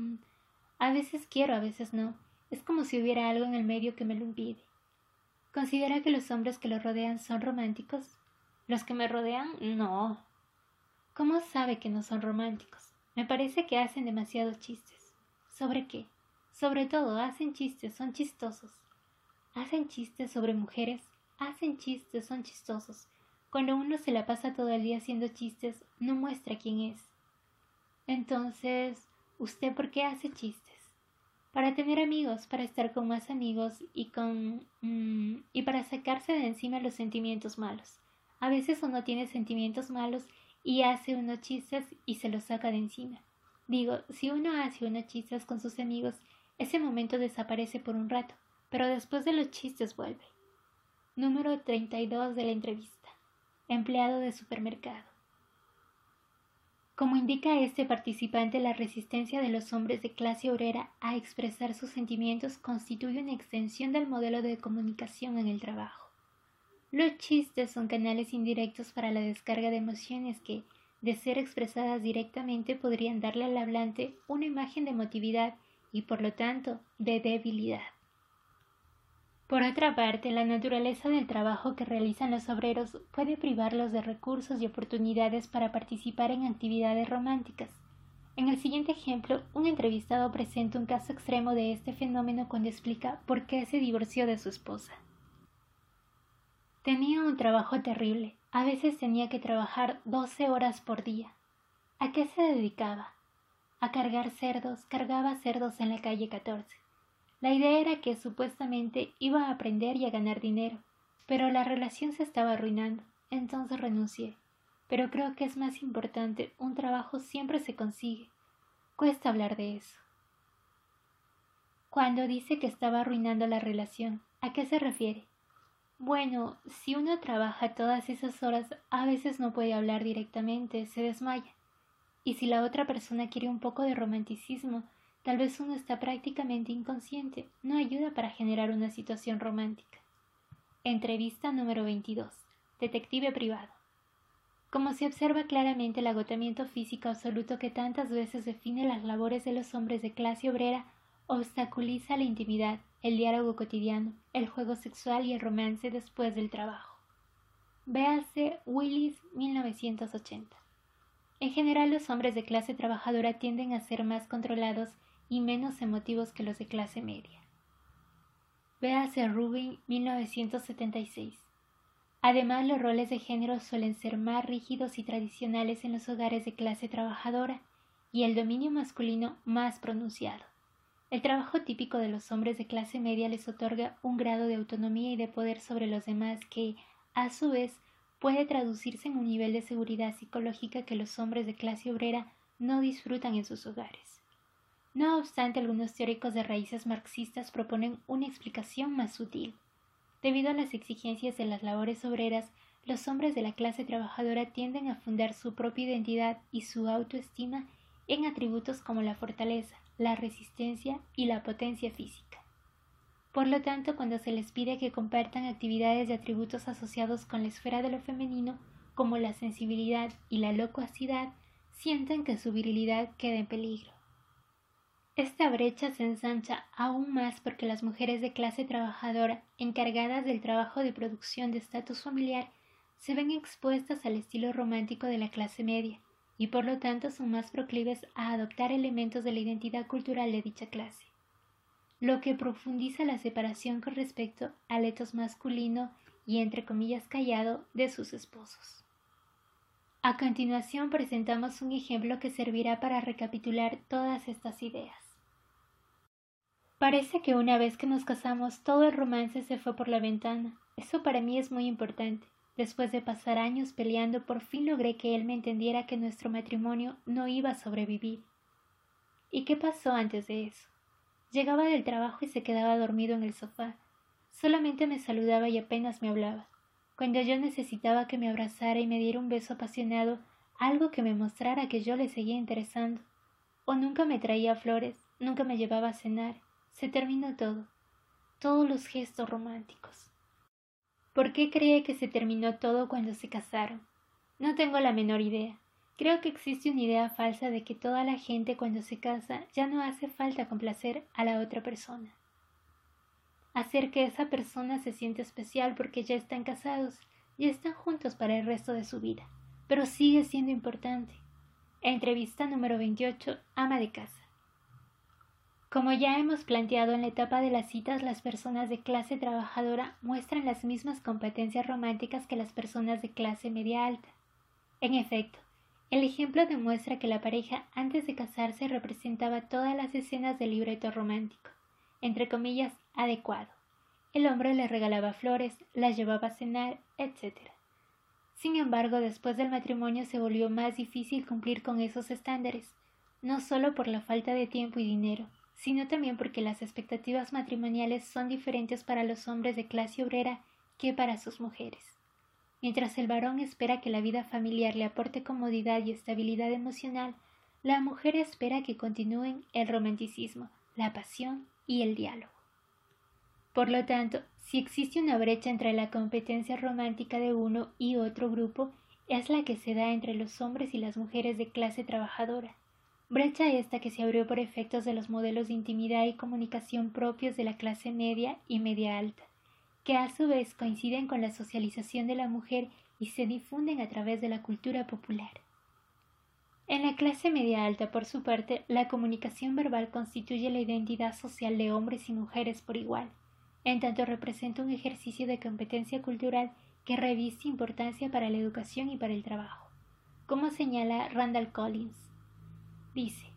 a veces quiero, a veces no. Es como si hubiera algo en el medio que me lo impide. ¿Considera que los hombres que lo rodean son románticos? ¿Los que me rodean? No. ¿Cómo sabe que no son románticos? Me parece que hacen demasiados chistes. ¿Sobre qué? Sobre todo, hacen chistes, son chistosos. Hacen chistes sobre mujeres, hacen chistes, son chistosos. Cuando uno se la pasa todo el día haciendo chistes, no muestra quién es. Entonces, ¿usted por qué hace chistes? Para tener amigos, para estar con más amigos y para sacarse de encima los sentimientos malos. A veces uno tiene sentimientos malos y hace unos chistes y se los saca de encima. Digo, si uno hace unos chistes con sus amigos, ese momento desaparece por un rato, pero después de los chistes vuelve. Número 32 de la entrevista. Empleado de supermercado. Como indica este participante, la resistencia de los hombres de clase obrera a expresar sus sentimientos constituye una extensión del modelo de comunicación en el trabajo. Los chistes son canales indirectos para la descarga de emociones que, de ser expresadas directamente, podrían darle al hablante una imagen de emotividad y, por lo tanto, de debilidad. Por otra parte, la naturaleza del trabajo que realizan los obreros puede privarlos de recursos y oportunidades para participar en actividades románticas. En el siguiente ejemplo, un entrevistado presenta un caso extremo de este fenómeno cuando explica por qué se divorció de su esposa. Tenía un trabajo terrible. A veces tenía que trabajar 12 horas por día. ¿A qué se dedicaba? A cargar cerdos. Cargaba cerdos en la calle 14. La idea era que supuestamente iba a aprender y a ganar dinero, pero la relación se estaba arruinando, entonces renuncié. Pero creo que es más importante, un trabajo siempre se consigue. Cuesta hablar de eso. Cuando dice que estaba arruinando la relación, ¿a qué se refiere? Bueno, si uno trabaja todas esas horas, a veces no puede hablar directamente, se desmaya. Y si la otra persona quiere un poco de romanticismo, tal vez uno está prácticamente inconsciente, no ayuda para generar una situación romántica. Entrevista número 22. Detective privado. Como se observa claramente, el agotamiento físico absoluto que tantas veces define las labores de los hombres de clase obrera obstaculiza la intimidad, el diálogo cotidiano, el juego sexual y el romance después del trabajo. Véase Willis, 1980. En general, los hombres de clase trabajadora tienden a ser más controlados y menos emotivos que los de clase media. Véase Rubin, 1976. Además, los roles de género suelen ser más rígidos y tradicionales en los hogares de clase trabajadora y el dominio masculino más pronunciado. El trabajo típico de los hombres de clase media les otorga un grado de autonomía y de poder sobre los demás que, a su vez, puede traducirse en un nivel de seguridad psicológica que los hombres de clase obrera no disfrutan en sus hogares. No obstante, algunos teóricos de raíces marxistas proponen una explicación más sutil. Debido a las exigencias de las labores obreras, los hombres de la clase trabajadora tienden a fundar su propia identidad y su autoestima en atributos como la fortaleza, la resistencia y la potencia física. Por lo tanto, cuando se les pide que compartan actividades de atributos asociados con la esfera de lo femenino, como la sensibilidad y la locuacidad, sienten que su virilidad queda en peligro. Esta brecha se ensancha aún más porque las mujeres de clase trabajadora, encargadas del trabajo de producción de estatus familiar, se ven expuestas al estilo romántico de la clase media, y por lo tanto son más proclives a adoptar elementos de la identidad cultural de dicha clase, lo que profundiza la separación con respecto al etos masculino y entre comillas callado de sus esposos. A continuación presentamos un ejemplo que servirá para recapitular todas estas ideas. Parece que una vez que nos casamos todo el romance se fue por la ventana. Eso para mí es muy importante. Después de pasar años peleando, por fin logré que él me entendiera que nuestro matrimonio no iba a sobrevivir. ¿Y qué pasó antes de eso? Llegaba del trabajo y se quedaba dormido en el sofá. Solamente me saludaba y apenas me hablaba. Cuando yo necesitaba que me abrazara y me diera un beso apasionado, algo que me mostrara que yo le seguía interesando. O nunca me traía flores, nunca me llevaba a cenar. Se terminó todo. Todos los gestos románticos. ¿Por qué cree que se terminó todo cuando se casaron? No tengo la menor idea. Creo que existe una idea falsa de que toda la gente cuando se casa ya no hace falta complacer a la otra persona. Hacer que esa persona se sienta especial porque ya están casados, ya están juntos para el resto de su vida, pero sigue siendo importante. Entrevista número 28, ama de casa. Como ya hemos planteado en la etapa de las citas, las personas de clase trabajadora muestran las mismas competencias románticas que las personas de clase media alta. En efecto, el ejemplo demuestra que la pareja antes de casarse representaba todas las escenas del libreto romántico, entre comillas, adecuado. El hombre le regalaba flores, las llevaba a cenar, etc. Sin embargo, después del matrimonio se volvió más difícil cumplir con esos estándares, no solo por la falta de tiempo y dinero, sino también porque las expectativas matrimoniales son diferentes para los hombres de clase obrera que para sus mujeres. Mientras el varón espera que la vida familiar le aporte comodidad y estabilidad emocional, la mujer espera que continúen el romanticismo, la pasión y el diálogo. Por lo tanto, si existe una brecha entre la competencia romántica de uno y otro grupo, es la que se da entre los hombres y las mujeres de clase trabajadora. Brecha esta que se abrió por efectos de los modelos de intimidad y comunicación propios de la clase media y media alta, que a su vez coinciden con la socialización de la mujer y se difunden a través de la cultura popular. En la clase media alta, por su parte, la comunicación verbal constituye la identidad social de hombres y mujeres por igual, en tanto representa un ejercicio de competencia cultural que reviste importancia para la educación y para el trabajo, como señala Randall Collins. Dice: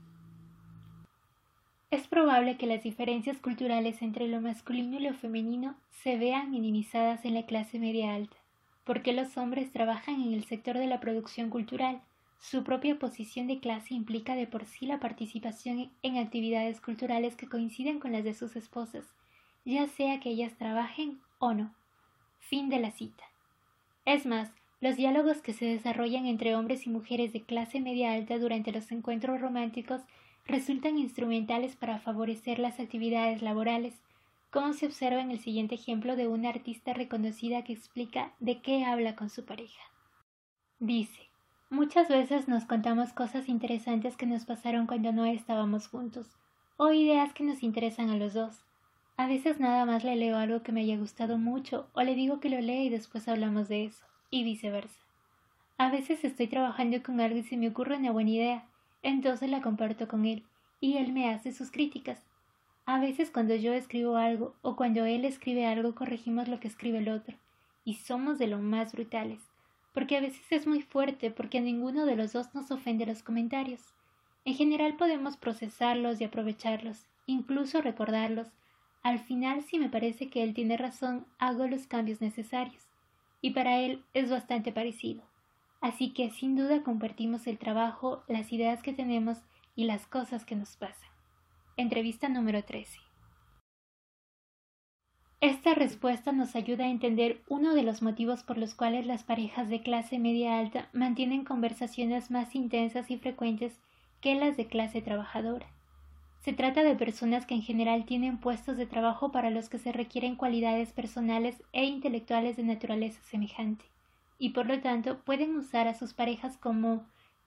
es probable que las diferencias culturales entre lo masculino y lo femenino se vean minimizadas en la clase media alta, porque los hombres trabajan en el sector de la producción cultural. Su propia posición de clase implica de por sí la participación en actividades culturales que coinciden con las de sus esposas, ya sea que ellas trabajen o no. Fin de la cita. Es más, los diálogos que se desarrollan entre hombres y mujeres de clase media alta durante los encuentros románticos resultan instrumentales para favorecer las actividades laborales, como se observa en el siguiente ejemplo de una artista reconocida que explica de qué habla con su pareja. Dice: muchas veces nos contamos cosas interesantes que nos pasaron cuando no estábamos juntos, o ideas que nos interesan a los dos. A veces nada más le leo algo que me haya gustado mucho, o le digo que lo lea y después hablamos de eso, y viceversa. A veces estoy trabajando con algo y se me ocurre una buena idea, entonces la comparto con él, y él me hace sus críticas. A veces cuando yo escribo algo, o cuando él escribe algo, corregimos lo que escribe el otro, y somos de lo más brutales, porque a veces es muy fuerte, porque a ninguno de los dos nos ofende los comentarios. En general podemos procesarlos y aprovecharlos, incluso recordarlos. Al final, si me parece que él tiene razón, hago los cambios necesarios, y para él es bastante parecido. Así que sin duda compartimos el trabajo, las ideas que tenemos y las cosas que nos pasan. Entrevista número 13. Esta respuesta nos ayuda a entender uno de los motivos por los cuales las parejas de clase media alta mantienen conversaciones más intensas y frecuentes que las de clase trabajadora. Se trata de personas que en general tienen puestos de trabajo para los que se requieren cualidades personales e intelectuales de naturaleza semejante, y por lo tanto pueden usar a sus parejas como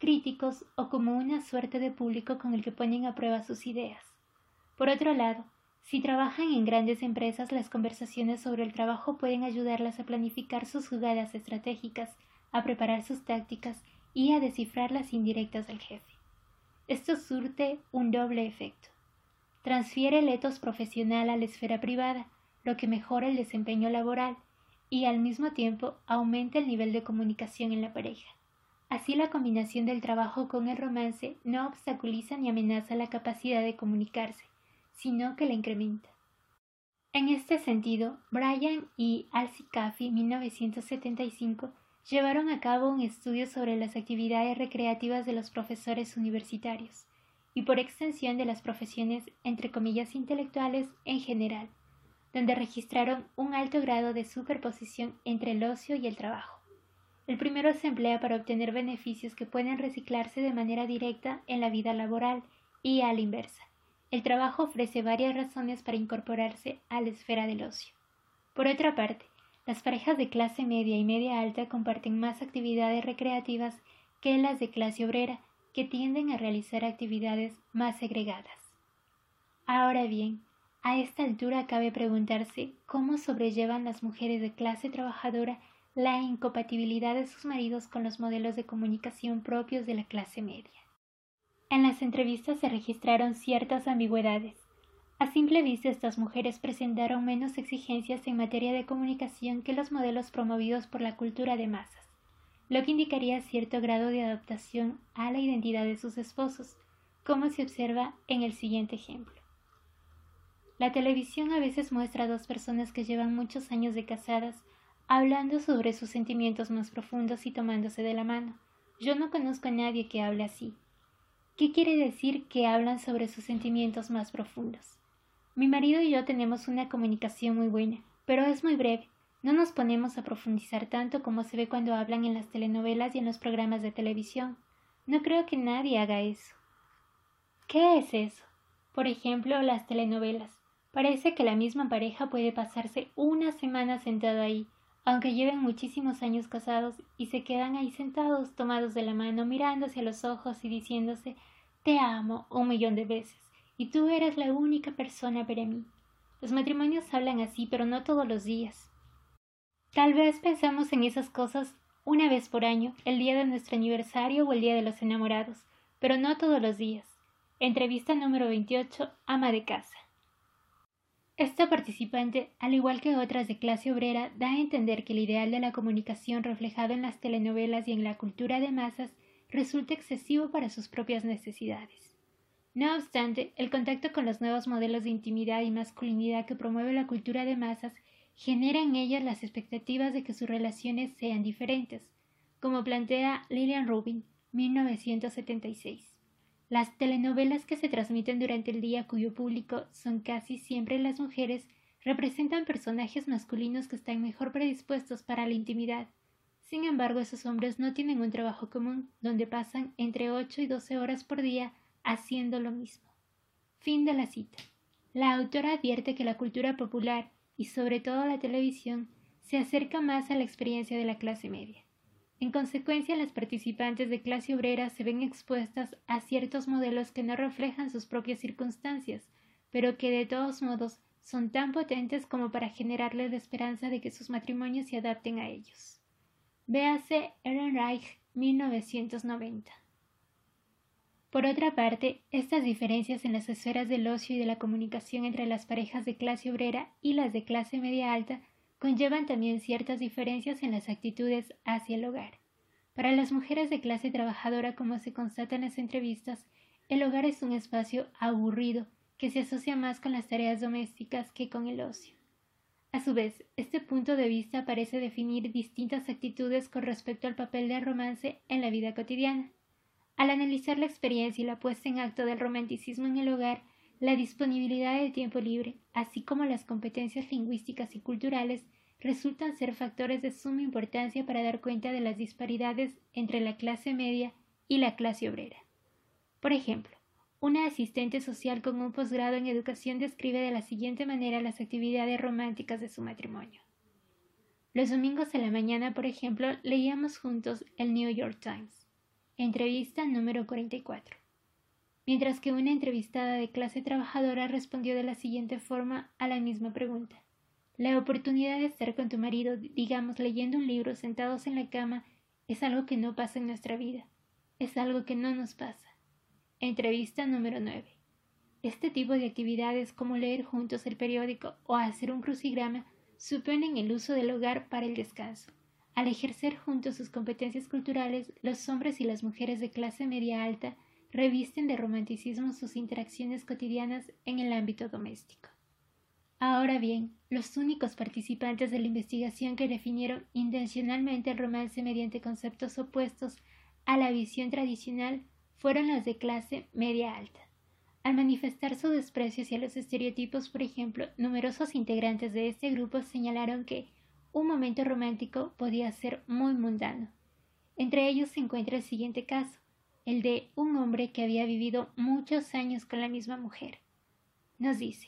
críticos o como una suerte de público con el que ponen a prueba sus ideas. Por otro lado, si trabajan en grandes empresas, las conversaciones sobre el trabajo pueden ayudarlas a planificar sus jugadas estratégicas, a preparar sus tácticas y a descifrar las indirectas del jefe. Esto surte un doble efecto. Transfiere el etos profesional a la esfera privada, lo que mejora el desempeño laboral y al mismo tiempo aumenta el nivel de comunicación en la pareja. Así la combinación del trabajo con el romance no obstaculiza ni amenaza la capacidad de comunicarse, sino que la incrementa. En este sentido, Brian y Alcy Caffey, 1975, llevaron a cabo un estudio sobre las actividades recreativas de los profesores universitarios y por extensión de las profesiones entre comillas intelectuales en general, donde registraron un alto grado de superposición entre el ocio y el trabajo. El primero se emplea para obtener beneficios que pueden reciclarse de manera directa en la vida laboral y a la inversa. El trabajo ofrece varias razones para incorporarse a la esfera del ocio. Por otra parte, las parejas de clase media y media alta comparten más actividades recreativas que las de clase obrera, que tienden a realizar actividades más segregadas. Ahora bien, a esta altura cabe preguntarse cómo sobrellevan las mujeres de clase trabajadora la incompatibilidad de sus maridos con los modelos de comunicación propios de la clase media. En las entrevistas se registraron ciertas ambigüedades. A simple vista, estas mujeres presentaron menos exigencias en materia de comunicación que los modelos promovidos por la cultura de masas, lo que indicaría cierto grado de adaptación a la identidad de sus esposos, como se observa en el siguiente ejemplo. La televisión a veces muestra a dos personas que llevan muchos años de casadas hablando sobre sus sentimientos más profundos y tomándose de la mano. Yo no conozco a nadie que hable así. ¿Qué quiere decir que hablan sobre sus sentimientos más profundos? Mi marido y yo tenemos una comunicación muy buena, pero es muy breve. No nos ponemos a profundizar tanto como se ve cuando hablan en las telenovelas y en los programas de televisión. No creo que nadie haga eso. ¿Qué es eso? Por ejemplo, las telenovelas. Parece que la misma pareja puede pasarse una semana sentado ahí, aunque lleven muchísimos años casados, y se quedan ahí sentados, tomados de la mano, mirándose a los ojos y diciéndose «te amo» 1.000.000 de veces, y tú eres la única persona para mí. Los matrimonios hablan así, pero no todos los días. Tal vez pensamos en esas cosas una vez por año, el día de nuestro aniversario o el día de los enamorados, pero no todos los días. Entrevista número 28, ama de casa. Esta participante, al igual que otras de clase obrera, da a entender que el ideal de la comunicación reflejado en las telenovelas y en la cultura de masas resulta excesivo para sus propias necesidades. No obstante, el contacto con los nuevos modelos de intimidad y masculinidad que promueve la cultura de masas genera en ellas las expectativas de que sus relaciones sean diferentes, como plantea Lillian Rubin, 1976. Las telenovelas que se transmiten durante el día, cuyo público son casi siempre las mujeres, representan personajes masculinos que están mejor predispuestos para la intimidad. Sin embargo, esos hombres no tienen un trabajo común, donde pasan entre 8 y 12 horas por día haciendo lo mismo. Fin de la cita. La autora advierte que la cultura popular, y sobre todo la televisión, se acerca más a la experiencia de la clase media. En consecuencia, las participantes de clase obrera se ven expuestas a ciertos modelos que no reflejan sus propias circunstancias, pero que de todos modos son tan potentes como para generarles la esperanza de que sus matrimonios se adapten a ellos. Véase Ehrenreich, 1990. Por otra parte, estas diferencias en las esferas del ocio y de la comunicación entre las parejas de clase obrera y las de clase media alta conllevan también ciertas diferencias en las actitudes hacia el hogar. Para las mujeres de clase trabajadora, como se constata en las entrevistas, el hogar es un espacio aburrido que se asocia más con las tareas domésticas que con el ocio. A su vez, este punto de vista parece definir distintas actitudes con respecto al papel del romance en la vida cotidiana. Al analizar la experiencia y la puesta en acto del romanticismo en el hogar, la disponibilidad de tiempo libre, así como las competencias lingüísticas y culturales, resultan ser factores de suma importancia para dar cuenta de las disparidades entre la clase media y la clase obrera. Por ejemplo, una asistente social con un posgrado en educación describe de la siguiente manera las actividades románticas de su matrimonio. Los domingos a la mañana, por ejemplo, leíamos juntos el New York Times. Entrevista número 44. Mientras que una entrevistada de clase trabajadora respondió de la siguiente forma a la misma pregunta. La oportunidad de estar con tu marido, digamos leyendo un libro sentados en la cama, es algo que no pasa en nuestra vida. Es algo que no nos pasa. Entrevista número 9. Este tipo de actividades como leer juntos el periódico o hacer un crucigrama suponen el uso del hogar para el descanso. Al ejercer juntos sus competencias culturales, los hombres y las mujeres de clase media alta revisten de romanticismo sus interacciones cotidianas en el ámbito doméstico. Ahora bien, los únicos participantes de la investigación que definieron intencionalmente el romance mediante conceptos opuestos a la visión tradicional fueron los de clase media alta. Al manifestar su desprecio hacia los estereotipos, por ejemplo, numerosos integrantes de este grupo señalaron que un momento romántico podía ser muy mundano. Entre ellos se encuentra el siguiente caso, el de un hombre que había vivido muchos años con la misma mujer. Nos dice: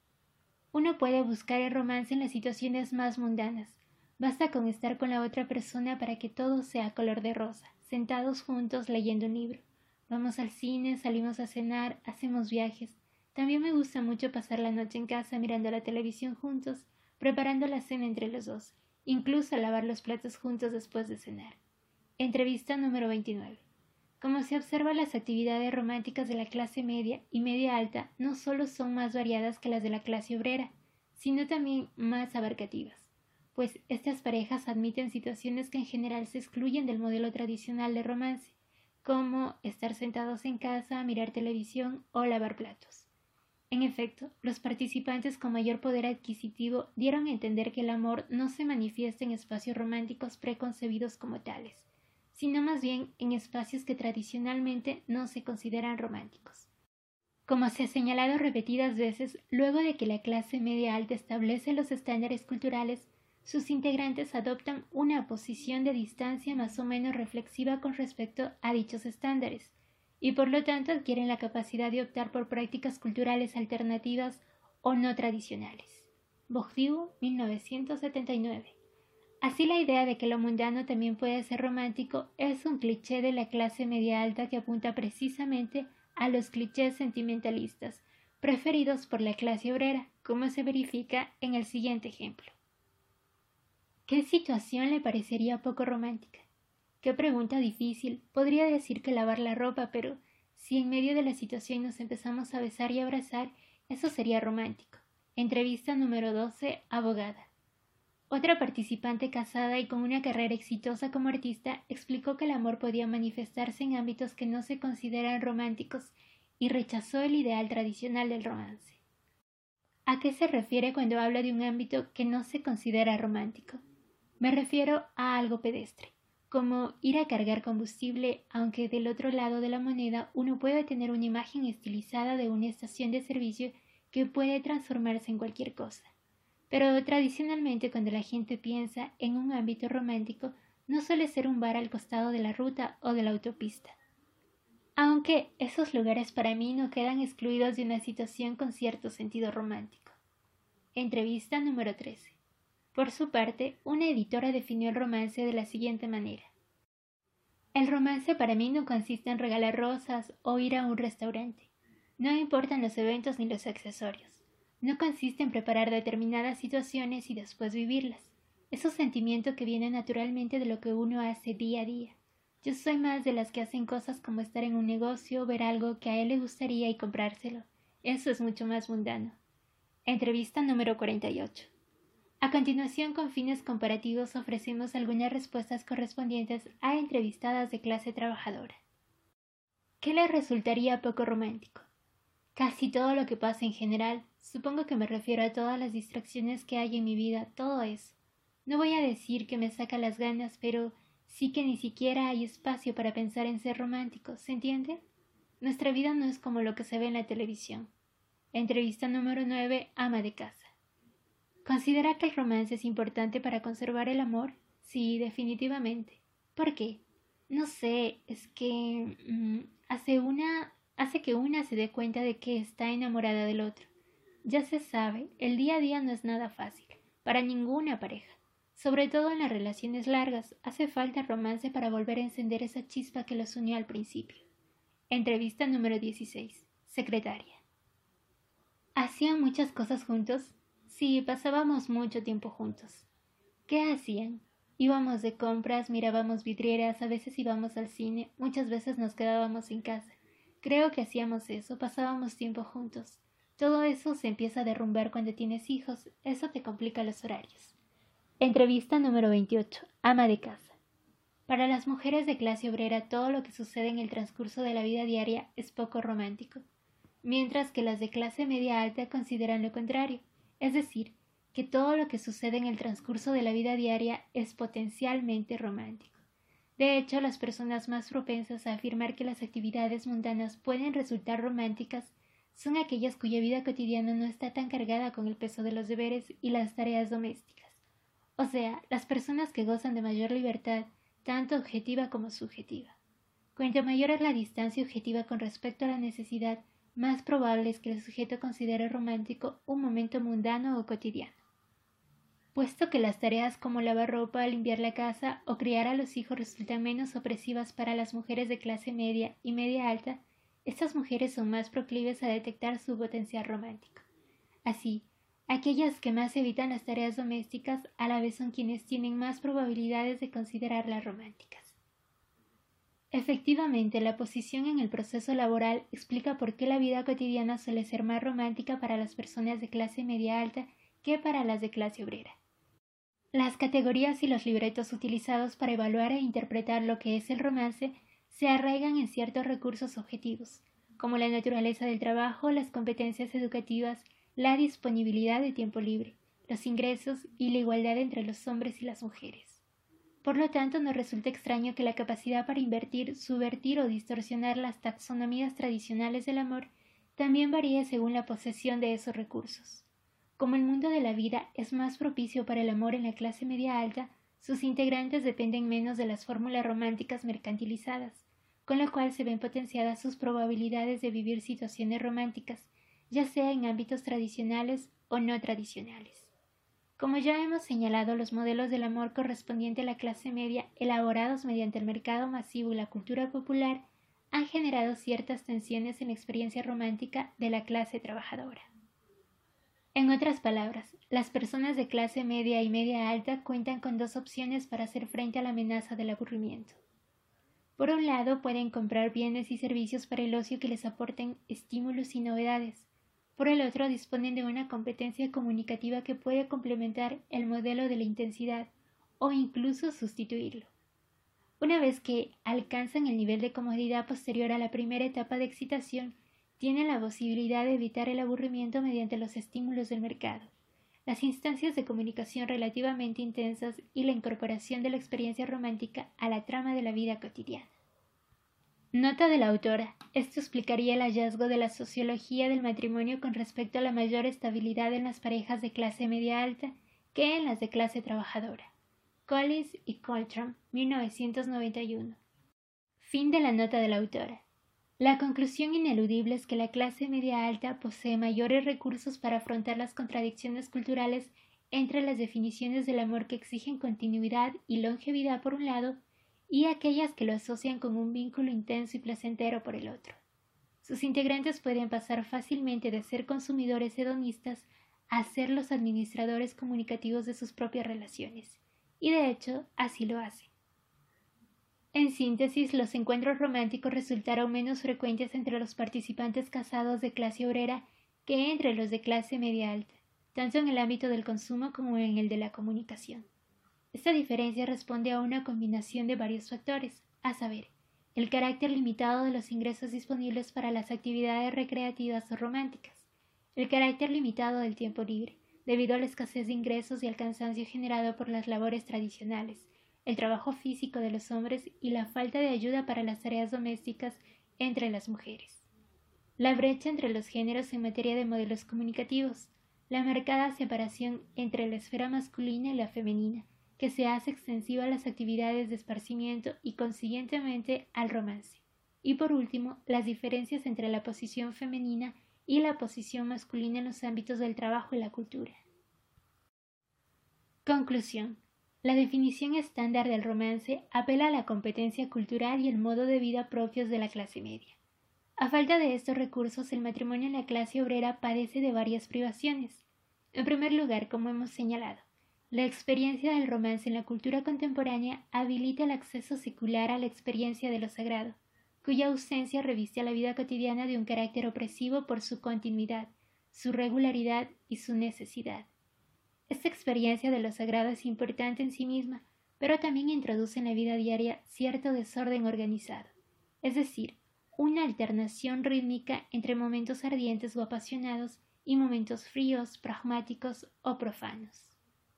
uno puede buscar el romance en las situaciones más mundanas. Basta con estar con la otra persona para que todo sea color de rosa, sentados juntos leyendo un libro. Vamos al cine, salimos a cenar, hacemos viajes. También me gusta mucho pasar la noche en casa mirando la televisión juntos, preparando la cena entre los dos, incluso lavar los platos juntos después de cenar. Entrevista número 29. Como se observa, las actividades románticas de la clase media y media alta no solo son más variadas que las de la clase obrera, sino también más abarcativas, pues estas parejas admiten situaciones que en general se excluyen del modelo tradicional de romance, como estar sentados en casa, mirar televisión o lavar platos. En efecto, los participantes con mayor poder adquisitivo dieron a entender que el amor no se manifiesta en espacios románticos preconcebidos como tales, sino más bien en espacios que tradicionalmente no se consideran románticos. Como se ha señalado repetidas veces, luego de que la clase media alta establece los estándares culturales, sus integrantes adoptan una posición de distancia más o menos reflexiva con respecto a dichos estándares, y por lo tanto adquieren la capacidad de optar por prácticas culturales alternativas o no tradicionales. Bourdieu, 1979. Así, la idea de que lo mundano también puede ser romántico es un cliché de la clase media alta que apunta precisamente a los clichés sentimentalistas preferidos por la clase obrera, como se verifica en el siguiente ejemplo. ¿Qué situación le parecería poco romántica? Qué pregunta difícil. Podría decir que lavar la ropa, pero si en medio de la situación nos empezamos a besar y abrazar, eso sería romántico. Entrevista número 12, abogada. Otra participante casada y con una carrera exitosa como artista explicó que el amor podía manifestarse en ámbitos que no se consideran románticos y rechazó el ideal tradicional del romance. ¿A qué se refiere cuando habla de un ámbito que no se considera romántico? Me refiero a algo pedestre, como ir a cargar combustible, aunque del otro lado de la moneda uno puede tener una imagen estilizada de una estación de servicio que puede transformarse en cualquier cosa. Pero tradicionalmente, cuando la gente piensa en un ámbito romántico, no suele ser un bar al costado de la ruta o de la autopista. Aunque esos lugares para mí no quedan excluidos de una situación con cierto sentido romántico. Entrevista número 13. Por su parte, una editora definió el romance de la siguiente manera. El romance para mí no consiste en regalar rosas o ir a un restaurante. No importan los eventos ni los accesorios. No consiste en preparar determinadas situaciones y después vivirlas. Es un sentimiento que viene naturalmente de lo que uno hace día a día. Yo soy más de las que hacen cosas como estar en un negocio, ver algo que a él le gustaría y comprárselo. Eso es mucho más mundano. Entrevista número 48. A continuación, con fines comparativos, ofrecemos algunas respuestas correspondientes a entrevistadas de clase trabajadora. ¿Qué les resultaría poco romántico? Casi todo lo que pasa en general. Supongo que me refiero a todas las distracciones que hay en mi vida, todo eso. No voy a decir que me saca las ganas, pero sí que ni siquiera hay espacio para pensar en ser romántico, ¿se entiende? Nuestra vida no es como lo que se ve en la televisión. Entrevista número 9, ama de casa. ¿Considera que el romance es importante para conservar el amor? Sí, definitivamente. ¿Por qué? No sé, es que hace que una se dé cuenta de que está enamorada del otro. Ya se sabe, el día a día no es nada fácil, para ninguna pareja. Sobre todo en las relaciones largas, hace falta romance para volver a encender esa chispa que los unió al principio. Entrevista número 16. Secretaria. ¿Hacían muchas cosas juntos? Sí, pasábamos mucho tiempo juntos. ¿Qué hacían? Íbamos de compras, mirábamos vidrieras, a veces íbamos al cine, muchas veces nos quedábamos en casa. Creo que hacíamos eso, pasábamos tiempo juntos. Todo eso se empieza a derrumbar cuando tienes hijos, eso te complica los horarios. Entrevista número 28. Ama de casa. Para las mujeres de clase obrera todo lo que sucede en el transcurso de la vida diaria es poco romántico, mientras que las de clase media alta consideran lo contrario, es decir, que todo lo que sucede en el transcurso de la vida diaria es potencialmente romántico. De hecho, las personas más propensas a afirmar que las actividades mundanas pueden resultar románticas son aquellas cuya vida cotidiana no está tan cargada con el peso de los deberes y las tareas domésticas. O sea, las personas que gozan de mayor libertad, tanto objetiva como subjetiva. Cuanto mayor es la distancia objetiva con respecto a la necesidad, más probable es que el sujeto considere romántico un momento mundano o cotidiano. Puesto que las tareas como lavar ropa, limpiar la casa o criar a los hijos resultan menos opresivas para las mujeres de clase media y media alta, estas mujeres son más proclives a detectar su potencial romántico. Así, aquellas que más evitan las tareas domésticas a la vez son quienes tienen más probabilidades de considerarlas románticas. Efectivamente, la posición en el proceso laboral explica por qué la vida cotidiana suele ser más romántica para las personas de clase media alta que para las de clase obrera. Las categorías y los libretos utilizados para evaluar e interpretar lo que es el romance se arraigan en ciertos recursos objetivos, como la naturaleza del trabajo, las competencias educativas, la disponibilidad de tiempo libre, los ingresos y la igualdad entre los hombres y las mujeres. Por lo tanto, no resulta extraño que la capacidad para invertir, subvertir o distorsionar las taxonomías tradicionales del amor también varíe según la posesión de esos recursos. Como el mundo de la vida es más propicio para el amor en la clase media alta, sus integrantes dependen menos de las fórmulas románticas mercantilizadas, con lo cual se ven potenciadas sus probabilidades de vivir situaciones románticas, ya sea en ámbitos tradicionales o no tradicionales. Como ya hemos señalado, los modelos del amor correspondiente a la clase media, elaborados mediante el mercado masivo y la cultura popular, han generado ciertas tensiones en la experiencia romántica de la clase trabajadora. En otras palabras, las personas de clase media y media alta cuentan con dos opciones para hacer frente a la amenaza del aburrimiento. Por un lado, pueden comprar bienes y servicios para el ocio que les aporten estímulos y novedades. Por el otro, disponen de una competencia comunicativa que puede complementar el modelo de la intensidad o incluso sustituirlo. Una vez que alcanzan el nivel de comodidad posterior a la primera etapa de excitación, tienen la posibilidad de evitar el aburrimiento mediante los estímulos del mercado, las instancias de comunicación relativamente intensas y la incorporación de la experiencia romántica a la trama de la vida cotidiana. Nota de la autora. Esto explicaría el hallazgo de la sociología del matrimonio con respecto a la mayor estabilidad en las parejas de clase media alta que en las de clase trabajadora. Collins y Coltram, 1991. Fin de la nota de la autora. La conclusión ineludible es que la clase media alta posee mayores recursos para afrontar las contradicciones culturales entre las definiciones del amor que exigen continuidad y longevidad por un lado y aquellas que lo asocian con un vínculo intenso y placentero por el otro. Sus integrantes pueden pasar fácilmente de ser consumidores hedonistas a ser los administradores comunicativos de sus propias relaciones, y de hecho así lo hacen. En síntesis, los encuentros románticos resultaron menos frecuentes entre los participantes casados de clase obrera que entre los de clase media alta, tanto en el ámbito del consumo como en el de la comunicación. Esta diferencia responde a una combinación de varios factores, a saber, el carácter limitado de los ingresos disponibles para las actividades recreativas o románticas, el carácter limitado del tiempo libre, debido a la escasez de ingresos y al cansancio generado por las labores tradicionales, el trabajo físico de los hombres y la falta de ayuda para las tareas domésticas entre las mujeres. La brecha entre los géneros en materia de modelos comunicativos, la marcada separación entre la esfera masculina y la femenina, que se hace extensiva a las actividades de esparcimiento y consiguientemente al romance. Y por último, las diferencias entre la posición femenina y la posición masculina en los ámbitos del trabajo y la cultura. Conclusión. la definición estándar del romance apela a la competencia cultural y el modo de vida propios de la clase media. A falta de estos recursos, el matrimonio en la clase obrera padece de varias privaciones. En primer lugar, como hemos señalado, la experiencia del romance en la cultura contemporánea habilita el acceso secular a la experiencia de lo sagrado, cuya ausencia reviste a la vida cotidiana de un carácter opresivo por su continuidad, su regularidad y su necesidad. Esta experiencia de lo sagrado es importante en sí misma, pero también introduce en la vida diaria cierto desorden organizado, es decir, una alternación rítmica entre momentos ardientes o apasionados y momentos fríos, pragmáticos o profanos.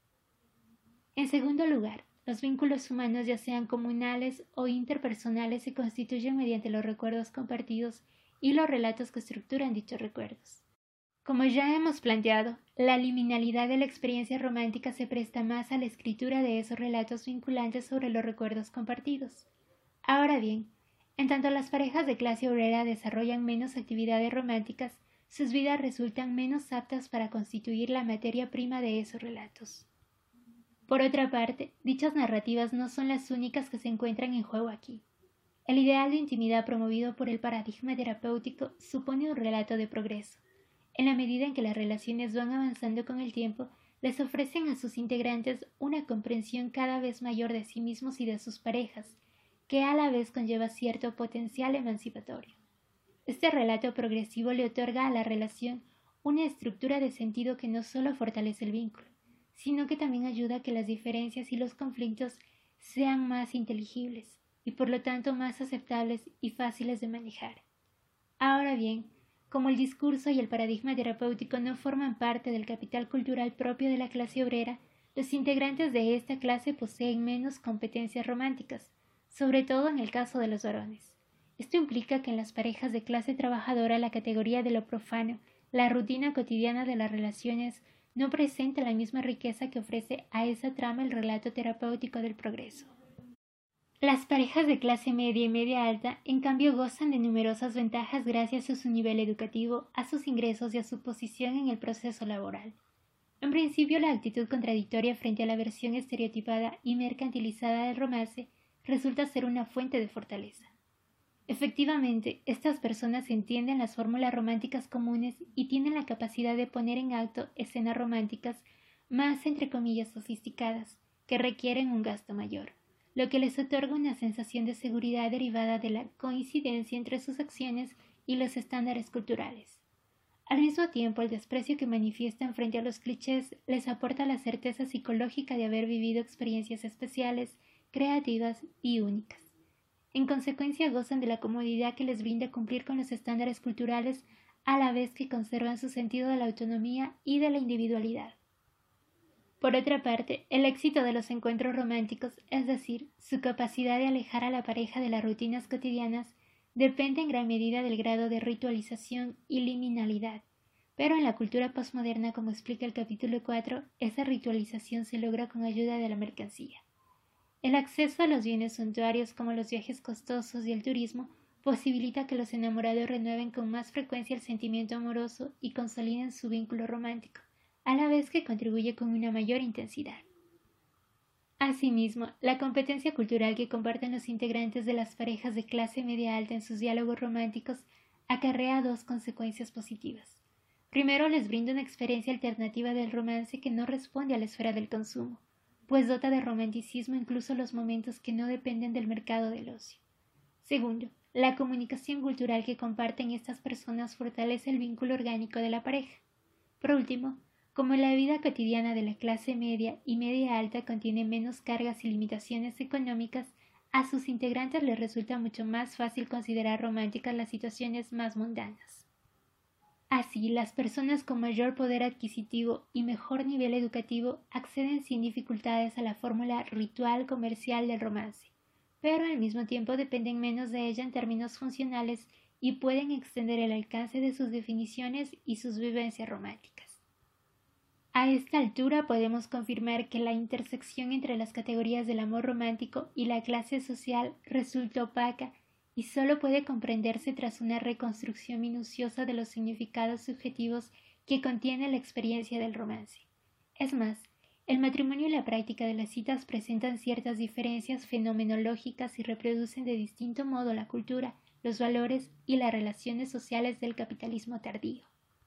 En segundo lugar, los vínculos humanos, ya sean comunales o interpersonales, se constituyen mediante los recuerdos compartidos y los relatos que estructuran dichos recuerdos. Como ya hemos planteado, la liminalidad de la experiencia romántica se presta más a la escritura de esos relatos vinculantes sobre los recuerdos compartidos. Ahora bien, en tanto las parejas de clase obrera desarrollan menos actividades románticas, sus vidas resultan menos aptas para constituir la materia prima de esos relatos. Por otra parte, dichas narrativas no son las únicas que se encuentran en juego aquí. El ideal de intimidad promovido por el paradigma terapéutico supone un relato de progreso. En la medida en que las relaciones van avanzando con el tiempo, les ofrecen a sus integrantes una comprensión cada vez mayor de sí mismos y de sus parejas, que a la vez conlleva cierto potencial emancipatorio. Este relato progresivo le otorga a la relación una estructura de sentido que no solo fortalece el vínculo, sino que también ayuda a que las diferencias y los conflictos sean más inteligibles y por lo tanto más aceptables y fáciles de manejar. Ahora bien, como el discurso y el paradigma terapéutico no forman parte del capital cultural propio de la clase obrera, los integrantes de esta clase poseen menos competencias románticas, sobre todo en el caso de los varones. Esto implica que en las parejas de clase trabajadora la categoría de lo profano, la rutina cotidiana de las relaciones, no presenta la misma riqueza que ofrece a esa trama el relato terapéutico del progreso. Las parejas de clase media y media alta, en cambio, gozan de numerosas ventajas gracias a su nivel educativo, a sus ingresos y a su posición en el proceso laboral. En principio, la actitud contradictoria frente a la versión estereotipada y mercantilizada del romance resulta ser una fuente de fortaleza. Efectivamente, estas personas entienden las fórmulas románticas comunes y tienen la capacidad de poner en acto escenas románticas más, entre comillas, sofisticadas, que requieren un gasto mayor, lo que les otorga una sensación de seguridad derivada de la coincidencia entre sus acciones y los estándares culturales. Al mismo tiempo, el desprecio que manifiestan frente a los clichés les aporta la certeza psicológica de haber vivido experiencias especiales, creativas y únicas. En consecuencia, gozan de la comodidad que les brinda cumplir con los estándares culturales a la vez que conservan su sentido de la autonomía y de la individualidad. Por otra parte, el éxito de los encuentros románticos, es decir, su capacidad de alejar a la pareja de las rutinas cotidianas, depende en gran medida del grado de ritualización y liminalidad. Pero en la cultura postmoderna, como explica el capítulo 4, esa ritualización se logra con ayuda de la mercancía. El acceso a los bienes suntuarios como los viajes costosos y el turismo posibilita que los enamorados renueven con más frecuencia el sentimiento amoroso y consoliden su vínculo romántico, a la vez que contribuye con una mayor intensidad. Asimismo, la competencia cultural que comparten los integrantes de las parejas de clase media alta en sus diálogos románticos acarrea dos consecuencias positivas. Primero, les brinda una experiencia alternativa del romance que no responde a la esfera del consumo, pues dota de romanticismo incluso los momentos que no dependen del mercado del ocio. Segundo, la comunicación cultural que comparten estas personas fortalece el vínculo orgánico de la pareja. Por último, como la vida cotidiana de la clase media y media alta contiene menos cargas y limitaciones económicas, a sus integrantes les resulta mucho más fácil considerar románticas las situaciones más mundanas. Así, las personas con mayor poder adquisitivo y mejor nivel educativo acceden sin dificultades a la fórmula ritual comercial del romance, pero al mismo tiempo dependen menos de ella en términos funcionales y pueden extender el alcance de sus definiciones y sus vivencias románticas. A esta altura podemos confirmar que la intersección entre las categorías del amor romántico y la clase social resulta opaca y solo puede comprenderse tras una reconstrucción minuciosa de los significados subjetivos que contiene la experiencia del romance. Es más, El matrimonio y la práctica de las citas presentan ciertas diferencias fenomenológicas y reproducen de distinto modo la cultura, los valores y las relaciones sociales del capitalismo tardío.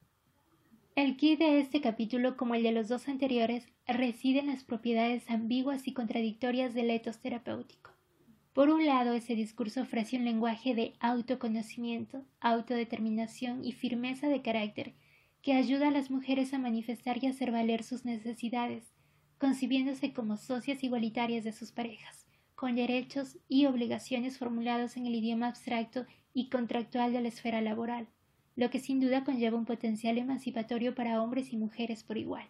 El quid de este capítulo, como el de los dos anteriores, reside en las propiedades ambiguas y contradictorias del etos terapéutico. Por un lado, ese discurso ofrece un lenguaje de autoconocimiento, autodeterminación y firmeza de carácter que ayuda a las mujeres a manifestar y hacer valer sus necesidades, concibiéndose como socias igualitarias de sus parejas, con derechos y obligaciones formulados en el idioma abstracto y contractual de la esfera laboral, lo que sin duda conlleva un potencial emancipatorio para hombres y mujeres por igual.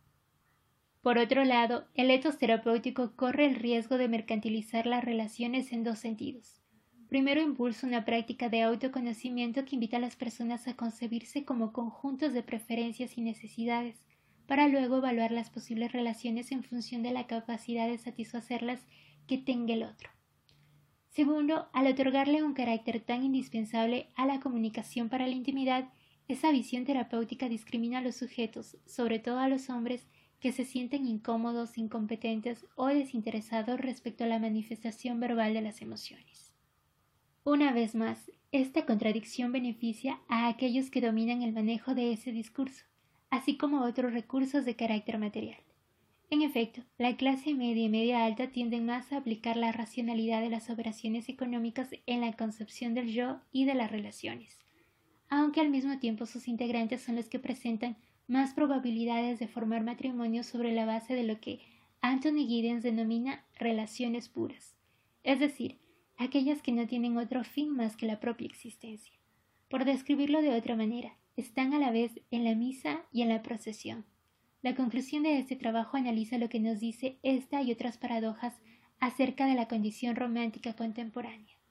Por otro lado, el etos terapéutico corre el riesgo de mercantilizar las relaciones en dos sentidos. Primero, impulsa una práctica de autoconocimiento que invita a las personas a concebirse como conjuntos de preferencias y necesidades, para luego evaluar las posibles relaciones en función de la capacidad de satisfacerlas que tenga el otro. Segundo, al otorgarle un carácter tan indispensable a la comunicación para la intimidad, esa visión terapéutica discrimina a los sujetos, sobre todo a los hombres, que se sienten incómodos, incompetentes o desinteresados respecto a la manifestación verbal de las emociones. Una vez más, esta contradicción beneficia a aquellos que dominan el manejo de ese discurso, así como otros recursos de carácter material. En efecto, la clase media y media alta tienden más a aplicar la racionalidad de las operaciones económicas en la concepción del yo y de las relaciones, aunque al mismo tiempo sus integrantes son los que presentan más probabilidades de formar matrimonio sobre la base de lo que Anthony Giddens denomina relaciones puras, es decir, aquellas que no tienen otro fin más que la propia existencia. Por describirlo de otra manera, están a la vez en la misa y en la procesión. La conclusión de este trabajo analiza lo que nos dice esta y otras paradojas acerca de la condición romántica contemporánea.